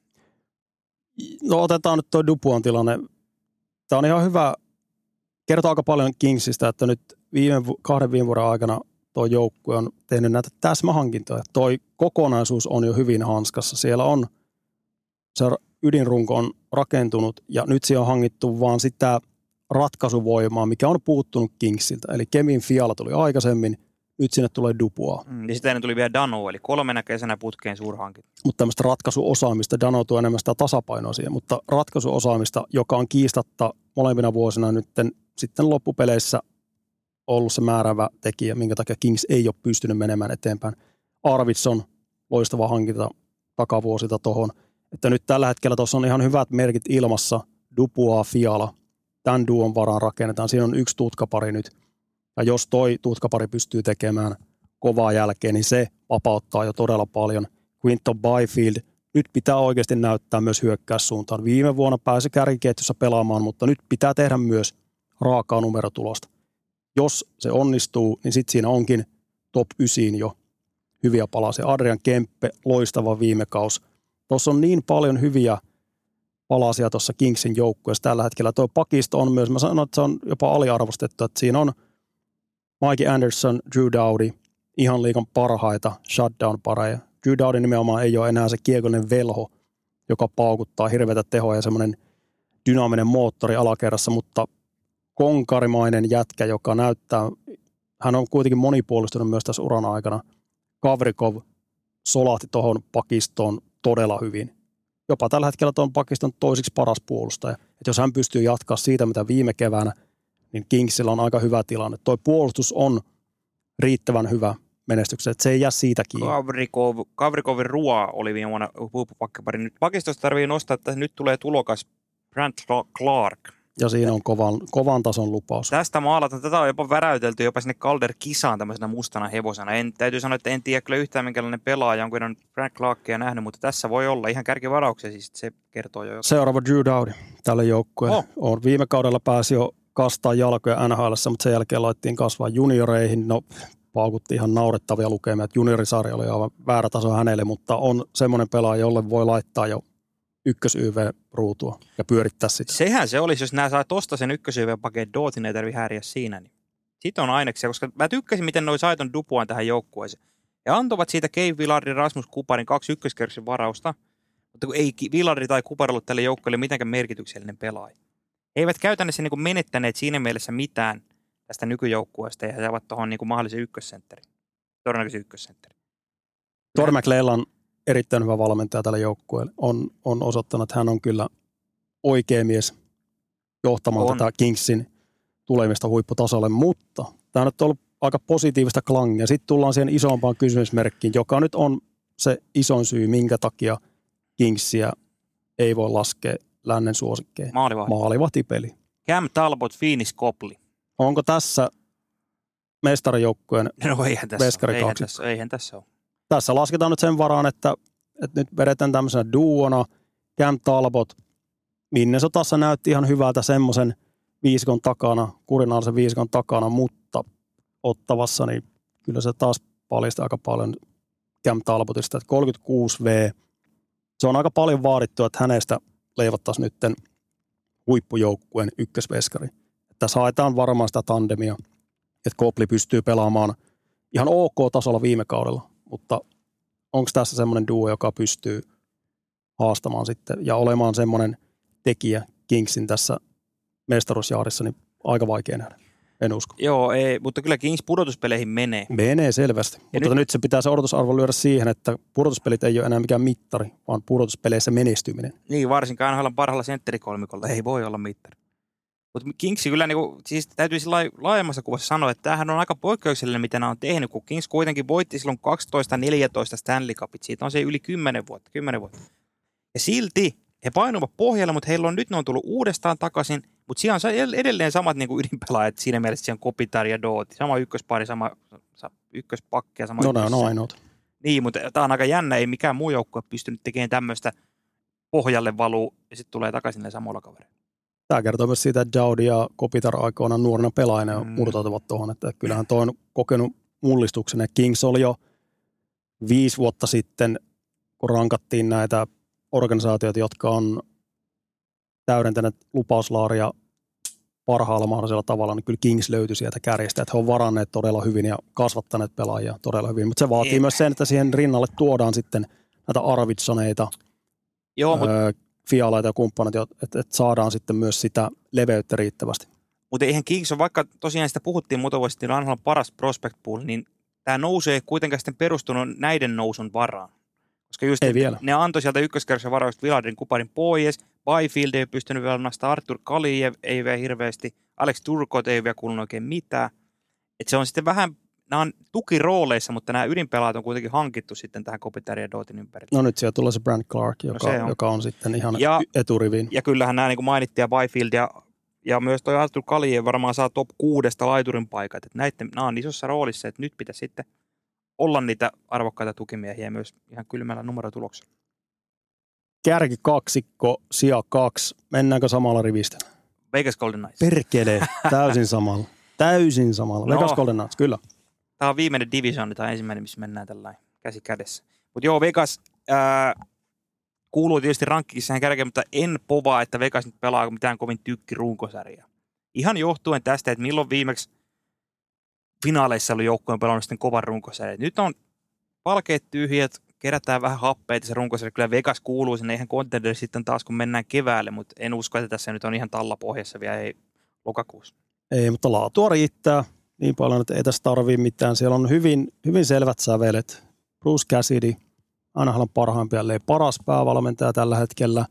No otetaan nyt tuo Dubois-tilanne. Tämä on ihan hyvä, kertoo aika paljon Kingsistä, että nyt 2 viime vuoden aikana tuo joukkue on tehnyt näitä täsmähankintoja. Toi kokonaisuus on jo hyvin hanskassa. Siellä on, se ydinrunko on rakentunut ja nyt siellä on hankittu vaan sitä ratkaisuvoimaa, mikä on puuttunut Kingsiltä. Eli Kevin Fiala tuli aikaisemmin, nyt sinne tulee Dubois. Ja sitten ennen tuli vielä Dano, eli 3 kesänä putkeen suurhankinta. Mutta tämmöistä ratkaisuosaamista, Dano tuo enemmän sitä tasapainoa siihen, mutta ratkaisuosaamista, joka on kiistatta molempina vuosina nyt sitten loppupeleissä ollut se määräävä tekijä, minkä takia Kings ei ole pystynyt menemään eteenpäin. Arvidsson, loistava hankinta takavuosilta tuohon. Että nyt tällä hetkellä tuossa on ihan hyvät merkit ilmassa. Dubois, Fiala, tämän duon varaan rakennetaan. Siinä on 1 tutkapari nyt. Ja jos toi tutkapari pystyy tekemään kovaa jälkeen, niin se vapauttaa jo todella paljon. Quinton Byfield, nyt pitää oikeasti näyttää myös hyökkäyssuuntaan. Viime vuonna pääsi kärkiketjussa pelaamaan, mutta nyt pitää tehdä myös raakaa numerotulosta. Jos se onnistuu, niin sitten siinä onkin top 9 jo hyviä palasia. Adrian Kempe, loistava viime kaus. Tuossa on niin paljon hyviä palasia tuossa Kingsin joukkueessa tällä hetkellä. Tuo pakisto on myös, mä sanon, että se on jopa aliarvostettu, että siinä on Mikey Anderson, Drew Doughty, ihan liigan parhaita shutdown-pareja. Drew Doughty nimenomaan ei ole enää se kiekollinen velho, joka paukuttaa hirveätä tehoa ja semmoinen dynaaminen moottori alakerrassa, mutta konkarimainen jätkä, joka näyttää, hän on kuitenkin monipuolistunut myös tässä uran aikana. Gavrikov solahti tuohon pakistoon todella hyvin. Jopa tällä hetkellä tuon pakiston toisiksi paras puolustaja. Et jos hän pystyy jatkaa siitä, mitä viime keväänä, niin Kingsillä on aika hyvä tilanne. Tuo puolustus on riittävän hyvä menestyksen, että se ei jää siitä kiinni. Gavrikovin Rua oli viime vuonna huippupakkipari. Nyt pakistosta tarvii nostaa, että nyt tulee tulokas Brant Clark. Ja siinä on kovan tason lupaus. Tästä maalataan, tätä on jopa väräytelty jopa sinne Calder-kisaan tämmöisenä mustana hevosena. Täytyy sanoa, että en tiedä kyllä yhtään minkälainen pelaaja, onko en Brant Clarkia nähnyt, mutta tässä voi olla ihan kärkivarauksia, siis se kertoo jo jotain. Seuraava Drew Doughty tälle joukkueelle. On viime kaudella pääsi jo kastaa jalkoja NHL:ssä, mutta sen jälkeen laittiin kasvaa junioreihin. No, paukutti ihan naurettavia lukemia, että juniorisarja oli aivan väärä taso hänelle, mutta on semmoinen pelaaja, jolle voi laittaa jo ykkös-YV-ruutua ja pyörittää sitä. Sehän se olisi, jos nämä saa tosta sen ykkös-YV-paketin Doughtin, ei tarvitse häiriä siinä. Niin. Sitten on aineksia, koska mä tykkäsin, miten noi saiton Dupuan tähän joukkueeseen. Ja antoivat siitä Kei Villardin, Rasmus Kuparin 2 ykköskerroksen varausta, mutta kun ei Villardi tai Kupar ollut tälle joukkueelle mitenkään merkityksellinen pelaaja. He eivät käytännössä niin menettäneet siinä mielessä mitään tästä nykyjoukkueesta ja he saavat tuohon niin mahdollisen ykkössentterin. Todennäköisen ykkössentterin. Tori McLeilla on erittäin hyvä valmentaja tälle joukkueelle. On osoittanut, että hän on kyllä oikea mies johtamaan tätä Kingsin tulemista huipputasolle, mutta tämä on nyt ollut aika positiivista klangia. Sitten tullaan siihen isompaan kysymysmerkkiin, joka nyt on se isoin syy, minkä takia Kingsia ei voi laskea lännen suosikkeen. Maalivahtipeli. Cam Talbot, Phoenix Copley. Onko tässä mestarijoukkueen veskarikausi? Eihän tässä ole. Tässä lasketaan nyt sen varaan, että nyt vedetään tämmöisenä duona Cam Talbot. Minnesotassa näytti ihan hyvältä semmoisen viisikon takana, kurinalaisen viisikon takana, mutta Ottavassa niin kyllä se taas paljastaa aika paljon Cam Talbotista, että 36V. Se on aika paljon vaadittu, että hänestä leivottaisiin nytten huippujoukkueen ykkösveskari. Tässä haetaan varmaan sitä tandemia, että Copley pystyy pelaamaan ihan OK-tasolla viime kaudella, mutta onko tässä semmoinen duo, joka pystyy haastamaan sitten ja olemaan semmoinen tekijä Kingsin tässä mestaruusjahdissa, niin aika vaikea nähdä. En usko. Joo, ei, mutta kyllä Kings pudotuspeleihin menee. Menee selvästi, ja mutta nyt se pitää se odotusarvo lyödä siihen, että pudotuspelit ei ole enää mikään mittari, vaan pudotuspeleissä menestyminen. Niin, varsinkaan NHL parhaalla sentterikolmikolla ei voi olla mittari. Mutta Kings kyllä, siis täytyisi laajemmassa kuvassa sanoa, että tämähän on aika poikkeuksellinen, mitä nämä on tehnyt, kun Kings kuitenkin voitti silloin 12-14 Stanley Cupit. Siitä on se yli 10 vuotta. Ja silti he painuvat pohjalle, mutta heillä on nyt ne on tullut uudestaan takaisin, mutta siellä on edelleen samat niin kuin ydinpelaajat siinä mielessä, siellä on Kopitar ja Doughty, sama ykköspari, sama ykköspakki ja sama No nämä on ainoat. Niin, mutta tämä on aika jännä, ei mikään muu joukkue pystynyt tekemään tämmöistä pohjalle valuu ja sitten tulee takaisin ne samoilla kavereilla. Tämä kertoo myös siitä, että Doughty ja Kopitar aikoinaan nuorena pelaajana murtautuvat tuohon, että kyllähän toi on kokenut mullistuksen. Ja Kings oli jo 5 vuotta sitten, kun rankattiin näitä organisaatioita, jotka on täydentäneet lupauslaaria parhaalla mahdollisella tavalla, niin kyllä Kings löytyi sieltä kärjestä, että he on varanneet todella hyvin ja kasvattaneet pelaajia todella hyvin. Mutta se vaatii myös sen, että siihen rinnalle tuodaan sitten näitä Arvidssoneita, Fialaita ja kumppaneita, että saadaan sitten myös sitä leveyttä riittävästi. Mutta eihän Kings on, vaikka tosiaan sitä puhuttiin muutama vuosi sitten, on paras prospect pool, niin tämä nousee kuitenkaan sitten perustunut näiden nousun varaan. Koska just ne antoi sieltä ykköskerroksen varaukset Villardin, Kuparin pois, Byfield ei pystynyt vielä nostaa, Artur Kaliev ei vielä hirveästi, Alex Turcot ei vielä kuulunut oikein mitään. Et se on sitten vähän, nämä on tukirooleissa, mutta nämä ydinpelaat on kuitenkin hankittu sitten tähän Kopitarin ja Doughtin ympärille. No nyt siellä tulee se Brant Clark, joka on sitten ihan eturiviin. Ja kyllähän nämä niin kuin mainittiin, ja Byfield ja myös toi Artur Kaliev varmaan saa top 6 laiturin paikat. Että nämä on isossa roolissa, että nyt pitäisi sitten olla niitä arvokkaita tukimiehiä myös ihan kylmällä numerotuloksella. Kärkikaksikko, sija 2. Mennäänkö samalla rivistä? Vegas Golden Knights. Perkele, täysin samalla. Vegas Golden Knights, kyllä. Tämä on viimeinen divisioni, tämä on ensimmäinen, missä mennään tällainen käsi kädessä. Mutta joo, Vegas kuuluu tietysti rankkikissa kärkeen, mutta en povaa, että Vegas nyt pelaa mitään kovin runkosarjaa. Ihan johtuen tästä, että milloin viimeksi finaaleissa ollut joukkueen pelannut sitten kovan runkosarjan. Nyt on palkeet tyhjät, kerätään vähän happeita se runkosarja. Kyllä Vegas kuuluu sinne ihan contender sitten taas, kun mennään keväälle, mutta en usko, että tässä nyt on ihan tallapohjassa vielä ei lokakuussa. Ei, mutta laatua riittää niin paljon, että ei tässä tarvii mitään. Siellä on hyvin selvät sävelet. Bruce Cassidy, NHL:n parhaimpia, ellei paras päävalmentaja tällä hetkellä.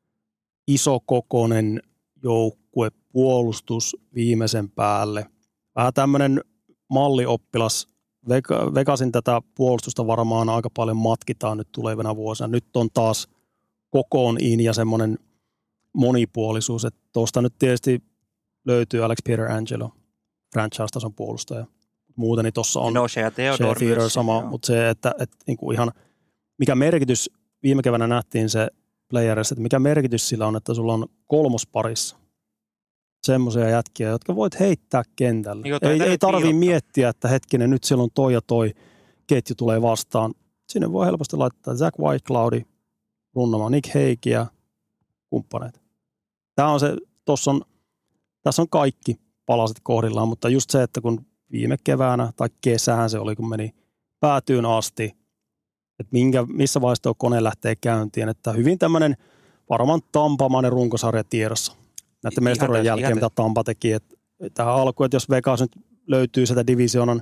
Isokokoinen joukkue, puolustus viimeisen päälle. Vähän tämmöinen mallioppilas. Vegasin tätä puolustusta varmaan aika paljon matkitaan nyt tulevina vuosina. Nyt on taas kokoon in ja semmoinen monipuolisuus. Että tuosta nyt tietysti löytyy Alex Pietrangelo, franchise-tason puolustaja. Muuten niin tuossa on Shea Theodore sama, mutta se, että niinku ihan mikä merkitys, viime keväänä nähtiin se playerissa, että mikä merkitys sillä on, että sulla on kolmosparissa semmoisia jätkiä, jotka voit heittää kentälle. Ei tarvitse miettiä, että hetkinen, nyt siellä on toi ja toi ketju tulee vastaan. Sinne voi helposti laittaa Zach Whitecloudi runnomaan Nick Heikiä, kumppaneita. Tämä on se, tässä on kaikki palaset kohdillaan, mutta just se, että kun viime keväänä tai kesään se oli, kun meni päätyyn asti, että missä vaiheessa tuo kone lähtee käyntiin, että hyvin tämmöinen varmaan tampamainen runkosarja tiedossa. Näiden mestaruuden jälkeen, mitä Tampa teki. Että tähän alkuun, että jos Vegas nyt löytyy sitä divisioonan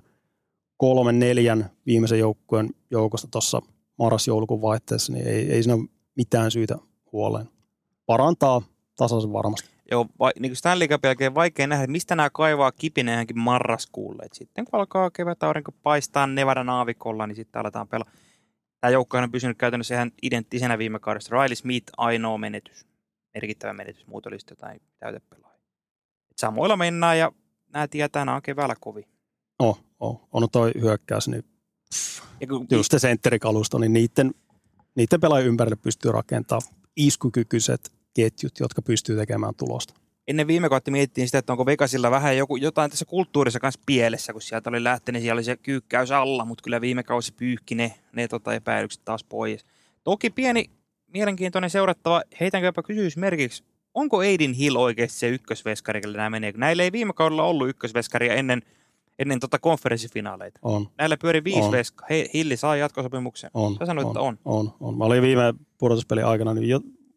3-4 viimeisen joukkueen joukosta tuossa marras-joulukuun vaihteessa, niin ei siinä ole mitään syytä huoleen. Parantaa tasaisen varmasti. Joo, niin kuin Stanley Cupin jälkeen vaikea nähdä, mistä nämä kaivaa kipineenkin marraskuulle. Et sitten kun alkaa kevätaurinko paistaa Nevadan aavikolla, niin sitten aletaan pelaa. Tämä joukko on pysynyt käytännössä ihan identtisenä viime kaudesta. Riley Smith ainoa menetys, merkittävä menetys, muut olisi jotain täytepelaajia. Samoilla mennään ja nämä tietää, nämä on keväällä kovin. On toi hyökkäys, niin just se sentterikalusto, niin niiden pelaajien ympärille pystyy rakentamaan iskukykyiset ketjut, jotka pystyy tekemään tulosta. Ennen viime kautta mietittiin sitä, että onko Vegasilla vähän jotain tässä kulttuurissa kanssa pielessä, kun sieltä oli lähtenyt, siellä oli se kyykkäys alla, mutta kyllä viime kausi pyyhki ne epäilykset taas pois. Toki pieni mielenkiintoinen seurattava, heitänkö jopa kysymysmerkiksi, onko Adin Hill oikeasti se ykkösveskari, kelle nämä menee? Näillä ei viime kaudella ollut ykkösveskaria ennen konferenssifinaaleita. On. Näillä pyöri 5 veska. Hilli saa jatkosopimuksen. Sä sanoit, että on. Mä olin viime pudotuspelin aikana, niin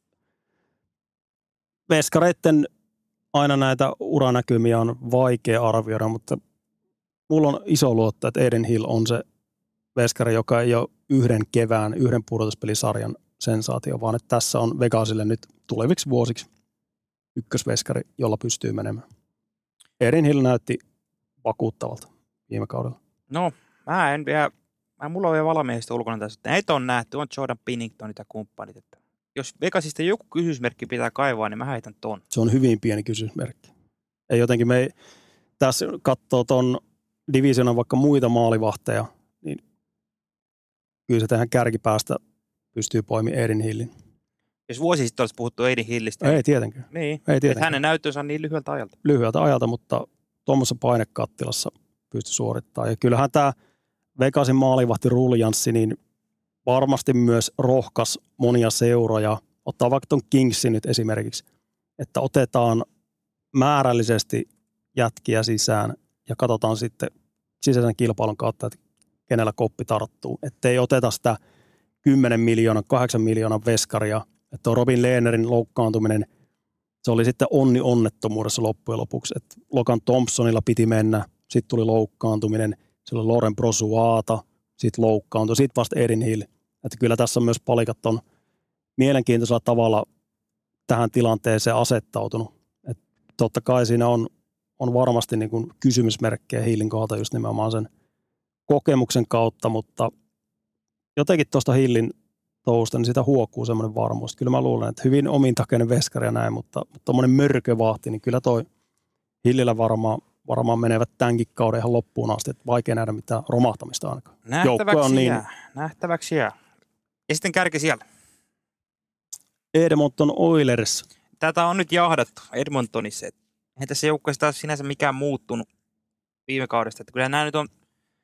veskareiden aina näitä uranäkymiä on vaikea arvioida, mutta mulla on iso luotto, että Adin Hill on se veskari, joka ei ole yhden pudotuspelisarjan sensaatio, vaan että tässä on Vegasille nyt tuleviksi vuosiksi ykkösveskari, jolla pystyy menemään. Adin Hill näytti vakuuttavalta viime kaudella. No, mulla on vielä valmiista ulkona tässä. Näitä on nähty, on Jordan Binningtonit ja kumppanit. Että jos Vegasista joku kysymysmerkki pitää kaivaa, niin mä heitän ton. Se on hyvin pieni kysymysmerkki. Ei jotenkin tässä katsoo ton divisionan vaikka muita maalivahteja, niin kyllä se tähän kärkipäästä pystyy poimimaan Adin Hillin. Jos vuosi sitten olisi puhuttu Adin Hillistä. Ei tietenkään. Niin, että hänen näyttönsä on niin lyhyeltä ajalta. Lyhyeltä ajalta, mutta tuommoisessa painekattilassa pystyy suorittamaan. Ja kyllähän tämä Vegasin maalivahti ruljanssi, niin varmasti myös rohkas monia seuroja. Ottaa vaikka tuon Kingsin nyt esimerkiksi, että otetaan määrällisesti jätkiä sisään ja katsotaan sitten sisäisen kilpailun kautta, että kenellä koppi tarttuu. Että ei oteta sitä 10 miljoonan, 8 miljoonan veskaria. Että on Robin Lehnerin loukkaantuminen, se oli sitten onnettomuudessa loppujen lopuksi. Että Logan Thompsonilla piti mennä, sitten tuli loukkaantuminen, se oli Loren Brosuata, sitten loukkaantui, sitten vasta Adin Hill. Että kyllä tässä on myös palikat on mielenkiintoisella tavalla tähän tilanteeseen asettautunut. Että totta kai siinä on varmasti niin kuin kysymysmerkkejä Hillin kohdalta just nimenomaan sen kokemuksen kautta, mutta jotenkin tuosta Hillin tousta, niin sitä huokuu semmoinen varmuus. Kyllä mä luulen, että hyvin omintakeinen veskari ja näin, mutta tommoinen mörkövahti, niin kyllä toi Hillillä varmaan menevät tämänkin kauden ihan loppuun asti, että vaikea nähdä mitään romahtamista ainakaan. Nähtäväksi jää. Ja sitten kärki siellä. Edmonton Oilers. Tätä on nyt jahdattu Edmontonissa. Eihän tässä joukkueessa taas sinänsä mikään muuttunut viime kaudesta. Että kyllä nämä nyt on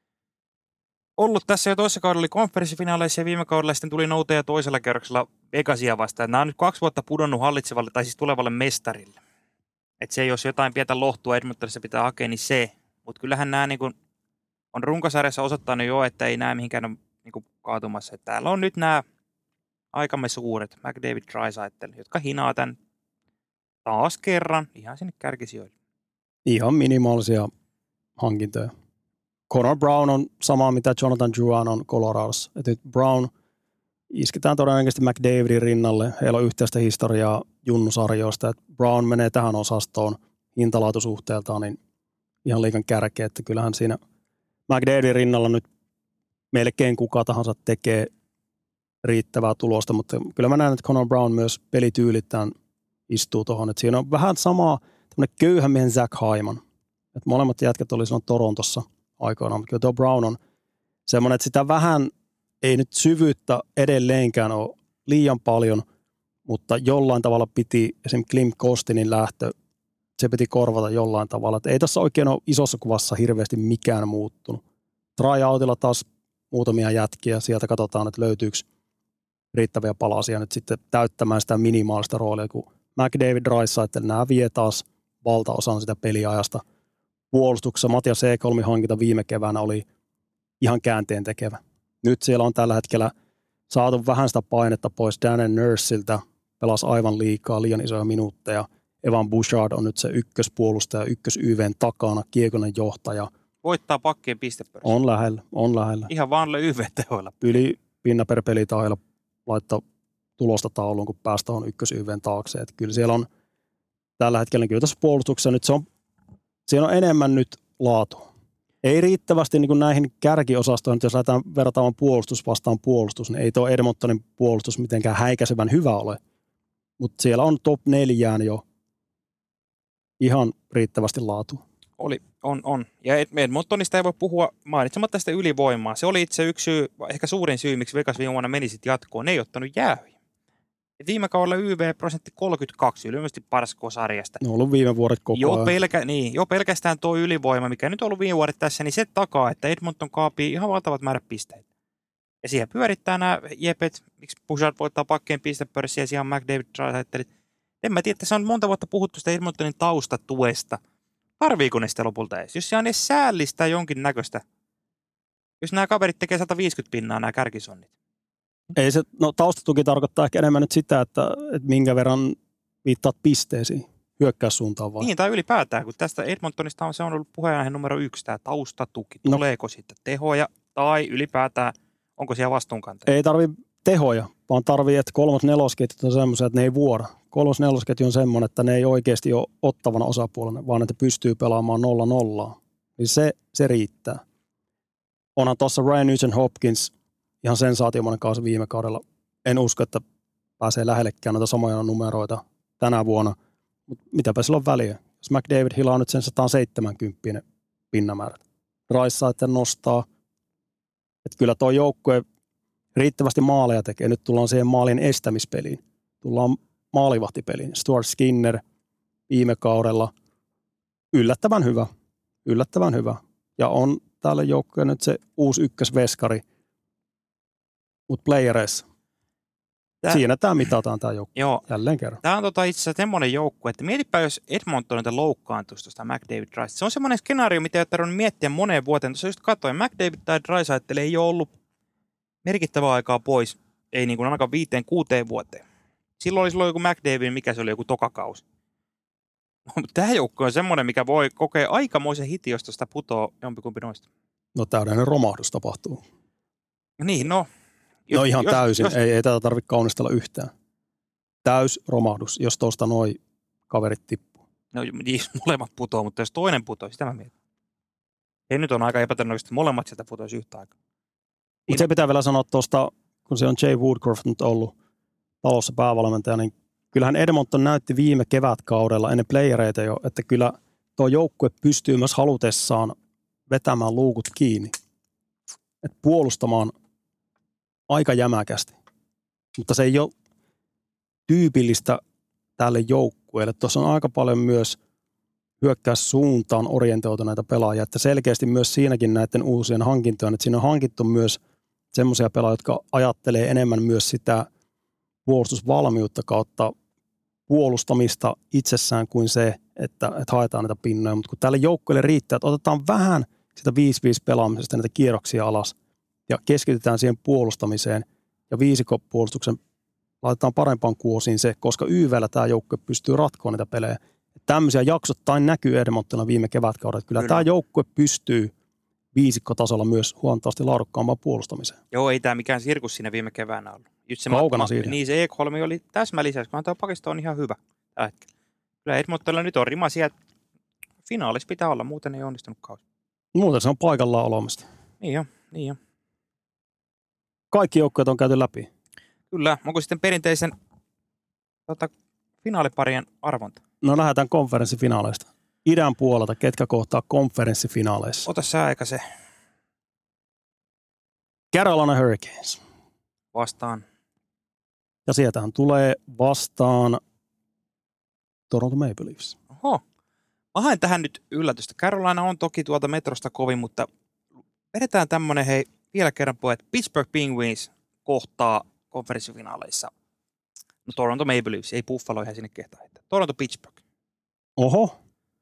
ollut tässä jo toisessa kaudella, oli konferenssifinaaleissa ja viime kaudella sitten tuli nouteja toisella kerroksella Vegasia vastaan. Nämä on nyt 2 vuotta pudonnut hallitsevalle tai siis tulevalle mestarille. Että se, jos jotain pientä lohtua Edmontonissa pitää hakea, niin se. Mutta kyllähän nämä niin kuin on runkosarjassa osoittanut jo, että ei näe mihinkään ole niin kaatumassa. Että täällä on nyt nämä aikamme suuret McDavid, Draisaitl, jotka hinaa tämän taas kerran ihan sinne kärkisijoille. Ihan minimaalisia hankintoja. Connor Brown on sama, mitä Jonathan Drouin on Coloradossa. Et nyt Brown isketään todennäköisesti McDavidin rinnalle. Heillä on yhteistä historiaa junnusarjoista. Et Brown menee tähän osastoon hintalaatusuhteeltaan niin ihan liikan kärkeä. Että kyllähän siinä McDavidin rinnalla nyt melkein kuka tahansa tekee riittävää tulosta. Mutta kyllä mä näen, että Connor Brown myös pelityylitään istuu tuohon. Et siinä on vähän samaa tämmöinen köyhän miehen Zach Hyman. Et molemmat jätkät oli silloin Torontossa aikoinaan, mutta kyllä tuo Brown on semmoinen, että sitä vähän ei nyt syvyyttä edelleenkään ole liian paljon, mutta jollain tavalla piti esimerkiksi Klim Kostinin lähtö, se piti korvata jollain tavalla. Et ei tässä oikein ole isossa kuvassa hirveästi mikään muuttunut. Tryoutilla taas muutamia jätkiä, sieltä katsotaan, että löytyykö riittäviä palasia nyt sitten täyttämään sitä minimaalista roolia, kun McDavid, Draisaitl, nämä vie taas valtaosan sitä peliajasta. Puolustuksessa Matias Ekholmin hankinta viime keväänä oli ihan käänteen tekevä. Nyt siellä on tällä hetkellä saatu vähän sitä painetta pois Darren Nursiltä, pelasi aivan liikaa, liian isoja minuutteja. Evan Bouchard on nyt se ykköspuolustaja, ykkös-YVn takana, kiekonen johtaja. Voittaa pakkien pistepörssin. On lähellä. Ihan vaan YV-tehoilla. Yli pinna per pelitahdilla laittaa tulosta tauluun, kun päästä on ykkös-YVn taakse. Et kyllä siellä on tällä hetkellä, kyllä tässä puolustuksessa nyt siellä on enemmän nyt laatua. Ei riittävästi niin kuin näihin kärkiosastoihin, jos lähdetään vertaamaan puolustus vastaan puolustus, niin ei tuo Edmontonin puolustus mitenkään häikäisevän hyvä ole. Mutta siellä on top 4 jo ihan riittävästi laatua. On. Ja Edmontonista ei voi puhua mainitsematta tästä ylivoimaa. Se oli itse yksi syy, ehkä suurin syy, miksi Vegas viime vuonna meni sitten jatkoon. Ne ei ottanut jäähyjä. Et viime kaudella YV-prosentti 32, ilmeisesti paras sarjasta. Ne on ollut viime vuodet koko ajan. Jo pelkästään tuo ylivoima, mikä nyt on ollut viime vuodet tässä, niin se takaa, että Edmonton kaapii ihan valtavat määrät pisteitä. Ja siihen pyörittää nämä jepet, miksi Bouchard voittaa pakkeen pistepörssiä, ja siellä on McDavid Draisaitl. En mä tiedä, että se on monta vuotta puhuttu sitä Edmontonin taustatuesta. Tarviiko ne sitä lopulta edes? Jos se on edes säällistä jonkin näköistä. Jos nämä kaverit tekee 150 pinnaa, nämä kärkisonnit. Ei se, taustatuki tarkoittaa ehkä enemmän nyt sitä, että minkä verran viittaat pisteisiin hyökkäyssuuntaan vaan. Niin, tai ylipäätään, kun tästä Edmontonista se on ollut puheenaihe numero 1, tämä taustatuki. Tuleeko sitten tehoja tai ylipäätään, onko siellä vastuunkantaja? Ei tarvi tehoja, vaan tarvii, että 3-4-ketjut on semmoisia, että ne ei vuora. 3-4-ketju on semmoinen, että ne ei oikeasti ole ottavana osapuolena, vaan että pystyy pelaamaan 0-0. Niin se riittää. Onhan tuossa Ryan Nugent-Hopkins ihan sensaatiomainen kausi viime kaudella. En usko, että pääsee lähellekään noita samoja numeroita tänä vuonna. Mutta mitäpä sillä on väliä. Jos McDavid hilaa nyt sen 170 pinnamäärät. Draisaitl nostaa. Että kyllä tuo joukkue riittävästi maaleja tekee. Nyt tullaan siihen maalin estämispeliin. Tullaan maalivahtipeliin. Stuart Skinner viime kaudella yllättävän hyvä. Ja on tälle joukkueelle nyt se uusi ykkösveskari. Mutta playereissa. Siinä tämä mitataan tämä joukkue. Joo. Jälleen kerran. Tämä on itse asiassa semmoinen joukkue, että mietipä, jos Edmontonilta loukkaantuisi tuosta McDavid Draisaitl. Se on semmoinen skenaario, mitä ei ole tarvinnut miettiä moneen vuoteen. Tuossa just katsoin, McDavid tai Draisaitl ei ole ollut merkittävää aikaa pois. Ei niin kuin ainakaan 5-6 vuoteen. Silloin oli joku McDavid, mikä se oli, joku tokakausi. Tämä joukkue on semmoinen, mikä voi kokea aikamoisen hiti, jos tuosta putoaa jompikumpi noista. No täydellinen romahdus tapahtuu. Niin, no ihan täysin. Ei tätä tarvitse kaunistella yhtään. Täys romahdus, jos tuosta noi kaverit tippuu. No niin, molemmat putoaa, mutta jos toinen putoaa, sitä mä mietin. Ei nyt on aika epätodennäköistä, että molemmat sieltä putoisi yhtä aikaa. Mutta se pitää vielä sanoa tuosta, kun se on Jay Woodcroft nyt ollut talossa päävalmentaja, niin kyllähän Edmonton näytti viime kevätkaudella ennen playereita jo, että kyllä tuo joukkue pystyy myös halutessaan vetämään luukut kiinni. Että puolustamaan aika jämäkästi. Mutta se ei ole tyypillistä tälle joukkueelle. Tuossa on aika paljon myös hyökkäyssuuntaan orientoituneita pelaajia, että selkeästi myös siinäkin näiden uusien hankintojen, että siinä on hankittu myös semmoisia pelaajia, jotka ajattelee enemmän myös sitä puolustusvalmiutta kautta puolustamista itsessään kuin se, että haetaan näitä pinnoja. Mutta kun tälle joukkueelle riittää, että otetaan vähän sitä 5-5 pelaamisesta niitä kierroksia alas ja keskitytään siihen puolustamiseen ja viisikkopuolustuksen laitetaan parempaan kuosiin se, koska YV:llä tämä joukkue pystyy ratkoa niitä pelejä. Tämmöisiä jaksottain näkyy Edmontonilla viime kevätkaudella. Kyllä tämä joukkue pystyy viisikkotasolla myös huomattavasti laadukkaampaan puolustamiseen. Joo, ei tämä mikään sirkus siinä viime keväänä ollut. Just se kaukana siitä. Niin se Ekholm oli täsmälisäys, kun tämä pakisto on ihan hyvä tällä hetkellä. Kyllä Edmontonilla nyt on rima siellä, finaalissa pitää olla, muuten ei onnistunut kausi. Muuten se on paikallaan olemasta. Niin jo. Kaikki joukkueet on käyty läpi. Kyllä, onko sitten perinteisen finaaliparien arvonta? No lähdetään konferenssifinaaleista. Idän puolelta, ketkä kohtaa konferenssifinaaleissa? Ota sä aika se. Carolina Hurricanes. Vastaan. Ja sieltähän tulee vastaan Toronto Maple Leafs. Oho. Mä haen tähän nyt yllätystä. Carolina on toki tuolta metrosta kovin, mutta vedetään tämmönen vielä kerran pojat. Pittsburgh Penguins kohtaa konferenssifinaaleissa. No Toronto Maple Leafs, ei Buffalo ihan sinne kehtaa. Toronto Pittsburgh. Oho.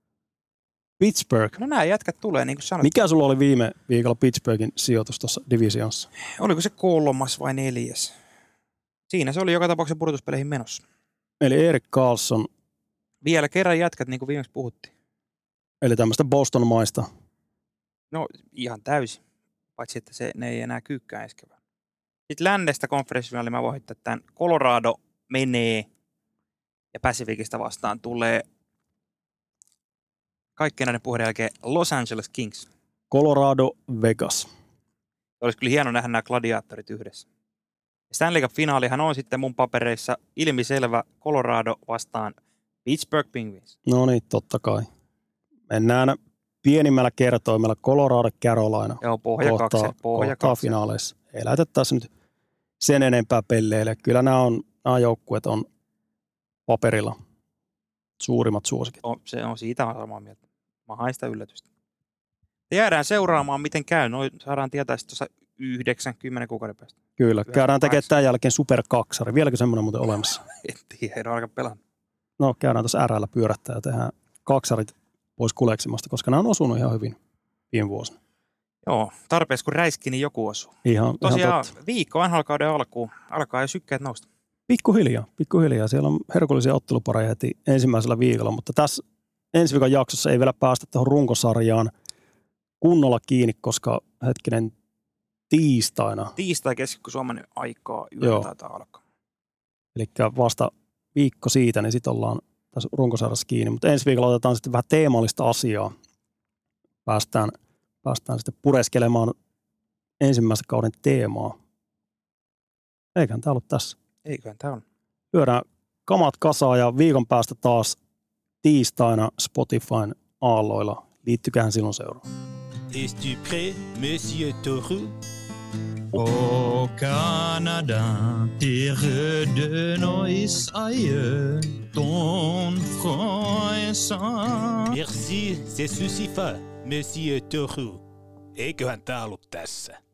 Pittsburgh. No nämä jätkät tulee, niin kuin sanoit. Mikä sulla oli viime viikolla Pittsburghin sijoitus tuossa divisionassa? Oliko se 3. vai 4? Siinä se oli joka tapauksessa pudotuspeleihin menossa. Eli Erik Karlsson. Vielä kerran jätkät, niin kuin viimeksi puhuttiin. Eli tämmöistä Boston-maista. No ihan täysin. Paitsi, että ne ei enää kyykkää ensi kevään. Sitten lännestä konferenssifinaali mä voin heittää tämän. Colorado menee ja Pacificista vastaan tulee kaikkien näiden puheiden jälkeen Los Angeles Kings. Colorado, Vegas. Olisi kyllä hieno nähdä nämä gladiaattorit yhdessä. Stanley Cup-finaalihan on sitten mun papereissa ilmiselvä Colorado vastaan Pittsburgh Penguins. No niin, totta kai. Mennään pienimmällä kertoimella Colorado, Carolina. Joo, pohja finaaleissa. Ei lähetettäisi nyt sen enempää pelleille. Kyllä nämä joukkueet on paperilla suurimmat suosikit. Se on siitä samaa mieltä. Mä hain sitä yllätystä. Jäädään seuraamaan, miten käy. Saadaan tietää sitten tuossa 90 kuukauden päästä. Kyllä, käydään tekemään tämän jälkeen superkaksari. Vieläkö semmoinen muuten olemassa? En tiedä, en ole alkaa pelannut. No, käydään tuossa RL pyörättää ja tehdään kaksarit pois kuleksimasta, koska nämä on osunut ihan hyvin viime vuosina. Joo, tarpeeksi kun räiski, niin joku osuu. Tosiaan viikko NHL-kauden alkuun alkaa jo sykkeet nousta. Pikkuhiljaa. Siellä on herkullisia ottelupareja heti ensimmäisellä viikolla, mutta tässä ensi viikon jaksossa ei vielä päästä tuohon runkosarjaan kunnolla kiinni, koska tiistaina. Tiistai keski Suomen aikaa yöllä taitaa alkaa. Eli vasta viikko siitä, niin sitten ollaan tässä runkosarjassa kiinni. Mutta ensi viikolla otetaan sitten vähän teemallista asiaa. Päästään sitten pureskelemaan ensimmäisen kauden teemaa. Eiköhän tämä ollut tässä. Eiköhän tämä on. Lyödään kamat kasaan ja viikon päästä taas tiistaina Spotifyn aalloilla. Liittykähän silloin seuraan. Es-tu prêt, Monsieur Toru? Au Canada, terre de nos aïeux, ton front est sang. Merci, c'est suffisant, Monsieur Toru. Eiköhän tää ollut tässä.